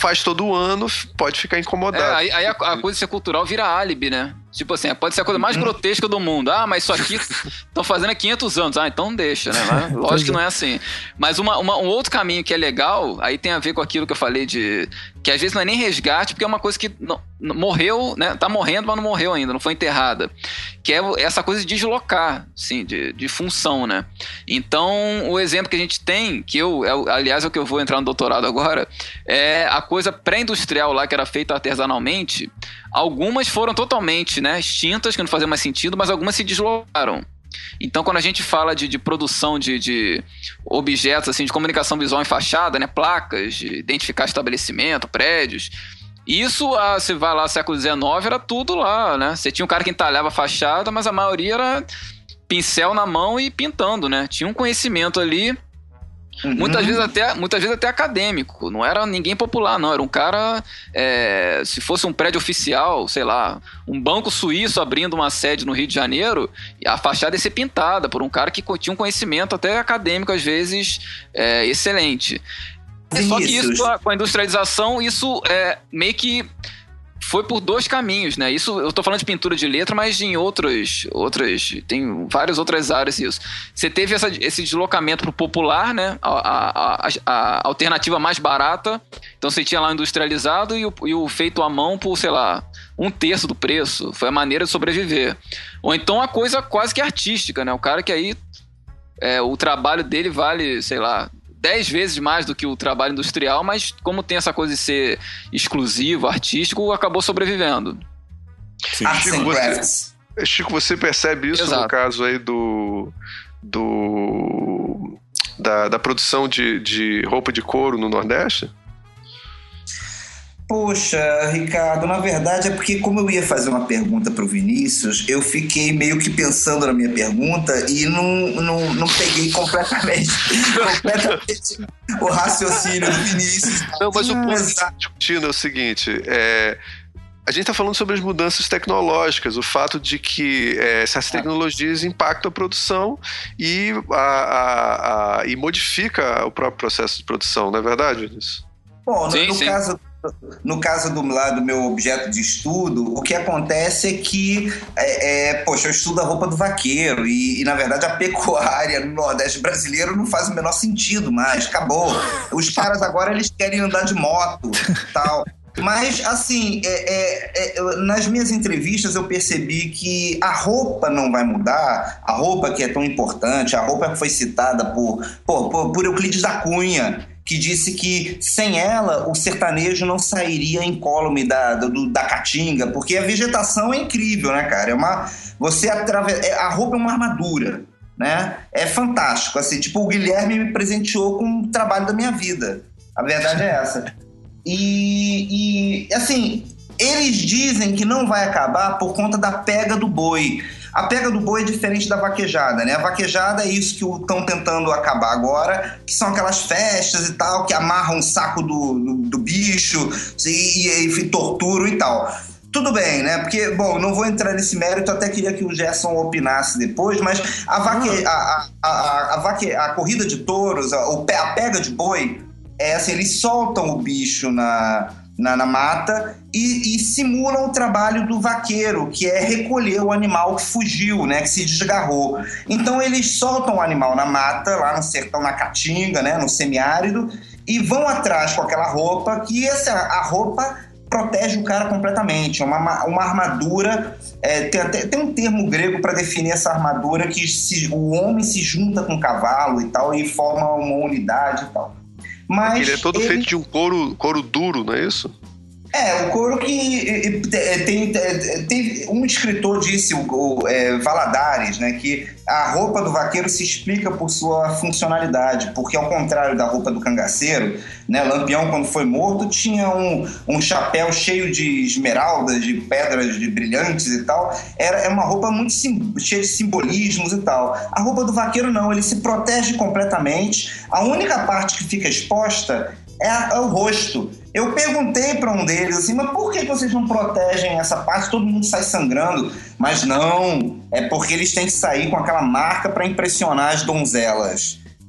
faz todo ano, pode ficar incomodado. É, aí, aí a, a coisa de ser cultural vira álibi, né? Tipo assim, pode ser a coisa mais grotesca do mundo. Ah, mas isso aqui estão fazendo há quinhentos anos. Ah, então deixa, né? Mas, lógico que não é assim. Mas uma, uma, um outro caminho que é legal, aí tem a ver com aquilo que eu falei de... Que às vezes não é nem resgate, porque é uma coisa que não, não, morreu, né? Tá morrendo, mas não morreu ainda, não foi enterrada. Que é essa coisa de deslocar, assim, de, de função, né? Então, o exemplo que a gente tem, que eu, é, aliás, é o que eu vou entrar no doutorado agora, é a coisa pré-industrial lá, que era feita artesanalmente. Algumas foram totalmente, né, extintas, que não faziam mais sentido, mas algumas se deslocaram. Então, quando a gente fala de, de produção de, de objetos assim, de comunicação visual em fachada, né, placas, de identificar estabelecimento, prédios, isso, ah, você vai lá, século dezenove, era tudo lá, né? Você tinha um cara que entalhava a fachada, mas a maioria era pincel na mão e pintando, né? Tinha um conhecimento ali. Uhum. Muitas vezes até, muitas vezes até acadêmico, não era ninguém popular, não, era um cara, é, se fosse um prédio oficial, sei lá, um banco suíço abrindo uma sede no Rio de Janeiro, a fachada ia ser pintada por um cara que tinha um conhecimento até acadêmico, às vezes, é, excelente. É só que isso, com a industrialização, isso é meio que foi por dois caminhos, né? Isso, eu tô falando de pintura de letra, mas em outros, outras, tem várias outras áreas isso. Você teve essa, esse deslocamento pro popular, né? A, a, a, a alternativa mais barata. Então você tinha lá o industrializado e o, e o feito à mão por, sei lá, um terço do preço. Foi a maneira de sobreviver. Ou então a coisa quase que artística, né? O cara que aí, é, o trabalho dele vale, sei lá, dez vezes mais do que o trabalho industrial, mas como tem essa coisa de ser exclusivo, artístico, acabou sobrevivendo. Sim. Chico, você, Chico, você percebe isso Exato. No caso aí do, do da, da produção de, de roupa de couro no Nordeste? Poxa, Ricardo, na verdade é porque como eu ia fazer uma pergunta para o Vinícius, eu fiquei meio que pensando na minha pergunta e não, não, não peguei completamente, completamente o raciocínio do Vinícius. Não, mas o ponto que está discutindo é o seguinte, é, a gente está falando sobre as mudanças tecnológicas, o fato de que é, essas tecnologias impactam a produção e, a, a, a, e modifica o próprio processo de produção, não é verdade, Vinícius? Bom, no, sim, no sim. caso... No caso do, lá, do meu objeto de estudo, o que acontece é que, é, é, poxa, eu estudo a roupa do vaqueiro e, e, na verdade, a pecuária no Nordeste brasileiro não faz o menor sentido mais, acabou. Os caras agora, eles querem andar de moto, tal. Mas, assim, é, é, é, nas minhas entrevistas eu percebi que a roupa não vai mudar, a roupa que é tão importante, a roupa que foi citada por, por, por, por Euclides da Cunha, que disse que sem ela o sertanejo não sairia incólume da, do, da caatinga, porque a vegetação é incrível, né, cara? É uma, você atrave... A roupa é uma armadura, né? É fantástico, assim, tipo, o Guilherme me presenteou com o trabalho da minha vida. A verdade é essa. E, e, assim, eles dizem que não vai acabar por conta da pega do boi. A pega do boi é diferente da vaquejada, né? A vaquejada é isso que estão tentando acabar agora, que são aquelas festas e tal, que amarram o saco do, do, do bicho e, e, e torturam e tal. Tudo bem, né? Porque, bom, não vou entrar nesse mérito, até queria que o Gerson opinasse depois, mas a, vaque, a, a, a, a, vaque, a corrida de touros, a, a pega de boi, é assim, eles soltam o bicho na... Na, na mata e, e simulam o trabalho do vaqueiro, que é recolher o animal que fugiu, né, que se desgarrou. Então eles soltam o animal na mata, lá no sertão, na caatinga, né, no semiárido, e vão atrás com aquela roupa, que essa, a roupa protege o cara completamente. É uma, uma armadura, é, tem, até, tem um termo grego para definir essa armadura, que se, o homem se junta com o cavalo e tal, e forma uma unidade e tal. Mas ele é todo ele... feito de um couro, couro duro, não é isso? É, o couro que tem, tem um escritor disse, o, o é, Valadares, né, que a roupa do vaqueiro se explica por sua funcionalidade, porque ao contrário da roupa do cangaceiro, né, Lampião quando foi morto tinha um, um chapéu cheio de esmeraldas, de pedras de brilhantes e tal, era, era uma roupa muito sim, cheia de simbolismos e tal. A roupa do vaqueiro não, ele se protege completamente, a única parte que fica exposta é, a, é o rosto. Eu perguntei para um deles assim, mas por que vocês não protegem essa parte? Todo mundo sai sangrando. Mas não, é porque eles têm que sair com aquela marca para impressionar as donzelas.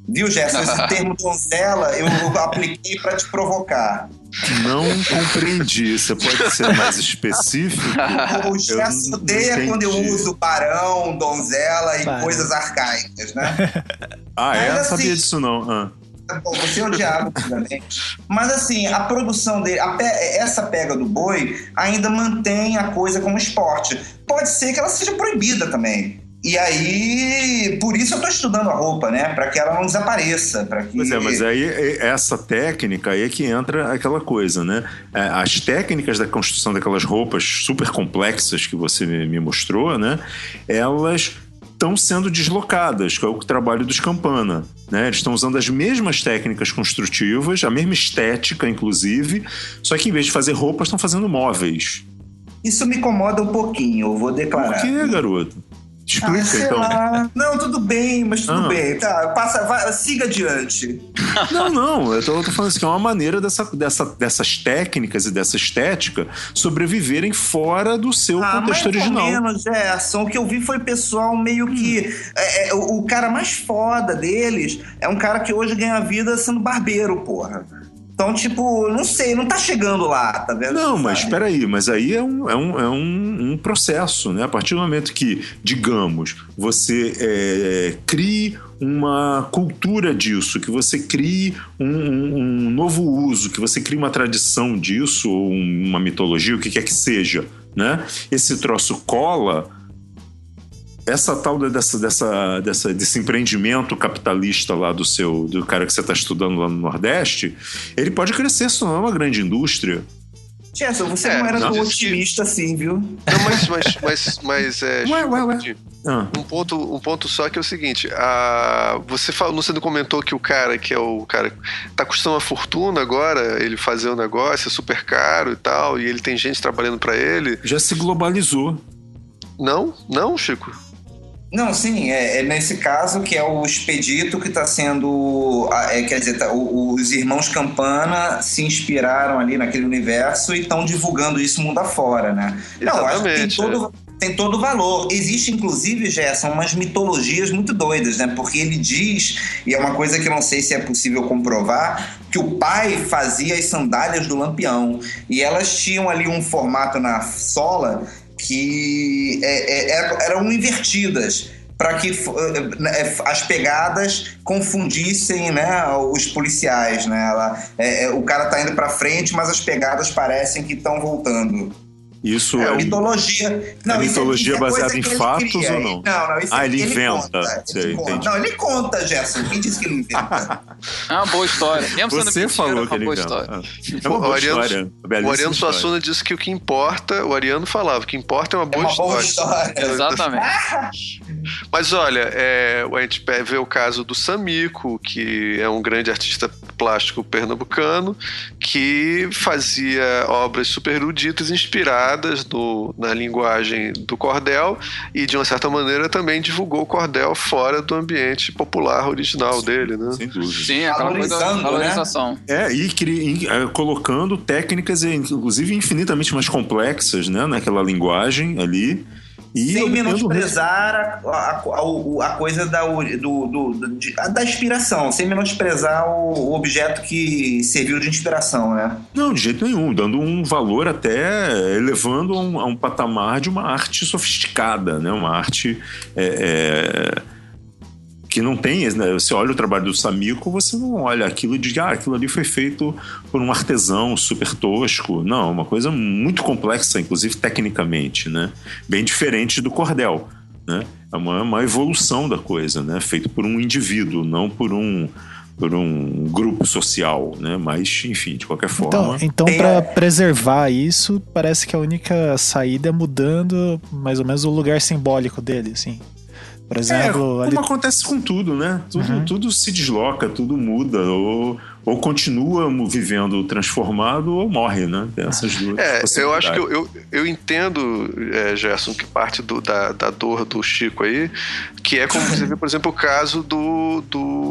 Viu, Gerson? Esse termo donzela eu apliquei para te provocar. Não compreendi. Você pode ser mais específico? O Gerson odeia quando eu uso barão, donzela e Barão. coisas arcaicas, né? Ah, é? Mas, Não sabia assim, disso, não. Ah. Bom, você odiava, obviamente. Mas assim, a produção dele, a pe- essa pega do boi ainda mantém a coisa como esporte. Pode ser que ela seja proibida também. E aí, por isso eu tô estudando a roupa, né? Pra que ela não desapareça. Pra que... Pois é, mas aí essa técnica aí é que entra aquela coisa, né? As técnicas da construção daquelas roupas super complexas que você me mostrou, né? Elas estão sendo deslocadas, que é o trabalho dos Campana, né? Eles estão usando as mesmas técnicas construtivas, a mesma estética, inclusive, só que em vez de fazer roupas, estão fazendo móveis. Isso me incomoda um pouquinho, eu vou declarar. Por que, garoto? Explica, ah, sei então. Lá. Não, tudo bem, mas tudo ah. bem. Tá, passa, vai, siga adiante. Não, não, eu tô, eu tô falando assim, que é uma maneira dessa, dessa, dessas técnicas e dessa estética sobreviverem fora do seu ah, contexto mais original. Ou menos, Gerson. O que eu vi foi pessoal meio que... Hum. É, é, o, o cara mais foda deles é um cara que hoje ganha vida sendo barbeiro, porra. Então, tipo, não sei, não tá chegando lá, tá vendo? Não, mas Sabe? espera aí, mas aí é, um, é, um, é um, um processo, né? A partir do momento que, digamos, você é, crie uma cultura disso, que você crie um, um, um novo uso, que você crie uma tradição disso, ou uma mitologia, o que quer que seja, né? Esse troço cola... Essa tal dessa, dessa, dessa, desse empreendimento capitalista lá do seu do cara que você está estudando lá no Nordeste, ele pode crescer, se não é uma grande indústria. Gerson, você É, não era não, tão isso otimista assim, viu? Não, mas, mas, mas, mas é, Ué, ué, ué. Ah. Um, ponto, um ponto só que é o seguinte, a, você, falou, você não comentou que o cara que é o cara tá custando uma fortuna agora, ele fazer o negócio, é super caro e tal, e ele tem gente trabalhando para ele. Já se globalizou. Não? Não, Chico? Não, sim, é, é nesse caso que é o Expedito que está sendo... É, quer dizer, tá, o, os irmãos Campana se inspiraram ali naquele universo e estão divulgando isso mundo afora, né? Não, acho que tem todo, é. tem todo o valor. Existe, inclusive, Gerson, umas mitologias muito doidas, né? Porque ele diz, e é uma coisa que eu não sei se é possível comprovar, que o pai fazia as sandálias do Lampião. E elas tinham ali um formato na sola... que é, é, eram invertidas para que é, as pegadas confundissem, né, os policiais, né? Ela, é, é, o cara tá indo para frente, mas as pegadas parecem que estão voltando. Isso é, é mitologia. Não, é mitologia isso é, isso é baseada em fatos ou não? Não, não, isso ah, é, ele, ele inventa. Conta, Sei, ele conta. Não, ele conta, Gerson. Quem disse que ele inventa? É uma boa história. Mesmo Você mentira, falou que é uma ele boa inventa. história. É uma boa o Ariano, história. O Ariano Suassuna disse que o que importa, o Ariano falava, o que importa é uma boa é uma história. Boa história. Exatamente. Mas olha, é, a gente vê o caso do Samico, que é um grande artista plástico pernambucano, que fazia obras super eruditas inspiradas no, na linguagem do cordel e, de uma certa maneira, também divulgou o cordel fora do ambiente popular original Sim, dele, né? Sem dúvida. Sim, aquela coisa da valorização. Né? É, e cri, é, colocando técnicas, inclusive, infinitamente mais complexas, né, naquela linguagem ali. E sem menosprezar a, a, a, a coisa da, do, do, de, da inspiração, sem menosprezar o, o objeto que serviu de inspiração, né? Não, de jeito nenhum, dando um valor até elevando a um, a um patamar de uma arte sofisticada, né? Uma arte é, é, que não tem, né? Você olha o trabalho do Samico, você não olha aquilo e diz, ah, aquilo ali foi feito por um artesão super tosco. Não, uma coisa muito complexa, inclusive tecnicamente, né? Bem diferente do cordel, né? É uma, uma evolução da coisa, né? Feito por um indivíduo, não por um, por um grupo social, né? Mas, enfim, de qualquer forma... Então, então para preservar isso, parece que a única saída é mudando mais ou menos o lugar simbólico dele, assim. Por exemplo, é, como ali... acontece com tudo, né? Tudo, uhum. tudo se desloca, tudo muda, ou, ou continua vivendo transformado ou morre, né? Tem essas duas É, eu acho que eu, eu, eu entendo, é, Gerson, que parte do, da, da dor do Chico aí, que é como você vê, por exemplo, o caso do, do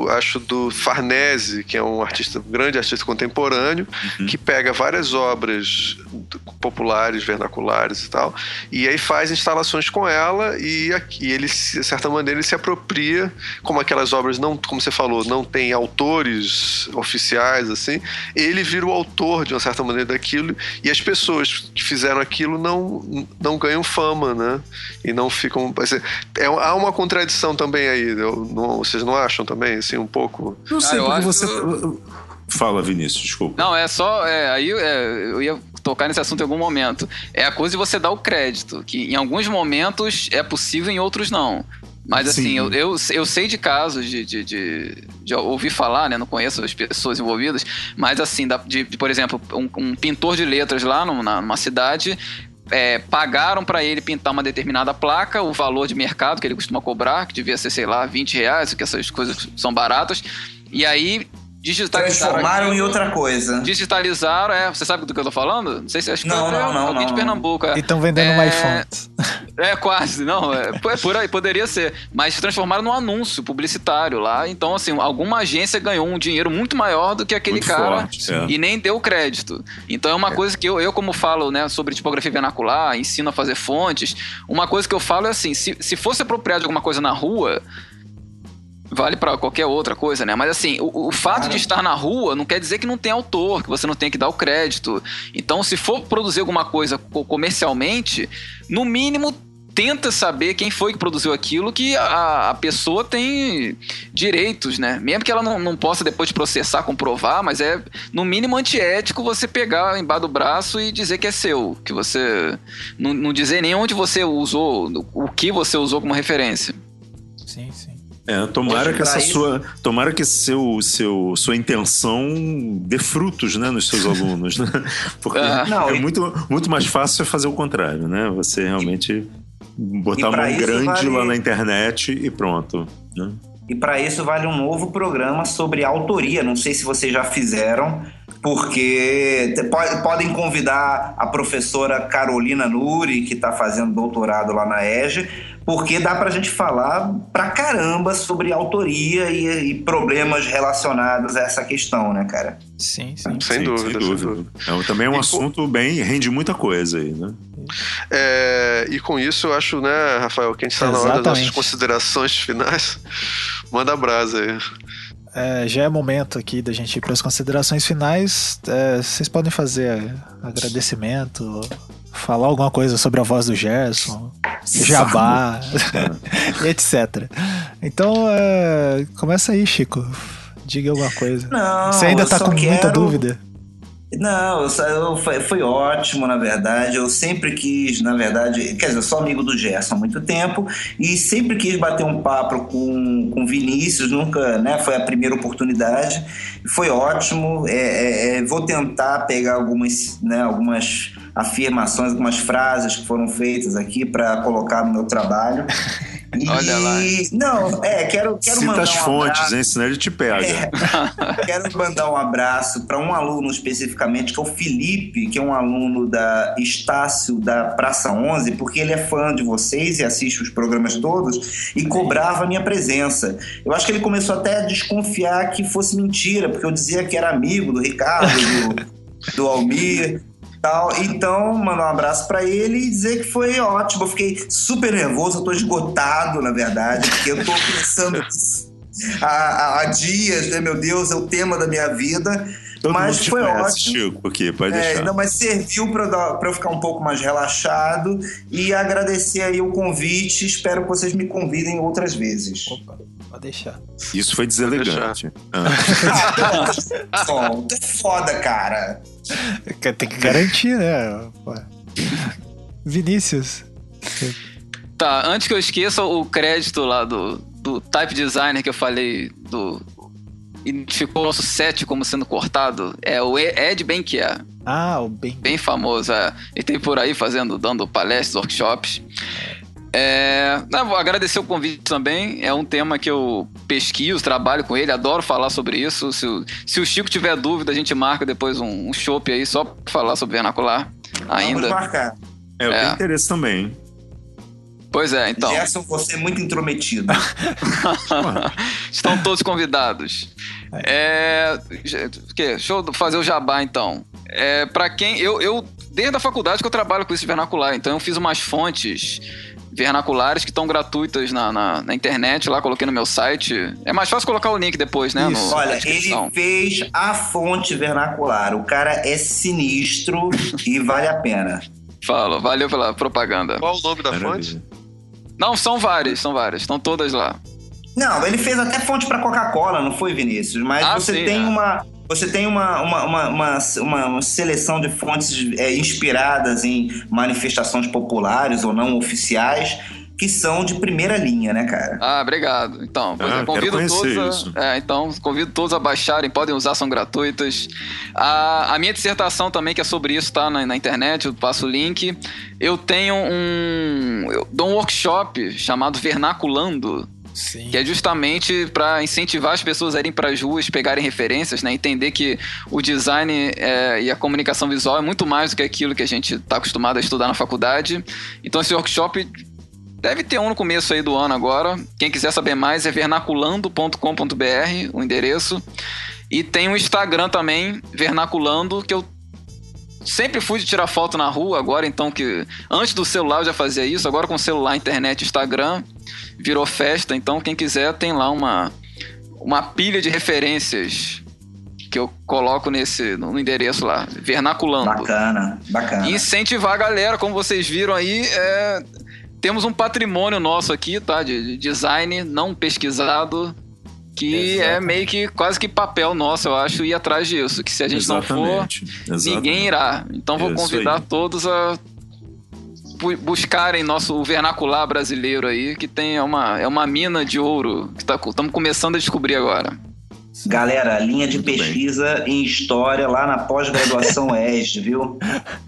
do, acho, do Farnese, que é um artista, um grande artista contemporâneo, uhum. que pega várias obras populares, vernaculares e tal, e aí faz instalações com ela, e, e ele, de certa maneira, ele se apropria, como aquelas obras, não, como você falou, não tem autores oficiais, assim, ele vira o autor, de uma certa maneira, daquilo, e as pessoas que fizeram aquilo não, não ganham fama, né? E não ficam... Assim, é, há uma contradição também aí, eu, não, vocês não acham também, assim, um pouco? Não sei, ah, porque acho... você... Fala, Vinícius, desculpa. Não, é só... É, aí é, eu ia tocar nesse assunto em algum momento. É a coisa de você dar o crédito, que em alguns momentos é possível, em outros não. Mas assim, eu, eu, eu sei de casos de, de, de, de ouvir falar, né? Não conheço as pessoas envolvidas, mas assim, de, de, por exemplo, um, um pintor de letras lá numa, numa cidade... É, pagaram para ele pintar uma determinada placa, o valor de mercado que ele costuma cobrar, que devia ser, sei lá, vinte reais, porque essas coisas são baratas, e aí digitalizaram... Transformaram aquilo, em outra coisa. Digitalizaram, é, você sabe do que eu tô falando? Não sei se acho que não, foi não, não, alguém não, de não. Pernambuco. É. E estão vendendo é, mais fontes. É, quase, não, é, é por aí, poderia ser, mas transformaram num anúncio publicitário lá, então assim, alguma agência ganhou um dinheiro muito maior do que aquele muito cara forte, é. E nem deu crédito. Então é uma é. coisa que eu, eu, como falo, né, sobre tipografia vernacular, ensino a fazer fontes, uma coisa que eu falo é assim, se, se fosse apropriado de alguma coisa na rua, vale pra qualquer outra coisa, né? Mas assim, o, o fato Cara. de estar na rua não quer dizer que não tem autor, que você não tem que dar o crédito. Então, se for produzir alguma coisa comercialmente, no mínimo tenta saber quem foi que produziu aquilo, que a, a pessoa tem direitos, né? Mesmo que ela não, não possa depois te processar, comprovar, mas é no mínimo antiético você pegar embaixo do braço e dizer que é seu, que você não, não dizer nem onde você usou, o que você usou como referência. Sim, sim. É, tomara que essa sua, tomara que seu, seu, sua intenção dê frutos, né, nos seus alunos, né? Porque Ah, não, é e- muito, muito mais fácil fazer o contrário, né? Você realmente botar e a pra mão isso grande vale- lá na internet e pronto, né? E para isso vale um novo programa sobre autoria. Não sei se vocês já fizeram, porque te- po- podem convidar a professora Carolina Nuri, que está fazendo doutorado lá na E G E, porque dá pra gente falar pra caramba sobre autoria e, e problemas relacionados a essa questão, né, cara? Sim, sim. Sem Sim, dúvida, sem sem dúvida. dúvida. É, também é um E, assunto bem, rende muita coisa aí, né? É, e com isso, eu acho, né, Rafael, que a gente está na hora das nossas Exatamente. considerações finais. Manda brasa aí. É, já é momento aqui da gente ir para as considerações finais. É, vocês podem fazer agradecimento, falar alguma coisa sobre a voz do Gerson, jabá, e etcétera. Então, é, começa aí, Chico. Diga alguma coisa. Não, Você ainda eu tá só com muita quero- dúvida? Não, eu, só- eu- foi, foi ótimo, na verdade. Eu sempre quis, na verdade, quer dizer, eu sou amigo do Gerson há muito tempo e sempre quis bater um papo com com Vinícius, nunca, né? Foi a primeira oportunidade. Foi ótimo. É, é, é, vou tentar pegar algumas, né, algumas afirmações, algumas frases que foram feitas aqui para colocar no meu trabalho. E, Olha lá. Não, é, quero, quero Cita mandar as um fontes, abraço. hein? Senão ele te pega. É. Quero mandar um abraço para um aluno especificamente, que é o Felipe, que é um aluno da Estácio da Praça onze, porque ele é fã de vocês e assiste os programas todos e cobrava a minha presença. Eu acho que ele começou até a desconfiar que fosse mentira, porque eu dizia que era amigo do Ricardo, do, do Almir. Tal. Então, mandar um abraço pra ele e dizer que foi ótimo. Eu fiquei super nervoso, eu tô esgotado, na verdade, porque eu tô pensando há, há- há dias, né? Meu Deus, é o tema da minha vida. Todo mas mundo te foi conhece, ótimo. Chico, aqui, pode É, deixar. não, mas serviu pra eu, dar- pra eu ficar um pouco mais relaxado e agradecer aí o convite. Espero que vocês me convidem outras vezes. Opa, pode deixar. Isso foi deselegante. Ah. Ah, Tom, tu é foda, cara. Tem que garantir, né? Pô. Vinícius. Tá, antes que eu esqueça o crédito lá do, do type designer que eu falei, do identificou o nosso set como sendo cortado, é o Ed Benquier, Ah, o bem. bem famoso, é. Ele tem por aí fazendo, dando palestras, workshops. É, não, vou agradecer o convite também, é um tema que eu pesquiso, trabalho com ele, adoro falar sobre isso. Se, o- se o Chico tiver dúvida, a gente marca depois um, um chopp aí só pra falar sobre vernacular Vamos ainda. marcar. É, eu É. tenho interesse também. Pois é, então. Gerson, você é muito intrometido. Estão todos convidados. É, que, deixa eu fazer o jabá, então. É, para quem... Eu, eu, desde a faculdade que eu trabalho com esse vernacular, então eu fiz umas fontes vernaculares que estão gratuitas na, na, na internet, lá coloquei no meu site. É mais fácil colocar o link depois, né? No, Olha, ele fez a fonte vernacular. O cara é sinistro e vale a pena. Fala, valeu pela propaganda. Qual o nome da fonte? Não, são várias, são várias, estão todas lá. Não, ele fez até fonte para Coca-Cola, não foi, Vinícius? Mas ah, você, sim, tem é. uma, você tem uma, uma, uma, uma, uma, uma seleção de fontes é, inspiradas em manifestações populares ou não oficiais que são de primeira linha, né, cara? Ah, obrigado. Então, pois ah, eu convido todos a, é, então, convido todos a baixarem, podem usar, são gratuitas. A, a minha dissertação também, que é sobre isso, tá na, na internet, eu passo o link. Eu tenho um... Eu dou um workshop chamado Vernaculando, sim, que é justamente para incentivar as pessoas a irem para as ruas, pegarem referências, né? Entender que o design é, e a comunicação visual é muito mais do que aquilo que a gente está acostumado a estudar na faculdade. Então esse workshop deve ter um no começo aí do ano agora. Quem quiser saber mais é vernaculando ponto com ponto b r, o endereço. E tem um Instagram também, Vernaculando, que eu sempre fui de tirar foto na rua agora, então que antes do celular eu já fazia isso, agora com celular, internet, Instagram, virou festa. Então quem quiser tem lá uma, uma pilha de referências que eu coloco nesse, no endereço lá, Vernaculando. Bacana, bacana. E incentivar a galera, como vocês viram aí, é... temos um patrimônio nosso aqui, tá? De design não pesquisado, que exatamente, é meio que quase que papel nosso, eu acho, ir atrás disso. Que se a gente exatamente, não for, exatamente, ninguém irá. Então vou convidar todos a buscarem nosso vernacular brasileiro aí, que tem uma, é uma mina de ouro que tá, estamos começando a descobrir agora. Galera, linha de Muito pesquisa bem. Em História lá na pós-graduação E S D, viu?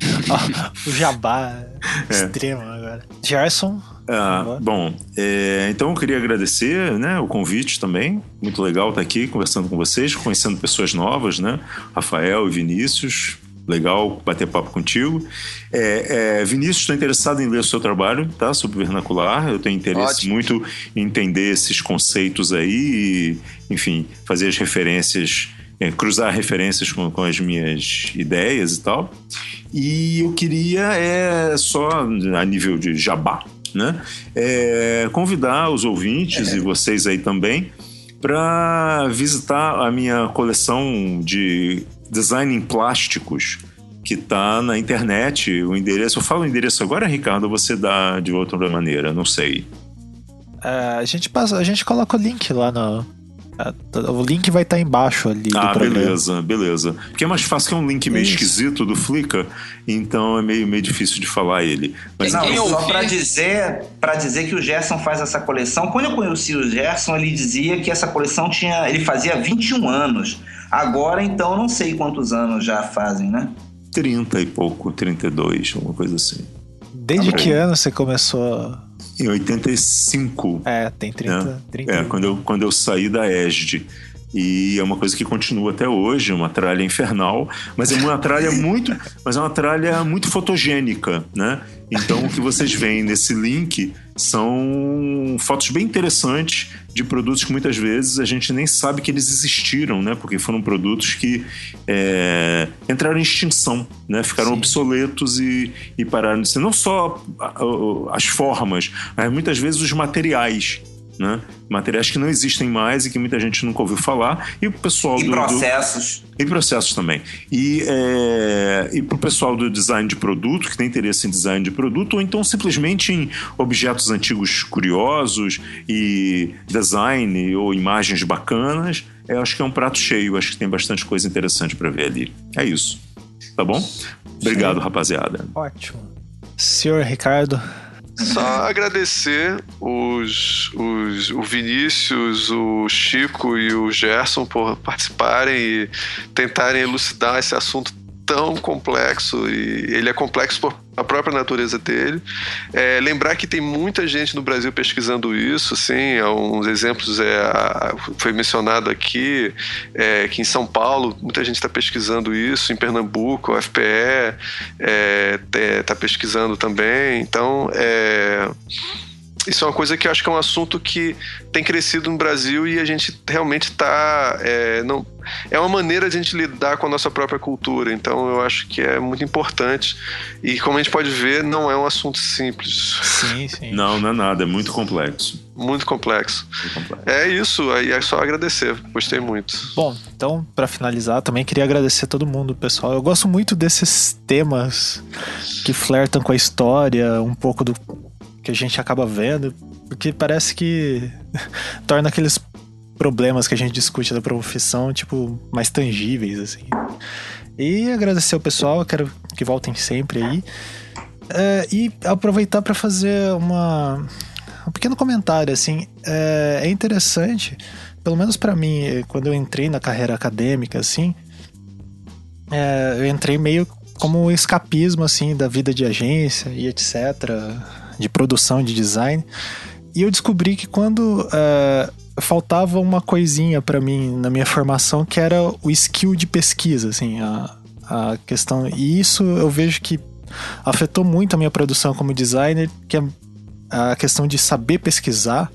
O jabá é. Extremo agora. Gerson? Ah, bom, é, então eu queria agradecer, né, o convite também. Muito legal estar aqui conversando com vocês, conhecendo pessoas novas, né? Rafael e Vinícius. Legal bater papo contigo. É, é, Vinícius, estou interessado em ler o seu trabalho, tá? Sobre vernacular. Eu tenho interesse Ótimo. muito em entender esses conceitos aí e, enfim, fazer as referências, é, cruzar referências com, com as minhas ideias e tal. E eu queria, é, só a nível de jabá, né? É, convidar os ouvintes é. e vocês aí também para visitar a minha coleção de design em plásticos que está na internet. O endereço, eu falo o endereço agora, Ricardo, ou você dá de outra maneira? Não sei. É, a gente passa, a gente coloca o link lá no... O link vai estar embaixo ali do ah, programa. beleza, beleza. Porque é mais fácil que é um link meio Isso. esquisito do Flickr, então é meio, meio difícil de falar ele. Mas não, só ouvir... para dizer, para dizer que o Gerson faz essa coleção. Quando eu conheci o Gerson, ele dizia que essa coleção tinha, ele fazia vinte e um anos. Agora, então, eu não sei quantos anos já fazem, né? trinta e pouco, trinta e dois, uma coisa assim. Desde que ano você começou? Em oitenta e cinco. É, tem trinta. É, trinta. é quando, eu, quando eu saí da E S D. E é uma coisa que continua até hoje, uma tralha infernal, mas é uma tralha muito, mas é uma tralha muito fotogênica, né? Então o que vocês veem nesse link são fotos bem interessantes de produtos que muitas vezes a gente nem sabe que eles existiram, né? Porque foram produtos que é, entraram em extinção, né? Ficaram Sim. obsoletos e, e pararam de ser não só as formas, mas muitas vezes os materiais. Né? Materiais que não existem mais e que muita gente nunca ouviu falar. E o pessoal e do, processos. Do... E processos também. E, é... e para o pessoal do design de produto, que tem interesse em design de produto, ou então simplesmente em objetos antigos curiosos e design ou imagens bacanas, eu acho que é um prato cheio. Acho que tem bastante coisa interessante para ver ali. É isso. Tá bom? Obrigado, Sim. rapaziada. Ótimo. Senhor Ricardo... Só agradecer os, os, o Vinícius, o Chico e o Gerson por participarem e tentarem elucidar esse assunto tão complexo, e ele é complexo por a própria natureza dele. É, lembrar que tem muita gente no Brasil pesquisando isso, assim, alguns exemplos, é, foi mencionado aqui, é, que em São Paulo muita gente está pesquisando isso, em Pernambuco, o F P E está é, pesquisando também, então é, isso é uma coisa que eu acho que é um assunto que tem crescido no Brasil e a gente realmente está... É, não, é uma maneira de a gente lidar com a nossa própria cultura, então eu acho que é muito importante e, como a gente pode ver, não é um assunto simples. Sim, sim. Não, não é nada, é muito complexo. Muito complexo. Muito complexo. É isso, aí é só agradecer, gostei muito. Bom, então, para finalizar, também queria agradecer a todo mundo, pessoal. Eu gosto muito desses temas que flertam com a história, um pouco do que a gente acaba vendo, porque parece que torna aqueles problemas que a gente discute da profissão, tipo, mais tangíveis, assim. E agradecer ao pessoal, quero que voltem sempre aí. É, e aproveitar para fazer uma, um pequeno comentário, assim. É, é interessante, pelo menos para mim, quando eu entrei na carreira acadêmica, assim, é, eu entrei meio como um escapismo, assim, da vida de agência e etcétera, de produção, de design. E eu descobri que quando é, faltava uma coisinha para mim na minha formação, que era o skill de pesquisa, assim, a, a questão. E isso eu vejo que afetou muito a minha produção como designer, que é a questão de saber pesquisar.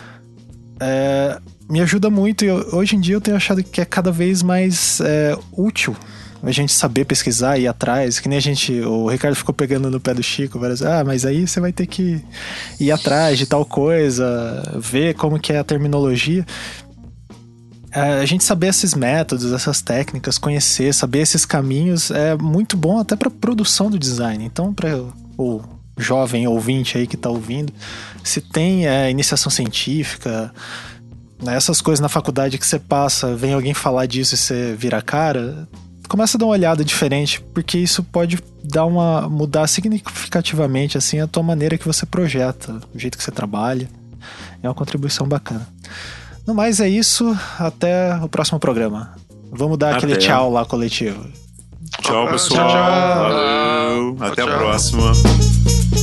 É, me ajuda muito e eu, hoje em dia eu tenho achado que é cada vez mais é, útil a gente saber pesquisar e ir atrás, que nem a gente, o Ricardo ficou pegando no pé do Chico várias vezes, ah, mas aí você vai ter que ir atrás de tal coisa, ver como que é a terminologia. A gente saber esses métodos, essas técnicas, conhecer, saber esses caminhos é muito bom até para produção do design. Então, para o jovem ouvinte aí que está ouvindo, se tem é, iniciação científica, né, essas coisas na faculdade que você passa, vem alguém falar disso e você vira a cara, começa a dar uma olhada diferente, porque isso pode dar uma, mudar significativamente assim, a tua maneira que você projeta, o jeito que você trabalha. É uma contribuição bacana. No mais é isso, até o próximo programa. Vamos dar até. Aquele tchau lá coletivo. Tchau, pessoal. Tchau, tchau. Valeu. Tchau, até tchau. a próxima.